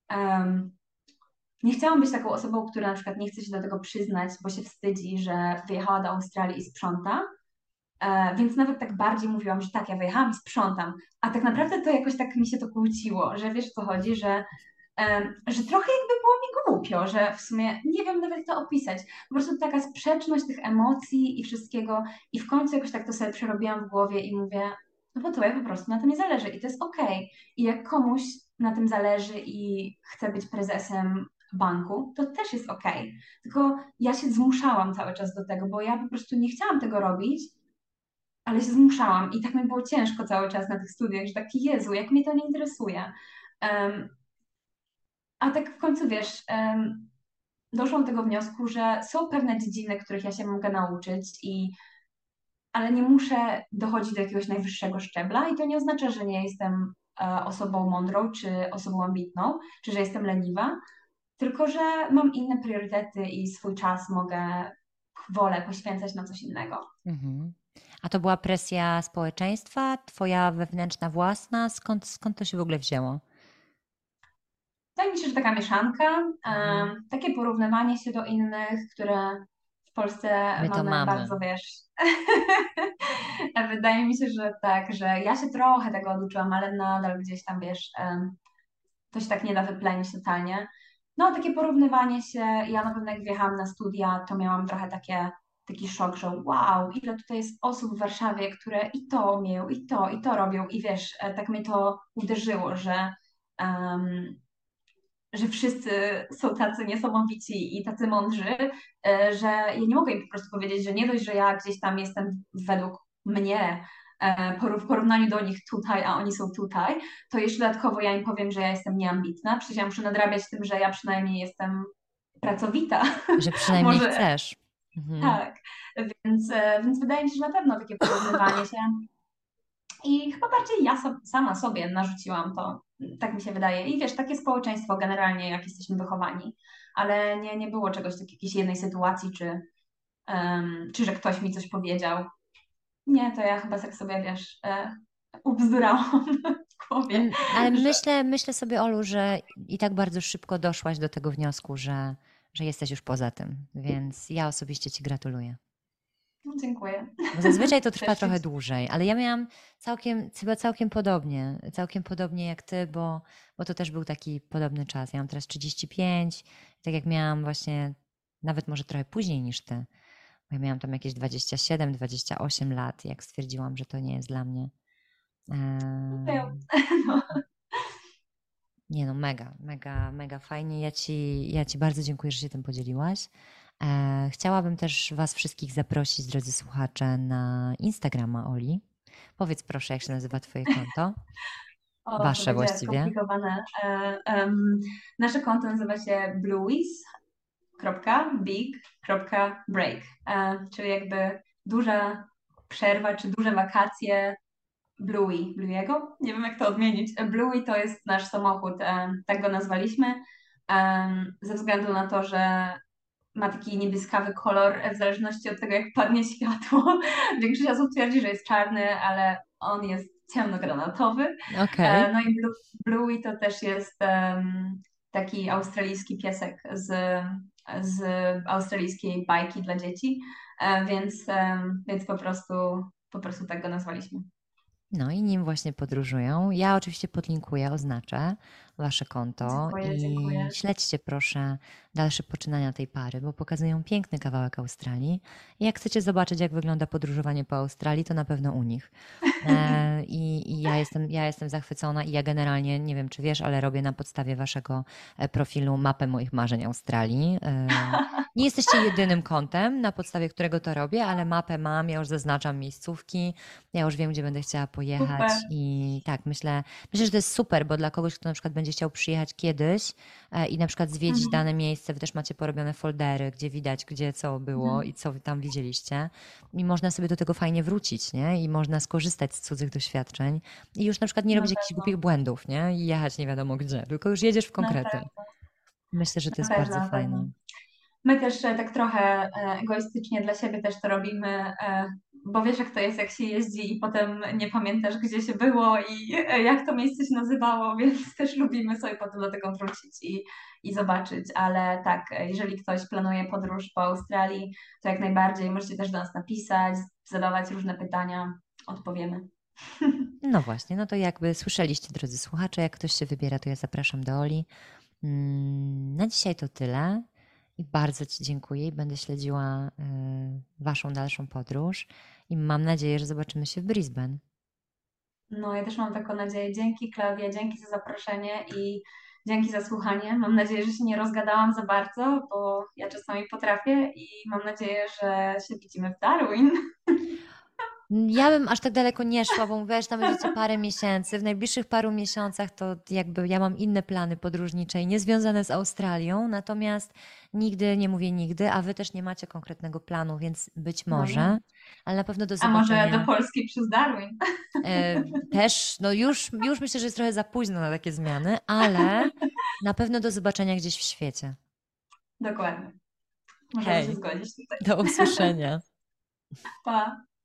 nie chciałam być taką osobą, która na przykład nie chce się do tego przyznać, bo się wstydzi, że wyjechała do Australii i sprząta. Więc nawet tak bardziej mówiłam, że tak, ja wyjechałam i sprzątam. A tak naprawdę to jakoś tak mi się to kłóciło, że wiesz o co chodzi, że trochę jakby było mi głupio, że w sumie nie wiem nawet jak to opisać. Po prostu taka sprzeczność tych emocji i wszystkiego. I w końcu jakoś tak to sobie przerobiłam w głowie i mówię, no bo tobie po prostu na tym nie zależy i to jest okej. I jak komuś na tym zależy i chce być prezesem banku, to też jest okej. Tylko ja się zmuszałam cały czas do tego, bo ja po prostu nie chciałam tego robić, ale się zmuszałam i tak mi było ciężko cały czas na tych studiach, że tak, Jezu, jak mnie to nie interesuje. Um, a tak w końcu, wiesz, doszłam do tego wniosku, że są pewne dziedziny, których ja się mogę nauczyć, ale nie muszę dochodzić do jakiegoś najwyższego szczebla i to nie oznacza, że nie jestem osobą mądrą, czy osobą ambitną, czy że jestem leniwa, tylko że mam inne priorytety i swój czas wolę poświęcać na coś innego. Mhm. A to była presja społeczeństwa, twoja wewnętrzna własna? Skąd to się w ogóle wzięło? Wydaje mi się, że taka mieszanka, Mhm. takie porównywanie się do innych, które w Polsce My to mamy mamy. bardzo, wiesz. Wydaje mi się, że tak, że ja się trochę tego oduczyłam, ale nadal gdzieś tam, wiesz, to się tak nie da wyplenić totalnie. No, takie porównywanie się, ja na pewno jak wjechałam na studia, to miałam trochę taki szok, że wow, ile tutaj jest osób w Warszawie, które i to umieją, i to robią i wiesz, tak mnie to uderzyło, że że wszyscy są tacy niesamowici i tacy mądrzy, że ja nie mogę im po prostu powiedzieć, że nie dość, że ja gdzieś tam jestem według mnie w porównaniu do nich tutaj, a oni są tutaj, to jeszcze dodatkowo ja im powiem, że ja jestem nieambitna. Przecież ja muszę nadrabiać tym, że ja przynajmniej jestem pracowita. Że przynajmniej Może chcesz. Mhm. tak. Więc wydaje mi się, że na pewno takie porównywanie się i chyba bardziej ja sama sobie narzuciłam to, tak mi się wydaje. I wiesz, takie społeczeństwo generalnie, jak jesteśmy wychowani, ale nie było czegoś takiego, jakiejś jednej sytuacji, czy że ktoś mi coś powiedział. Nie, to ja chyba tak sobie, wiesz, ubzdurałam w głowie, Ale że myślę sobie, Olu, że i tak bardzo szybko doszłaś do tego wniosku, że jesteś już poza tym, więc ja osobiście Ci gratuluję. no, dziękuję. Bo zazwyczaj to trwa Też trochę czuć. dłużej, ale ja miałam chyba całkiem podobnie jak ty, bo to też był taki podobny czas. Ja mam teraz 35, tak jak miałam właśnie, nawet może trochę później niż ty, bo ja miałam tam jakieś 27, 28 lat, jak stwierdziłam, że to nie jest dla mnie. Em, No, Nie no, mega fajnie. Ja ci bardzo dziękuję, że się tym podzieliłaś. Chciałabym też Was wszystkich zaprosić, drodzy słuchacze, na Instagrama Oli. Powiedz proszę, jak się nazywa Twoje konto? o, to Wasze będzie właściwie. skomplikowane. Nasze konto nazywa się blueys.big.break, czyli jakby duża przerwa czy duże wakacje Bluey'ego. Nie wiem, jak to odmienić. Bluey to jest nasz samochód, tak go nazwaliśmy, ze względu na to, że ma taki niebieskawy kolor w zależności od tego, jak padnie światło. Większość osób twierdzi, że jest czarny, ale on jest ciemnogranatowy. Okej. No i Bluey to też jest taki australijski piesek z australijskiej bajki dla dzieci, więc po prostu tak go nazwaliśmy. No i nim właśnie podróżują. Ja oczywiście podlinkuję, oznaczę Wasze konto Dziękuję, i dziękuję. śledźcie proszę dalsze poczynania tej pary, bo pokazują piękny kawałek Australii. I jak chcecie zobaczyć, jak wygląda podróżowanie po Australii, to na pewno u nich. I ja jestem zachwycona i ja generalnie, nie wiem czy wiesz, ale robię na podstawie Waszego profilu mapę moich marzeń Australii. Nie jesteście jedynym kontem, na podstawie którego to robię, ale mapę mam, ja już zaznaczam miejscówki, ja już wiem, gdzie będę chciała pojechać Super. i tak, myślę, że to jest super, bo dla kogoś, kto na przykład będzie chciał przyjechać kiedyś i na przykład zwiedzić Mhm, dane miejsce, wy też macie porobione foldery, gdzie widać, gdzie co było mhm. i co wy tam widzieliście i można sobie do tego fajnie wrócić, nie? I można skorzystać z cudzych doświadczeń i już na przykład nie Na robić jakichś pewno, głupich błędów, nie? I jechać nie wiadomo gdzie, tylko już jedziesz w na konkrety. pewno, Myślę, że to na jest pewno, bardzo na pewno. fajne. My też tak trochę egoistycznie dla siebie też to robimy, bo wiesz jak to jest, jak się jeździ i potem nie pamiętasz, gdzie się było i jak to miejsce się nazywało, więc też lubimy sobie potem do tego wrócić i zobaczyć. Ale tak, jeżeli ktoś planuje podróż po Australii, to jak najbardziej możecie też do nas napisać, zadawać różne pytania, odpowiemy. No właśnie, no to jakby słyszeliście, drodzy słuchacze, jak ktoś się wybiera, to ja zapraszam do Oli. Na dzisiaj to tyle i bardzo Ci dziękuję i będę śledziła Waszą dalszą podróż i mam nadzieję, że zobaczymy się w Brisbane. No, ja też mam taką nadzieję. Dzięki, Klaudia, dzięki za zaproszenie i dzięki za słuchanie. Mam nadzieję, że się nie rozgadałam za bardzo, bo ja czasami potrafię i mam nadzieję, że się widzimy w Darwin. Ja bym aż tak daleko nie szła, bo mówiłaś, że tam będziecie parę miesięcy. W najbliższych paru miesiącach to jakby ja mam inne plany podróżnicze i niezwiązane z Australią, natomiast nigdy nie mówię nigdy, a Wy też nie macie konkretnego planu, więc być No nie. może, ale na pewno do A może do zobaczenia. Polski przez Darwin? Też, no już myślę, że jest trochę za późno na takie zmiany, ale na pewno do zobaczenia gdzieś w świecie. Dokładnie. Możemy się Hej, zgodzić tutaj. do usłyszenia. Pa.